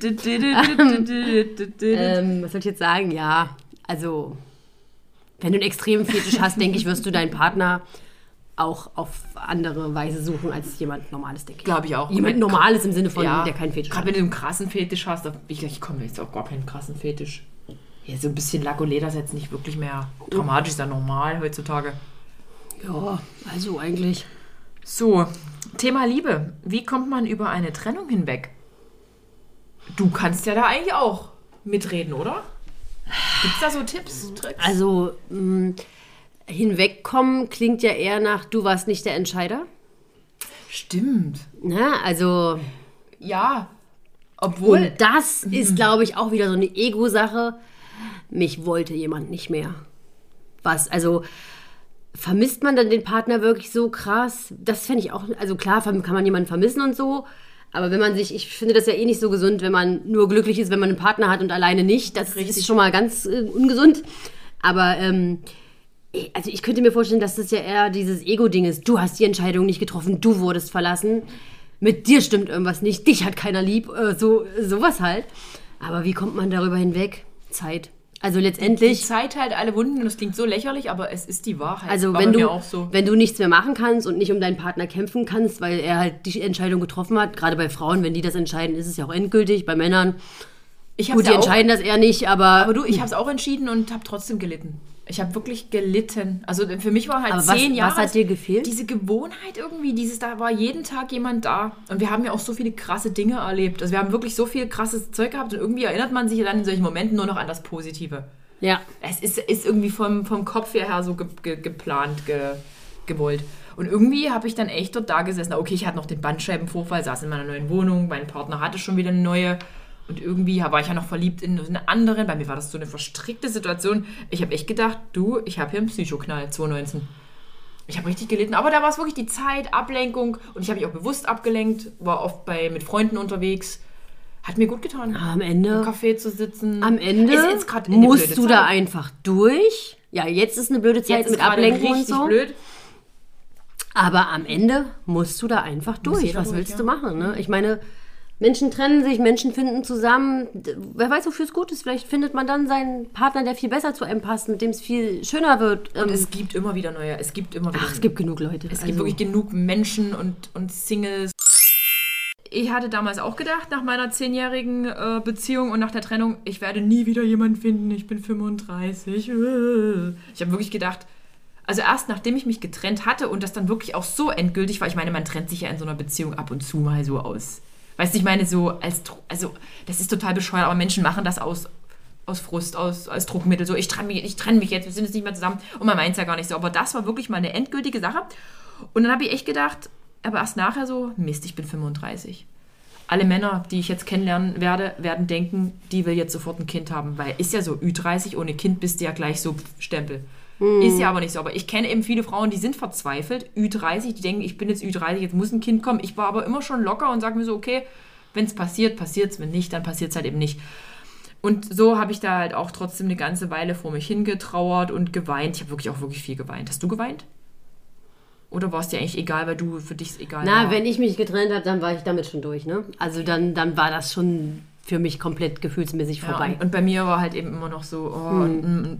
Ähm, was soll ich jetzt sagen? Ja, also wenn du einen extremen Fetisch hast, denke ich, wirst du deinen Partner auch auf andere Weise suchen als jemand Normales, denke ich. Glaube ich auch. Jemand Normales im Sinne von, Ja, der keinen Fetisch Gerade hat. wenn du einen krassen Fetisch hast, ich, ich komme jetzt auch gar keinen krassen Fetisch. Ja, so ein bisschen Lack und Leder ist jetzt nicht wirklich mehr dramatisch, ist ja normal heutzutage. Ja, also eigentlich... So, Thema Liebe. Wie kommt man über eine Trennung hinweg? Du kannst ja da eigentlich auch mitreden, oder? Gibt es da so Tipps, Tricks? Also, mh, hinwegkommen klingt ja eher nach, du warst nicht der Entscheider. Stimmt. Na, also... Ja, obwohl... Und das ist, glaube ich, auch wieder so eine Ego-Sache. Mich wollte jemand nicht mehr. Was, also... Vermisst man dann den Partner wirklich so krass? Das fände ich auch... Also klar, kann man jemanden vermissen und so... Aber wenn man sich, ich finde das ja eh nicht so gesund, wenn man nur glücklich ist, wenn man einen Partner hat und alleine nicht. Das Richtig. ist schon mal ganz äh, ungesund. Aber ähm, also ich könnte mir vorstellen, dass das ja eher dieses Ego-Ding ist. Du hast die Entscheidung nicht getroffen, du wurdest verlassen. Mit dir stimmt irgendwas nicht, dich hat keiner lieb. Äh, so sowas halt. Aber wie kommt man darüber hinweg? Zeit. Also letztendlich... Die Zeit halt alle Wunden und das klingt so lächerlich, aber es ist die Wahrheit. Also War wenn bei du, mir auch so. wenn du nichts mehr machen kannst und nicht um deinen Partner kämpfen kannst, weil er halt die Entscheidung getroffen hat, gerade bei Frauen, wenn die das entscheiden, ist es ja auch endgültig. Bei Männern, Ich hab's gut, die ja auch, entscheiden das eher nicht, aber... aber du, ich habe es auch entschieden und habe trotzdem gelitten. Ich habe wirklich gelitten. Also für mich war halt Aber zehn was, Jahre... was hat dir gefehlt? Diese Gewohnheit irgendwie, dieses, da war jeden Tag jemand da. Und wir haben ja auch so viele krasse Dinge erlebt. Also wir haben wirklich so viel krasses Zeug gehabt und irgendwie erinnert man sich ja dann in solchen Momenten nur noch an das Positive. Ja. Es ist, ist irgendwie vom, vom Kopf her so ge, ge, geplant, ge, gewollt. Und irgendwie habe ich dann echt dort da gesessen. Okay, ich hatte noch den Bandscheibenvorfall, saß in meiner neuen Wohnung, mein Partner hatte schon wieder eine neue. Und irgendwie war ich ja noch verliebt in eine andere. Bei mir war das so eine verstrickte Situation. Ich habe echt gedacht, du, ich habe hier einen Psychoknall, zwanzig neunzehn. Ich habe richtig gelitten. Aber da war es wirklich die Zeit, Ablenkung. Und ich habe mich auch bewusst abgelenkt, war oft bei, mit Freunden unterwegs. Hat mir gut getan. Am Ende, im Café zu sitzen. am Ende ist jetzt grad eine musst blöde du Zeit. da einfach durch. Ja, jetzt ist eine blöde Zeit Jetzt ist mit gerade Ablenkung und richtig so. blöd. Aber am Ende musst du da einfach durch. jeder Was durch, willst ja. du machen? Ne? Ich meine, Menschen trennen sich, Menschen finden zusammen. Wer weiß, wofür es gut ist. Vielleicht findet man dann seinen Partner, der viel besser zu einem passt, mit dem es viel schöner wird. Und Ähm, es gibt immer wieder neue. Es gibt immer wieder. Ach, es gibt genug Leute. Es Also, gibt wirklich genug Menschen und, und Singles. Ich hatte damals auch gedacht, nach meiner zehnjährigen äh, Beziehung und nach der Trennung, ich werde nie wieder jemanden finden, ich bin fünfunddreißig. Ich habe wirklich gedacht, also erst nachdem ich mich getrennt hatte und das dann wirklich auch so endgültig war, ich meine, man trennt sich ja in so einer Beziehung ab und zu mal so aus. Weißt du, ich meine, so als, also das ist total bescheuert, aber Menschen machen das aus, aus Frust, aus, als Druckmittel, so ich trenne mich, ich trenne mich jetzt, wir sind jetzt nicht mehr zusammen und man meint es ja gar nicht so, aber das war wirklich mal eine endgültige Sache und dann habe ich echt gedacht, aber erst nachher so, Mist, ich bin fünfunddreißig. Alle Männer, die ich jetzt kennenlernen werde, werden denken, die will jetzt sofort ein Kind haben, weil ist ja so, Ü dreißig, ohne Kind bist du ja gleich so Stempel. Hm. Ist ja aber nicht so, aber ich kenne eben viele Frauen, die sind verzweifelt, Ü dreißig, die denken, ich bin jetzt Ü dreißig, jetzt muss ein Kind kommen. Ich war aber immer schon locker und sage mir so, okay, wenn es passiert, passiert es, wenn nicht, dann passiert es halt eben nicht. Und so habe ich da halt auch trotzdem eine ganze Weile vor mich hingetrauert und geweint. Ich habe wirklich auch wirklich viel geweint. Hast du geweint? Oder war es dir eigentlich egal, weil du für dich es egal Na, war? wenn ich mich getrennt habe, dann war ich damit schon durch. Ne? Also dann, dann war das schon für mich komplett gefühlsmäßig Ja, vorbei. und, und bei mir war halt eben immer noch so, oh, hm.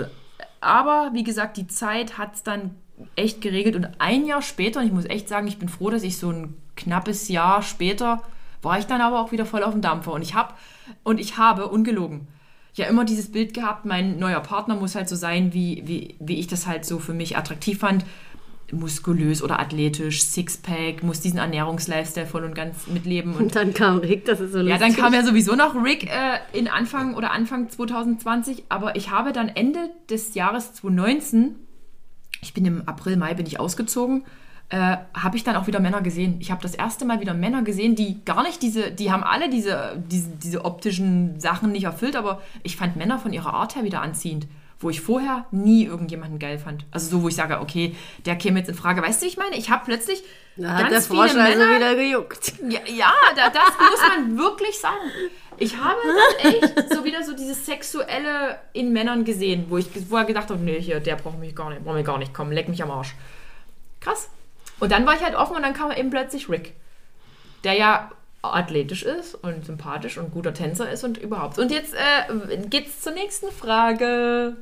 Aber wie gesagt, die Zeit hat es dann echt geregelt und ein Jahr später, und ich muss echt sagen, ich bin froh, dass ich so ein knappes Jahr später, war ich dann aber auch wieder voll auf dem Dampfer und ich habe, und ich habe, ungelogen, ja immer dieses Bild gehabt, mein neuer Partner muss halt so sein, wie, wie, wie ich das halt so für mich attraktiv fand, muskulös oder athletisch, Sixpack, muss diesen Ernährungs-Lifestyle voll und ganz mitleben. Und Und dann kam Rick, das ist so lustig. ja, dann kam ja sowieso noch Rick äh, in Anfang oder Anfang zwanzig zwanzig, aber ich habe dann Ende des Jahres zwanzig neunzehn, ich bin im April, Mai bin ich ausgezogen, äh, habe ich dann auch wieder Männer gesehen. Ich habe das erste Mal wieder Männer gesehen, die gar nicht diese, die haben alle diese, diese, diese optischen Sachen nicht erfüllt, aber ich fand Männer von ihrer Art her wieder anziehend, wo ich vorher nie irgendjemanden geil fand. Also so, wo ich sage, okay, der käme jetzt in Frage. Weißt du, wie ich meine? Ich habe plötzlich Da hat der ganz Frosch viele also Männer... wieder gejuckt. Ja, ja da, das muss man wirklich sagen. Ich habe dann echt so wieder so dieses Sexuelle in Männern gesehen, wo ich vorher gedacht habe, nee, hier, der braucht mich gar nicht, braucht mich gar nicht kommen, leck mich am Arsch. Krass. Und dann war ich halt offen und dann kam eben plötzlich Rick, der ja athletisch ist und sympathisch und guter Tänzer ist und überhaupt. Und jetzt äh, geht's zur nächsten Frage.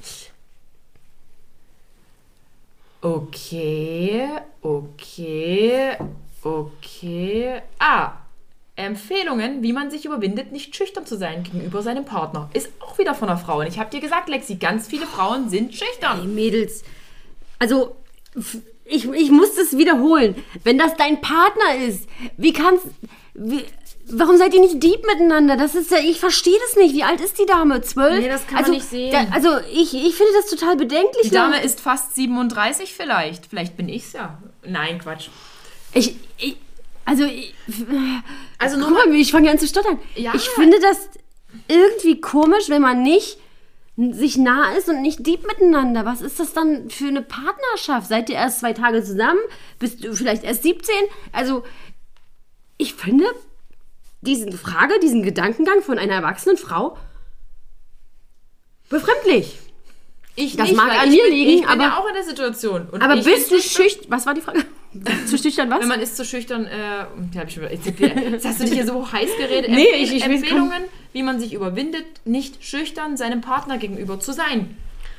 Okay, okay, okay. Ah, Empfehlungen, wie man sich überwindet, nicht schüchtern zu sein gegenüber seinem Partner. Ist auch wieder von einer Frau. Und ich habe dir gesagt, Lexi, ganz viele Frauen sind schüchtern. Hey Mädels, also ich, ich muss das wiederholen. Wenn das dein Partner ist, wie kannst wie, warum seid ihr nicht deep miteinander? Das ist ja, ich verstehe das nicht. Wie alt ist die Dame? Zwölf? Nee, das kann also, man nicht sehen. Da, also ich, ich finde das total bedenklich. Die Dame ist fast siebenunddreißig vielleicht. Vielleicht bin ich's ja. Nein, Quatsch. Ich, ich also, ich, also nur guck mal, ich fange an zu stottern. Ja. Ich finde das irgendwie komisch, wenn man nicht sich nah ist und nicht deep miteinander. Was ist das dann für eine Partnerschaft? Seid ihr erst zwei Tage zusammen? Bist du vielleicht erst siebzehn? Also, ich finde diese Frage, diesen Gedankengang von einer erwachsenen Frau befremdlich. Ich das nicht, mag weil an ich mir bin, liegen, ich bin aber ja auch in der Situation. Und aber ich bist du find's schüchtern? Was war die Frage? zu schüchtern was? Wenn man ist zu schüchtern, äh, ja, hab ich schon, jetzt, jetzt hast du dich hier so heiß geredet. Nee, Empfehl- ich- ich will- Empfehlungen, wie man sich überwindet, nicht schüchtern seinem Partner gegenüber zu sein.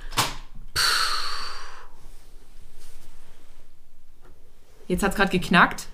Jetzt hat es gerade geknackt.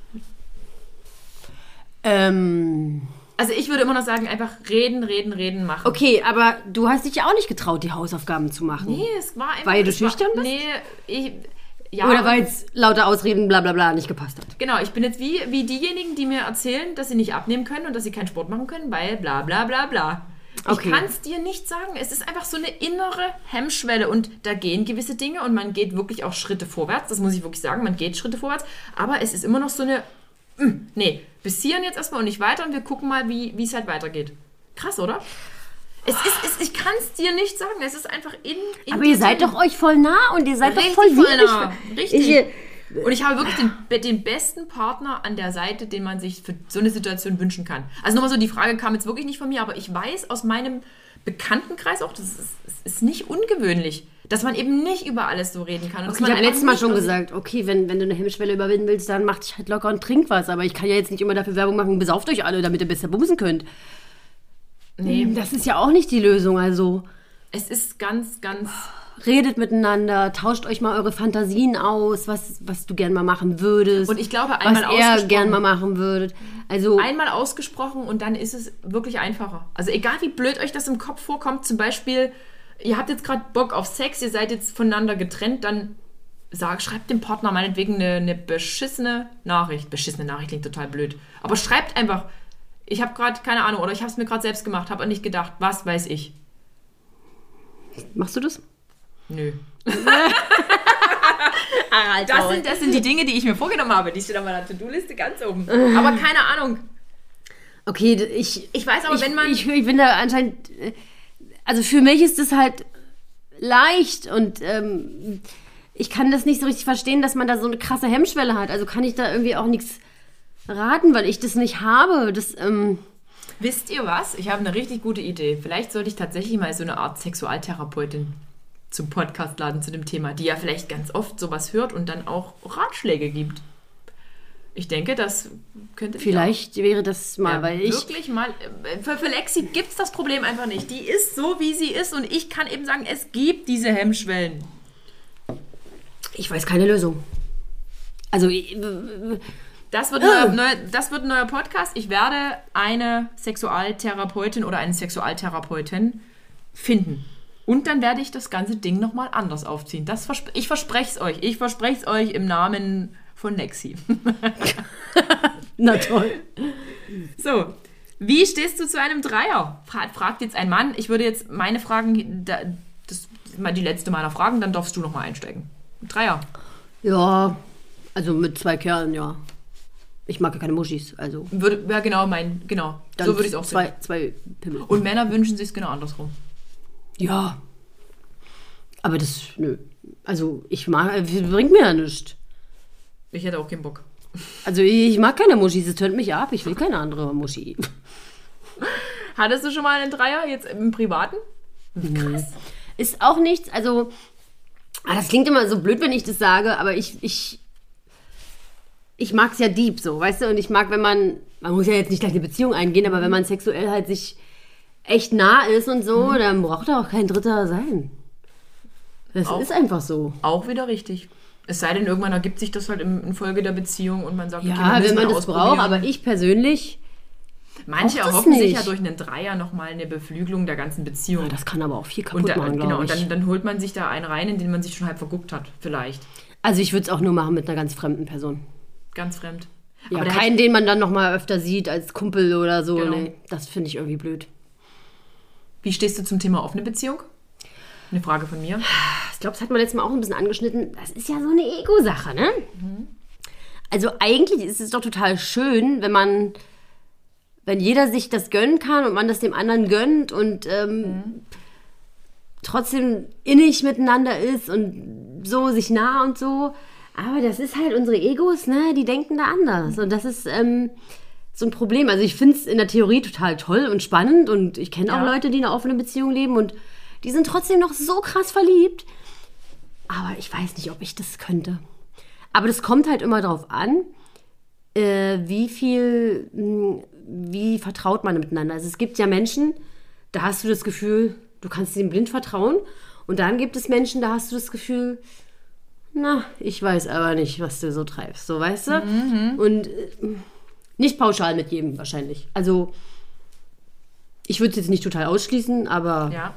Ähm, Also ich würde immer noch sagen, einfach reden, reden, reden, machen. okay, aber du hast dich ja auch nicht getraut, die Hausaufgaben zu machen. Nee, es war einfach... Weil du es war- schüchtern bist? Nee, ich... Ja, Oder weil es lauter Ausreden bla bla bla nicht gepasst hat. genau, ich bin jetzt wie, wie diejenigen, die mir erzählen, dass sie nicht abnehmen können und dass sie keinen Sport machen können, weil bla bla bla bla. Okay. Ich kann es dir nicht sagen. Es ist einfach so eine innere Hemmschwelle und da gehen gewisse Dinge und man geht wirklich auch Schritte vorwärts. Das muss ich wirklich sagen, man geht Schritte vorwärts. Aber es ist immer noch so eine, mm, nee, bis hierhin jetzt erstmal und nicht weiter und wir gucken mal, wie es halt weitergeht. Krass, oder? Es ist, es, ich kann es dir nicht sagen. Es ist einfach in, in Aber ihr seid doch euch voll nah und ihr seid Richtig doch voll voll lieblich. nah. Richtig. Ich, Und ich habe wirklich den, be- den besten Partner an der Seite, den man sich für so eine Situation wünschen kann. Also nochmal so, die Frage kam jetzt wirklich nicht von mir, aber ich weiß aus meinem Bekanntenkreis auch, das ist, das ist nicht ungewöhnlich, dass man eben nicht über alles so reden kann. Und dass okay, man ich habe einfach letztes Mal nicht schon aus- gesagt, okay, wenn, wenn du eine Hemmschwelle überwinden willst, dann mach dich halt locker und trink was. Aber ich kann ja jetzt nicht immer dafür Werbung machen, besauft euch alle, damit ihr besser bumsen könnt. Nee, Das ist ja auch nicht die Lösung, also... es ist ganz, ganz... Redet miteinander, tauscht euch mal eure Fantasien aus, was, was du gern mal machen würdest. Und ich glaube, was einmal er ausgesprochen- gern mal machen würde. Also, Einmal ausgesprochen und dann ist es wirklich einfacher. Also egal wie blöd euch das im Kopf vorkommt, zum Beispiel, ihr habt jetzt gerade Bock auf Sex, ihr seid jetzt voneinander getrennt, dann sag, schreibt dem Partner meinetwegen eine, eine beschissene Nachricht. Beschissene Nachricht klingt total blöd. Aber schreibt einfach, ich habe gerade, keine Ahnung, oder ich habe es mir gerade selbst gemacht, habe an nicht gedacht, was weiß ich. machst du das? Nö. Ah, Das sind, das sind die Dinge, die ich mir vorgenommen habe. Die stehen auf meiner To-Do-Liste ganz oben. Aber keine Ahnung. Okay, ich, Ich weiß aber, ich, wenn man... ich, ich bin da anscheinend... äh, Also für mich ist das halt leicht und ähm, ich kann das nicht so richtig verstehen, dass man da so eine krasse Hemmschwelle hat. Also kann ich da irgendwie auch nichts raten, weil ich das nicht habe. Das, ähm, Wisst ihr was? Ich habe eine richtig gute Idee. Vielleicht sollte ich tatsächlich mal so eine Art Sexualtherapeutin zum Podcast laden zu dem Thema, die ja vielleicht ganz oft sowas hört und dann auch Ratschläge gibt. Ich denke, das könnte... vielleicht wäre das mal, ja, weil ich... wirklich mal... Für, für Lexi gibt es das Problem einfach nicht. Die ist so, wie sie ist und ich kann eben sagen, es gibt diese Hemmschwellen. Ich weiß keine Lösung. Also... ich- Das wird, ein neuer, neuer, das wird ein neuer Podcast. Ich werde eine Sexualtherapeutin oder einen Sexualtherapeuten finden. Und dann werde ich das ganze Ding nochmal anders aufziehen. Das versp- ich verspreche es euch. Ich verspreche es euch im Namen von Lexi. Na toll. So, wie stehst du zu einem Dreier? Fra- fragt jetzt ein Mann. Ich würde jetzt meine Fragen, da- das ist mal die letzte meiner Fragen, dann darfst du nochmal einsteigen. Dreier. Ja, also mit zwei Kerlen, ja. Ich mag ja keine Muschis, also... Würde, ja, genau, mein, genau. dann So würde ich es auch sehen. zwei, zwei Pimmel. Und Männer wünschen sich es genau andersrum. Ja. Aber das, nö. Also, ich mag, bringt mir ja nichts. Ich hätte auch keinen Bock. Also, ich mag keine Muschis, es tönt mich ab. Ich will keine andere Muschi. Hattest du schon mal einen Dreier jetzt im Privaten? Krass. Ist auch nichts, also, ah, das klingt immer so blöd, wenn ich das sage, aber ich, ich, ich mag es ja deep so, weißt du? Und ich mag, wenn man, man muss ja jetzt nicht gleich eine Beziehung eingehen, aber wenn man sexuell halt sich echt nah ist und so, dann braucht da auch kein Dritter sein. Das Auch- ist einfach so. Auch wieder richtig. Es sei denn, irgendwann ergibt sich das halt im- in Folge der Beziehung und man sagt, okay, wir Ja, müssen wenn man mal das braucht, ausprobieren. aber ich persönlich, Manche auch das erhoffen sich nicht. ja durch einen Dreier nochmal eine Beflügelung der ganzen Beziehung. das kann aber auch viel kaputt und da, machen, genau, glaube und ich. dann, dann holt man sich da einen rein, in den man sich schon halb verguckt hat, vielleicht. Also ich würde es auch nur machen mit einer ganz fremden Person. Ganz fremd. Ja, Aber keinen, den man dann nochmal öfter sieht als Kumpel oder so. Genau. Nee, das finde ich irgendwie blöd. Wie stehst du zum Thema offene Beziehung? Eine Frage von mir. Ich glaube, das hat man letztes Mal auch ein bisschen angeschnitten. Das ist ja so eine Ego-Sache, ne? Mhm. Also eigentlich ist es doch total schön, wenn man, wenn jeder sich das gönnen kann und man das dem anderen gönnt und ähm, mhm. trotzdem innig miteinander ist und so sich nah und so. Aber das ist halt unsere Egos, ne? Die denken da anders. Und das ist ähm, so ein Problem. Also ich finde es in der Theorie total toll und spannend. Und ich kenne auch ja. Leute, die in einer offenen Beziehung leben. Und die sind trotzdem noch so krass verliebt. Aber ich weiß nicht, ob ich das könnte. Aber das kommt halt immer darauf an, äh, wie viel, mh, wie vertraut man miteinander. Also es gibt ja Menschen, da hast du das Gefühl, du kannst dem blind vertrauen. Und dann gibt es Menschen, da hast du das Gefühl... Na, ich weiß aber nicht, was du so treibst, so, weißt du? Mhm. Und äh, nicht pauschal mit jedem wahrscheinlich. Also, ich würde es jetzt nicht total ausschließen, aber... Ja.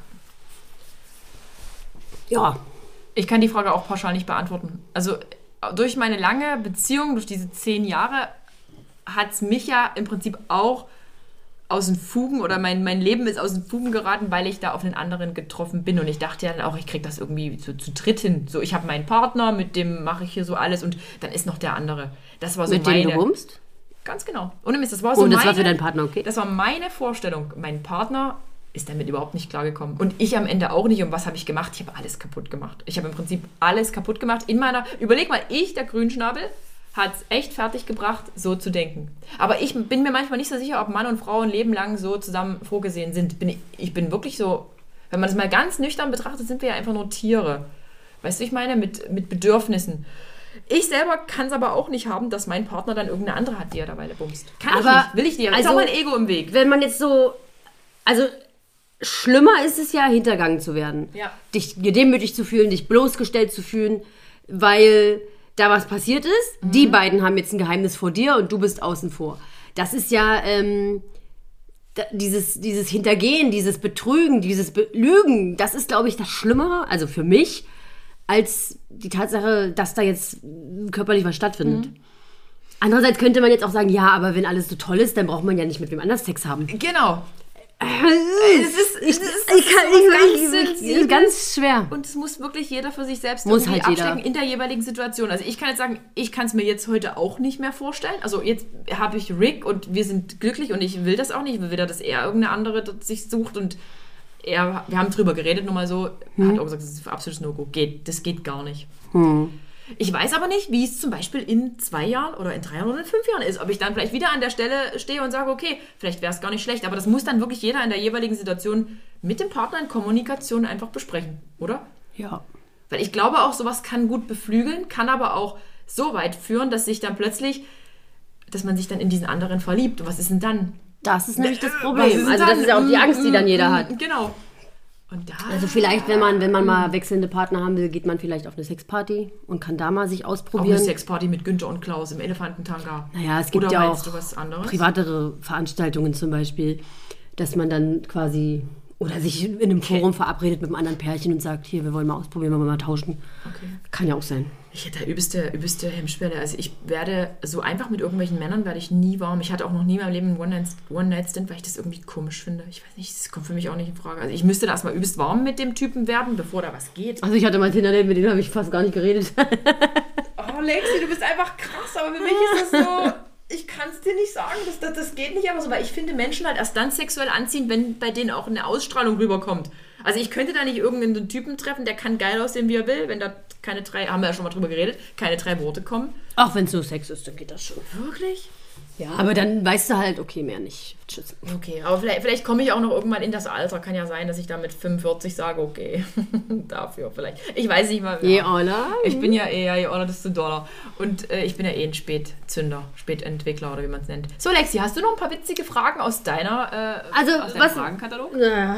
Ja. Ich kann die Frage auch pauschal nicht beantworten. Also, durch meine lange Beziehung, durch diese zehn Jahre, hat es mich ja im Prinzip auch aus den Fugen oder mein, mein Leben ist aus den Fugen geraten, weil ich da auf einen anderen getroffen bin und ich dachte ja dann auch, ich kriege das irgendwie so zu dritt hin. So, ich habe meinen Partner, mit dem mache ich hier so alles und dann ist noch der andere. Das war so mit meine... dem du bummst? Ganz genau. Ohne Mist, das war so Und das meine, war für deinen Partner okay? Das war meine Vorstellung. Mein Partner ist damit überhaupt nicht klargekommen. Und ich am Ende auch nicht. Und was habe ich gemacht? Ich habe alles kaputt gemacht. Ich habe im Prinzip alles kaputt gemacht. In meiner... Überleg mal, ich, der Grünschnabel, hat es echt fertig gebracht, so zu denken. Aber ich bin mir manchmal nicht so sicher, ob Mann und Frau ein Leben lang so zusammen vorgesehen sind. Bin ich, ich bin wirklich so, wenn man das mal ganz nüchtern betrachtet, sind wir ja einfach nur Tiere. Weißt du, ich meine, mit, mit Bedürfnissen. Ich selber kann es aber auch nicht haben, dass mein Partner dann irgendeine andere hat, die er dabei bumst. Kann aber, ich nicht, will ich dir. Also, ist auch mein Ego im Weg. Wenn man jetzt so, also schlimmer ist es ja, hintergangen zu werden. Ja. Dich gedemütigt zu fühlen, dich bloßgestellt zu fühlen, weil... da was passiert ist, mhm. die beiden haben jetzt ein Geheimnis vor dir und du bist außen vor. Das ist ja ähm, da, dieses, dieses Hintergehen, dieses Betrügen, dieses Belügen, das ist, glaube ich, das Schlimmere, also für mich, als die Tatsache, dass da jetzt körperlich was stattfindet. Mhm. Andererseits könnte man jetzt auch sagen, ja, aber wenn alles so toll ist, dann braucht man ja nicht mit wem anders Sex haben. Genau. Es ist, ich, ich, ich kann nicht, ich, ich, ganz schwer. Und es muss wirklich jeder für sich selbst muss irgendwie halt abstecken jeder. In der jeweiligen Situation. Also ich kann jetzt sagen, ich kann es mir jetzt heute auch nicht mehr vorstellen. Also jetzt habe ich Rick und wir sind glücklich und ich will das auch nicht. Ich will wieder, dass er irgendeine andere sich sucht und er, wir haben drüber geredet, nur mal so, hm. hat auch gesagt, das ist ein absolutes No-Go. Geht, das geht gar nicht. Hm. Ich weiß aber nicht, wie es zum Beispiel in zwei Jahren oder in drei Jahren oder in fünf Jahren ist. Ob ich dann vielleicht wieder an der Stelle stehe und sage, okay, vielleicht wäre es gar nicht schlecht. Aber das muss dann wirklich jeder in der jeweiligen Situation mit dem Partner in Kommunikation einfach besprechen, oder? Ja. Weil ich glaube auch, sowas kann gut beflügeln, kann aber auch so weit führen, dass sich dann plötzlich, dass man sich dann in diesen anderen verliebt. Und was ist denn dann? Das ist nämlich das Problem. Also das ist ja auch die Angst, die dann jeder hat. Genau. Und da, also vielleicht, wenn man, wenn man mal wechselnde Partner haben will, geht man vielleicht auf eine Sexparty und kann da mal sich ausprobieren. Auch eine Sexparty mit Günther und Klaus im Elefantentanga. Naja, es gibt Oder ja auch was anderes? privatere Veranstaltungen zum Beispiel, dass man dann quasi oder sich in einem Forum okay. verabredet mit einem anderen Pärchen und sagt, hier, wir wollen mal ausprobieren, wollen wir mal tauschen. Okay. Kann ja auch sein. Ich hätte da übelste, übelste Hemmschwelle. Also ich werde so einfach mit irgendwelchen Männern werde ich nie warm. Ich hatte auch noch nie in meinem Leben einen One-Night-Stand, weil ich das irgendwie komisch finde. Ich weiß nicht, das kommt für mich auch nicht in Frage. Also ich müsste da erstmal übelst warm mit dem Typen werden, bevor da was geht. Also ich hatte mal ein Tinder-Date, mit dem habe ich fast gar nicht geredet. Oh, Lexi, du bist einfach krass, aber für mich ist das so... Ich kann es dir nicht sagen, das, das, das geht nicht aber so, weil ich finde Menschen halt erst dann sexuell anziehen, wenn bei denen auch eine Ausstrahlung rüberkommt. Also ich könnte da nicht irgendeinen Typen treffen, der kann geil aussehen, wie er will, wenn da keine drei, haben wir ja schon mal drüber geredet, keine drei Worte kommen. Auch wenn es nur Sex ist, dann geht das schon. Wirklich? Ja, aber dann weißt du halt, okay, mehr nicht. Tschüss. Okay, aber vielleicht, vielleicht komme ich auch noch irgendwann in das Alter. Kann ja sein, dass ich da mit fünfundvierzig sage, okay, dafür vielleicht. Ich weiß nicht mal. Je Oller. Ich bin ja eher, je Oller, desto doller. Und äh, ich bin ja eh ein Spätzünder, Spätentwickler oder wie man es nennt. So, Lexi, hast du noch ein paar witzige Fragen aus deiner äh, also, aus deinem was, Fragenkatalog?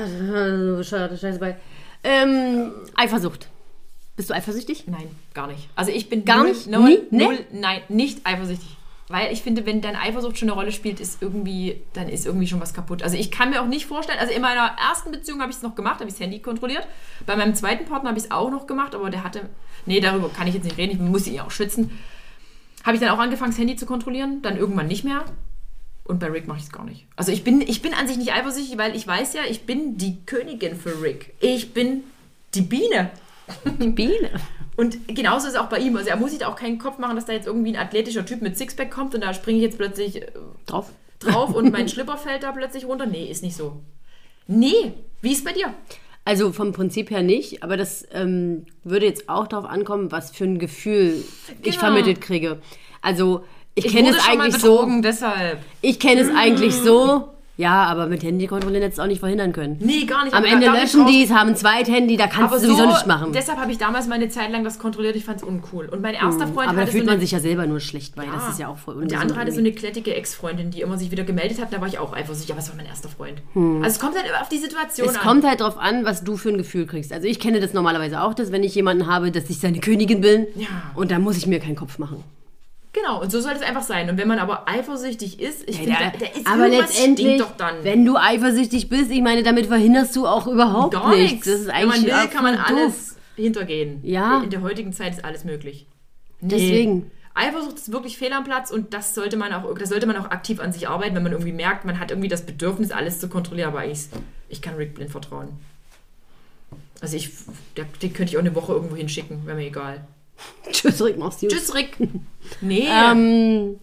Ja, bescheuerte Scheiße bei. Ähm, Eifersucht. Bist du eifersüchtig? Nein, gar nicht. Also ich bin gar null, nicht? Null, Nie? null, Nee? nein, nicht eifersüchtig. Weil ich finde, wenn deine Eifersucht schon eine Rolle spielt, ist irgendwie, dann ist irgendwie schon was kaputt. Also ich kann mir auch nicht vorstellen, also in meiner ersten Beziehung habe ich es noch gemacht, habe ich das Handy kontrolliert. Bei meinem zweiten Partner habe ich es auch noch gemacht, aber der hatte, nee, darüber kann ich jetzt nicht reden, ich muss ihn auch schützen. Habe ich dann auch angefangen, das Handy zu kontrollieren, dann irgendwann nicht mehr. Und bei Rick mache ich es gar nicht. Also ich bin, ich bin an sich nicht eifersüchtig, weil ich weiß ja, ich bin die Königin für Rick. Ich bin die Biene. Die Biene. Und genauso ist es auch bei ihm. Also er muss sich da auch keinen Kopf machen, dass da jetzt irgendwie ein athletischer Typ mit Sixpack kommt und da springe ich jetzt plötzlich äh, Drauf. drauf und mein Schlipper fällt da plötzlich runter. Nee, ist nicht so. Nee, wie ist es bei dir? Also vom Prinzip her nicht, aber das ähm, würde jetzt auch darauf ankommen, was für ein Gefühl ich Genau. vermittelt kriege. Also ich, Ich kenne wurde es schon mal eigentlich so. betrogen, deshalb. Ich kenne es eigentlich so. Ja, aber mit Handy kontrollieren hättest du auch nicht verhindern können. Nee, gar nicht. Am Aber Ende da- da löschen hab ich die es, haben ein Zweithandy, da kannst Aber du sowieso so, nicht machen. Deshalb habe ich damals mal eine Zeit lang das kontrolliert. Ich fand es uncool. Und mein erster Freund Aber da hatte fühlt so man eine, sich ja selber nur schlecht, weil das ist ja auch voll und der andere hatte so irgendwie. eine klettige Ex-Freundin, die immer sich wieder gemeldet hat. Da war ich auch eifersüchtig. Aber es war mein erster Freund. Also es kommt halt immer auf die Situation Es an. kommt halt drauf an, was du für ein Gefühl kriegst. Also ich kenne das normalerweise auch, dass wenn ich jemanden habe, dass ich seine Königin bin Ja. und da muss ich mir keinen Kopf machen. Genau, und so soll es einfach sein. Und wenn man aber eifersüchtig ist, ich finde, Ja, da, da ist aber irgendwas letztendlich, stinkt doch dann. wenn du eifersüchtig bist, ich meine, damit verhinderst du auch überhaupt Gar nichts. nichts. Das ist Wenn man eigentlich will, kann man absolut alles doof. hintergehen. Ja. In der heutigen Zeit ist alles möglich. Nee. Deswegen. Eifersucht ist wirklich fehl am Platz und das sollte man auch, das sollte man auch aktiv an sich arbeiten, wenn man irgendwie merkt, man hat irgendwie das Bedürfnis, alles zu kontrollieren. Aber ich, ich kann Rick blind vertrauen. Also ich, der, den könnte ich auch eine Woche irgendwo hinschicken, wäre mir egal. Tschüss, Rick, mach's gut. Tschüss, Rick. Nee. Ähm,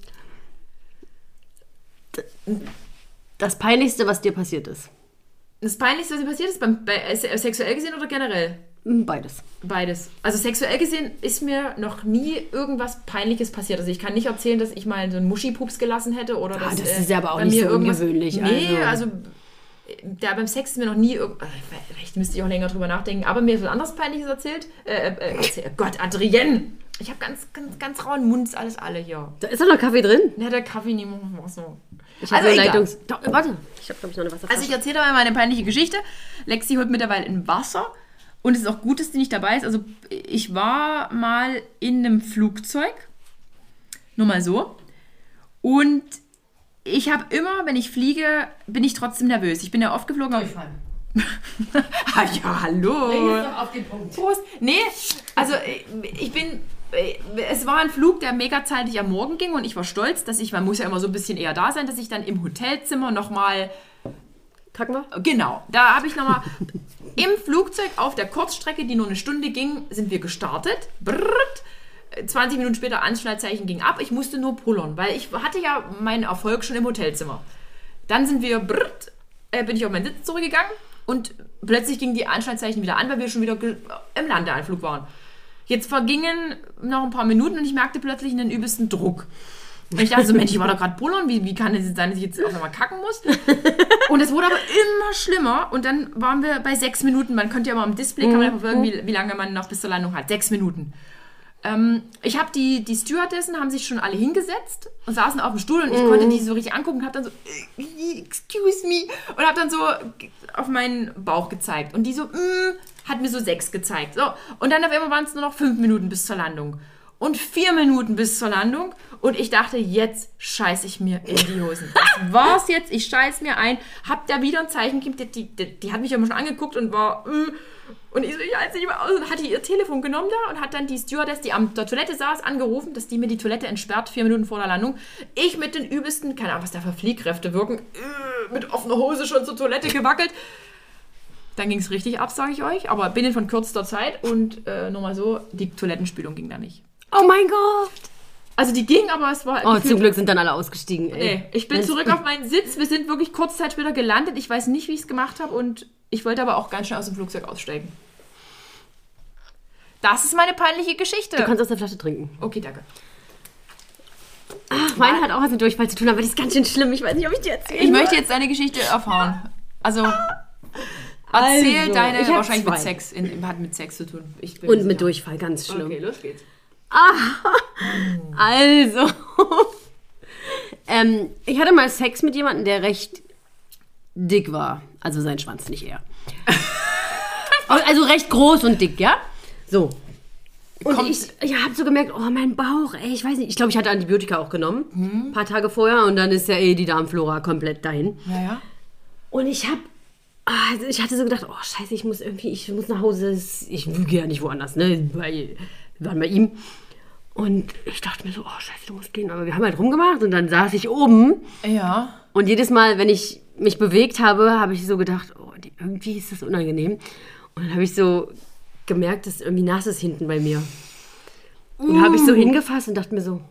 d- das Peinlichste, was dir passiert ist. Das Peinlichste, was mir passiert ist, beim, bei, äh, sexuell gesehen oder generell? Beides. Beides. Also sexuell gesehen ist mir noch nie irgendwas Peinliches passiert. Also ich kann nicht erzählen, dass ich mal so einen Muschipups gelassen hätte oder dass, das äh, ist ja aber auch bei nicht mir so irgendwas- ungewöhnlich, Nee, also. also, da beim Sex ist mir noch nie irgend- äh, vielleicht müsste ich auch länger drüber nachdenken, aber mir ist was anderes Peinliches erzählt. Äh, äh, erzähl, Gott, Adrienne! Ich habe ganz, ganz, ganz rauen Mund, ist alles alle hier. Da ist doch noch Kaffee drin. Ja, der Kaffee niemand so. Ich habe Also eine egal. Leitungs... Doch, warte. Ich habe, glaube ich, noch eine Wasserflasche. Also ich erzähle mal meine peinliche Geschichte. Lexi holt mittlerweile ein Wasser und es ist auch gut, dass die nicht dabei ist. Also ich war mal in einem Flugzeug, nur mal so, und ich habe immer, wenn ich fliege, bin ich trotzdem nervös. Ich bin ja oft geflogen. Ah, ja, hallo. auf den Punkt. Prost. Nee, also ich bin... Es war ein Flug, der mega zeitig am Morgen ging und ich war stolz, dass ich, man muss ja immer so ein bisschen eher da sein, dass ich dann im Hotelzimmer nochmal, Kacken wir? genau, da habe ich nochmal im Flugzeug auf der Kurzstrecke, die nur eine Stunde ging, sind wir gestartet. Brrrt. zwanzig Minuten später Anschnallzeichen ging ab, ich musste nur pullern, weil ich hatte ja meinen Erfolg schon im Hotelzimmer. Dann sind wir, brrrt, äh, bin ich auf meinen Sitz zurückgegangen und plötzlich gingen die Anschnallzeichen wieder an, weil wir schon wieder ge- im Landeanflug waren. Jetzt vergingen noch ein paar Minuten und ich merkte plötzlich einen übelsten Druck. Und ich dachte so, Mensch, ich war da gerade pullern, wie, wie kann es jetzt sein, dass ich jetzt auch nochmal kacken muss? Und es wurde aber immer schlimmer und dann waren wir bei sechs Minuten. Man könnte ja mal am Display, kann man ja verfolgen, wie, wie lange man noch bis zur Landung hat. Sechs Minuten. Ähm, ich habe die, die Stewardessen haben sich schon alle hingesetzt und saßen auf dem Stuhl und ich konnte die so richtig angucken und habe dann so, äh, excuse me, und habe dann so auf meinen Bauch gezeigt. Und die so, mm, hat mir so sechs gezeigt. So. Und dann auf einmal waren es nur noch fünf Minuten bis zur Landung. Und vier Minuten bis zur Landung. Und ich dachte, jetzt scheiße ich mir in die Hosen. Das war's jetzt, ich scheiß mir ein. Hab da wieder ein Zeichen gegeben. Die, die, die, die hat mich ja immer schon angeguckt und war... Mm. Und ich so, ich halte nicht mehr aus. Und hat die ihr Telefon genommen da und hat dann die Stewardess, die an der Toilette saß, angerufen, dass die mir die Toilette entsperrt, vier Minuten vor der Landung. Ich mit den übelsten, keine Ahnung, was da für Fliehkräfte wirken, äh, mit offener Hose schon zur Toilette gewackelt. Dann ging es richtig ab, sage ich euch. Aber binnen von kürzester Zeit und äh, nur mal so, die Toilettenspülung ging da nicht. Oh mein Gott. Also die ging, aber es war... Oh, gefühlt- zum Glück sind dann alle ausgestiegen. Ey. Nee, ich bin zurück auf meinen Sitz. Wir sind wirklich kurz Zeit später gelandet. Ich weiß nicht, wie ich es gemacht habe und ich wollte aber auch ganz schnell aus dem Flugzeug aussteigen. Das ist meine peinliche Geschichte. Du kannst aus der Flasche trinken. Okay, danke. Ach, meine hat auch was mit Durchfall zu tun, aber die ist ganz schön schlimm. Ich weiß nicht, ob ich dir erzähle. Ich möchte jetzt deine Geschichte erfahren. Also, erzähl Also, deine, ich hab wahrscheinlich zwei. mit Sex, in, hat mit Sex zu tun. Ich bin Und mir mit sicher. Durchfall, ganz schlimm. Okay, los geht's. Also, ähm, ich hatte mal Sex mit jemandem, der recht dick war. Also sein Schwanz, nicht er. Also recht groß und dick, ja? So. Und Kommt- ich ja, habe so gemerkt, oh, mein Bauch, ey, ich weiß nicht. Ich glaube, ich hatte Antibiotika auch genommen. Ein paar Tage vorher und dann ist ja eh die Darmflora komplett dahin. Ja, ja. Und ich habe, also ich hatte so gedacht, oh scheiße, ich muss irgendwie, ich muss nach Hause. Ich wüge ja nicht woanders, ne? Weil wir waren bei ihm. Und ich dachte mir so, oh scheiße, du musst gehen. Aber wir haben halt rumgemacht und dann saß ich oben. Ja. Und jedes Mal, wenn ich mich bewegt habe, habe ich so gedacht, oh, die, irgendwie ist das unangenehm. Und dann habe ich so gemerkt, dass irgendwie nass ist hinten bei mir. Und uh. habe ich so hingefasst und dachte mir so,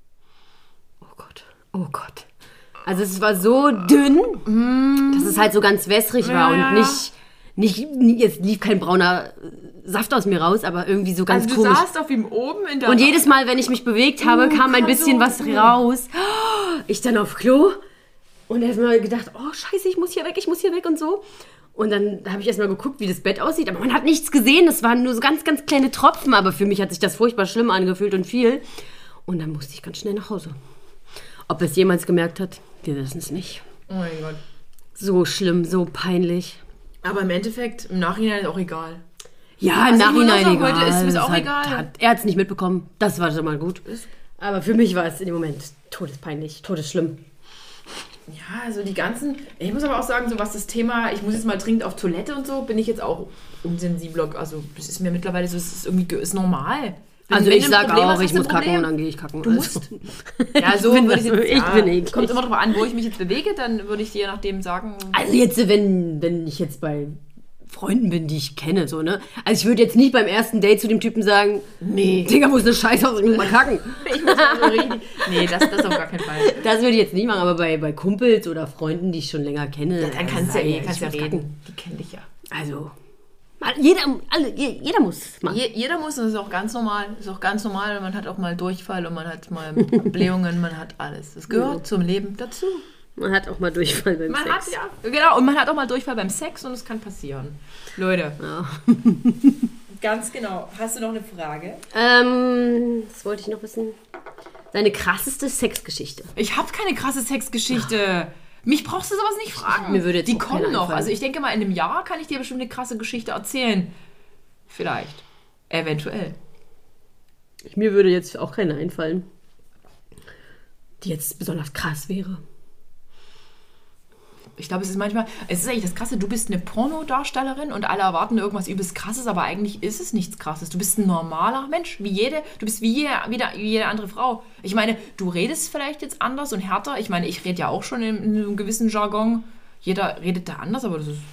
oh Gott, oh Gott. Also es war so dünn, mm. dass es halt so ganz wässrig war ja, und nicht, nicht, jetzt lief kein brauner Saft aus mir raus, aber irgendwie so ganz also komisch. Du saßt auf ihm oben in der... Und jedes Mal, wenn ich mich bewegt habe, uh, kam ein bisschen so was raus. Ich dann auf Klo und erstmal gedacht, oh scheiße, ich muss hier weg, ich muss hier weg und so. Und dann habe ich erstmal geguckt, wie das Bett aussieht, aber man hat nichts gesehen. Das waren nur so ganz, ganz kleine Tropfen, aber für mich hat sich das furchtbar schlimm angefühlt und viel. Und dann musste ich ganz schnell nach Hause. Ob er es jemals gemerkt hat, wir wissen es nicht. Oh mein Gott. So schlimm, so peinlich. Aber im Endeffekt, im Nachhinein ist auch egal. Ja, im also Nachhinein sagen, egal. Heute ist es auch hat, egal. Hat, er hat es nicht mitbekommen. Das war schon mal gut. Aber für mich war es in dem Moment todespeinlich, todesschlimm. Ja, also die ganzen... Ich muss aber auch sagen, so was das Thema, ich muss jetzt mal dringend auf Toilette und so, bin ich jetzt auch unsensibler. Also das ist mir mittlerweile so, es ist irgendwie ist normal. Wenn, also wenn ich sag Problem auch, hast, ich muss kacken Problem. und dann gehe ich kacken. Du musst. Ja, so bin würde ich jetzt... ich Ja, bin eklig. Kommt immer drauf an, wo ich mich jetzt bewege, dann würde ich dir je nachdem sagen... Also jetzt, wenn, wenn ich jetzt bei Freunden bin, die ich kenne, so, ne? Also ich würde jetzt nicht beim ersten Date zu dem Typen sagen, nee, Digga, muss eine Scheiße aus, ich muss mal kacken. Ich muss mal so richtig... Nee, das, das auf gar keinen Fall. Das würde ich jetzt nicht machen, aber bei, bei Kumpels oder Freunden, die ich schon länger kenne... Ja, dann kannst du ja, eh, kannst ja reden. Kacken. Die kennen dich ja. Also... Jeder, alle, jeder muss machen. Je, jeder muss, das ist auch ganz normal. Das ist auch ganz normal. Man hat auch mal Durchfall und man hat mal Blähungen, man hat alles. Das gehört ja. zum Leben dazu. Man hat auch mal Durchfall beim man Sex. Hat, ja, genau, und man hat auch mal Durchfall beim Sex und es kann passieren. Leute. Ja. Ganz genau. Hast du noch eine Frage? Ähm, das wollte ich noch wissen. Deine krasseste Sexgeschichte. Ich habe keine krasse Sexgeschichte. Mich brauchst du sowas nicht fragen. Mir würde jetzt Die auch kommen keine noch. einfallen. Also ich denke mal, in einem Jahr kann ich dir bestimmt eine krasse Geschichte erzählen. Vielleicht. Eventuell. Mir würde jetzt auch keine einfallen, die jetzt besonders krass wäre. Ich glaube, es ist manchmal, es ist eigentlich das Krasse, du bist eine Pornodarstellerin und alle erwarten irgendwas übelst Krasses, aber eigentlich ist es nichts Krasses. Du bist ein normaler Mensch, wie jede, du bist wie jede, wie, der, wie jede andere Frau. Ich meine, du redest vielleicht jetzt anders und härter. Ich meine, ich rede ja auch schon in, in einem gewissen Jargon. Jeder redet da anders, aber das ist...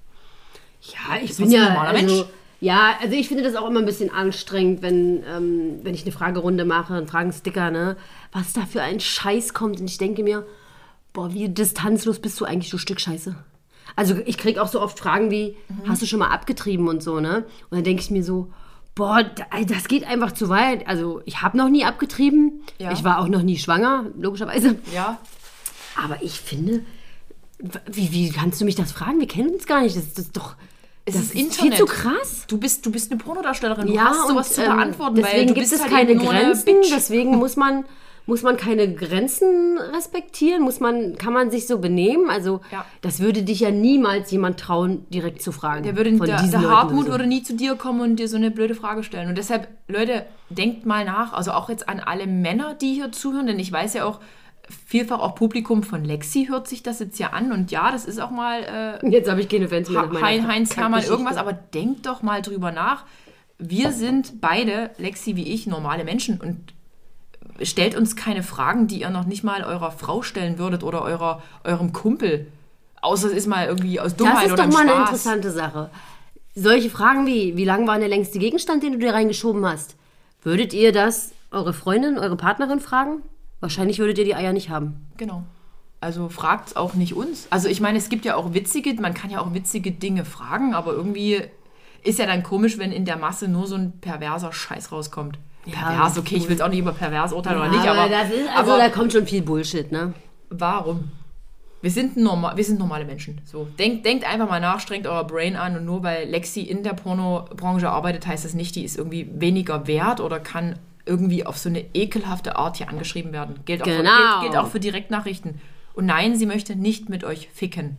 Ja, ich ist bin ja ein normaler also, Mensch. Ja, also ich finde das auch immer ein bisschen anstrengend, wenn, ähm, wenn ich eine Fragerunde mache, einen Fragensticker, ne, was da für ein Scheiß kommt. Und ich denke mir, boah, wie distanzlos bist du eigentlich, du Stück Scheiße. Also ich kriege auch so oft Fragen wie, mhm. hast du schon mal abgetrieben und so, ne? Und dann denke ich mir so, boah, das geht einfach zu weit. Also ich habe noch nie abgetrieben. Ja. Ich war auch noch nie schwanger, logischerweise. Ja. Aber ich finde, wie, wie kannst du mich das fragen? Wir kennen uns gar nicht. Das, das ist doch... Es das ist, ist Internet. viel zu krass. Du bist, du bist eine Pornodarstellerin. Du ja, hast sowas und, zu ähm, beantworten. Deswegen weil du gibt bist es halt keine eben nur eine Grenzen. Bitch. Deswegen muss man, muss man keine Grenzen respektieren. Muss man, kann man sich so benehmen. Also ja. das würde dich ja niemals jemand trauen, direkt zu fragen. Der, würde, von der, diesen der Leuten Hartmut so. würde nie zu dir kommen und dir so eine blöde Frage stellen. Und deshalb, Leute, denkt mal nach. Also auch jetzt an alle Männer, die hier zuhören. Denn ich weiß ja auch, vielfach auch Publikum von Lexi hört sich das jetzt ja an. Und ja, das ist auch mal... Äh, jetzt habe ich keine Fans mehr. Ha- Hein, Heinz Hermann, irgendwas. Aber denkt doch mal drüber nach. Wir sind beide, Lexi wie ich, normale Menschen. Und stellt uns keine Fragen, die ihr noch nicht mal eurer Frau stellen würdet oder eurer, eurem Kumpel. Außer es ist mal irgendwie aus Dummheit oder Das ist doch mal Spaß. eine interessante Sache. Solche Fragen wie, wie lang war der längste Gegenstand, den du dir reingeschoben hast? Würdet ihr das eure Freundin, eure Partnerin fragen? Wahrscheinlich würdet ihr die Eier nicht haben. Genau. Also fragt auch nicht uns. Also ich meine, es gibt ja auch witzige, man kann ja auch witzige Dinge fragen, aber irgendwie ist ja dann komisch, wenn in der Masse nur so ein perverser Scheiß rauskommt. Ja, Pervers, okay, ich will jetzt auch nicht über pervers urteilen Ja, oder nicht, aber, das ist, also aber da kommt schon viel Bullshit, ne? warum? Wir sind, normal, wir sind normale Menschen. So. Denkt, denkt einfach mal nach, strengt euer Brain an und nur weil Lexi in der Pornobranche arbeitet, heißt das nicht, die ist irgendwie weniger wert oder kann irgendwie auf so eine ekelhafte Art hier angeschrieben werden. Gilt auch, Genau. für, gilt, gilt auch für Direktnachrichten. Und nein, sie möchte nicht mit euch ficken.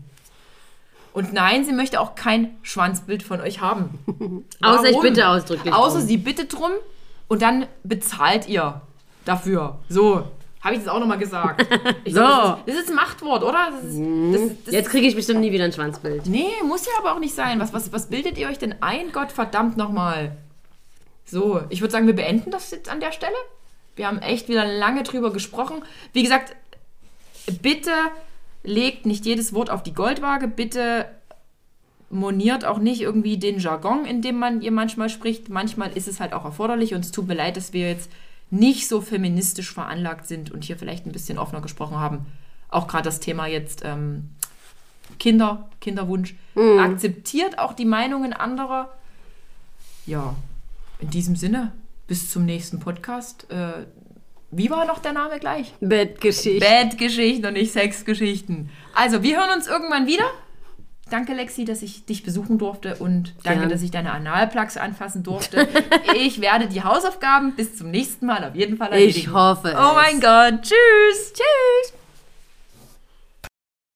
Und nein, sie möchte auch kein Schwanzbild von euch haben. Außer ich Warum? bitte ausdrücklich Außer drum. sie bittet drum und dann bezahlt ihr dafür. So, habe ich das auch nochmal gesagt. Ich So. glaub, das, ist, das ist ein Machtwort, oder? Das ist, das, das Jetzt kriege ich bestimmt nie wieder ein Schwanzbild. Nee, muss ja aber auch nicht sein. Was, was, was bildet ihr euch denn ein? Gott verdammt nochmal. So, ich würde sagen, wir beenden das jetzt an der Stelle. Wir haben echt wieder lange drüber gesprochen. Wie gesagt, bitte legt nicht jedes Wort auf die Goldwaage. Bitte moniert auch nicht irgendwie den Jargon, in dem man ihr manchmal spricht. Manchmal ist es halt auch erforderlich und es tut mir leid, dass wir jetzt nicht so feministisch veranlagt sind und hier vielleicht ein bisschen offener gesprochen haben. Auch gerade das Thema jetzt ähm, Kinder, Kinderwunsch. Mhm. Akzeptiert auch die Meinungen anderer. Ja, in diesem Sinne, bis zum nächsten Podcast. Äh, wie war noch der Name gleich? Bettgeschichten. Bettgeschichten und nicht Sexgeschichten. Also, wir hören uns irgendwann wieder. Danke, Lexi, dass ich dich besuchen durfte und danke, Gern. dass ich deine Analplugs anfassen durfte. Ich werde die Hausaufgaben bis zum nächsten Mal auf jeden Fall erledigen. Ich hoffe Oh es. mein Gott. Tschüss. Tschüss.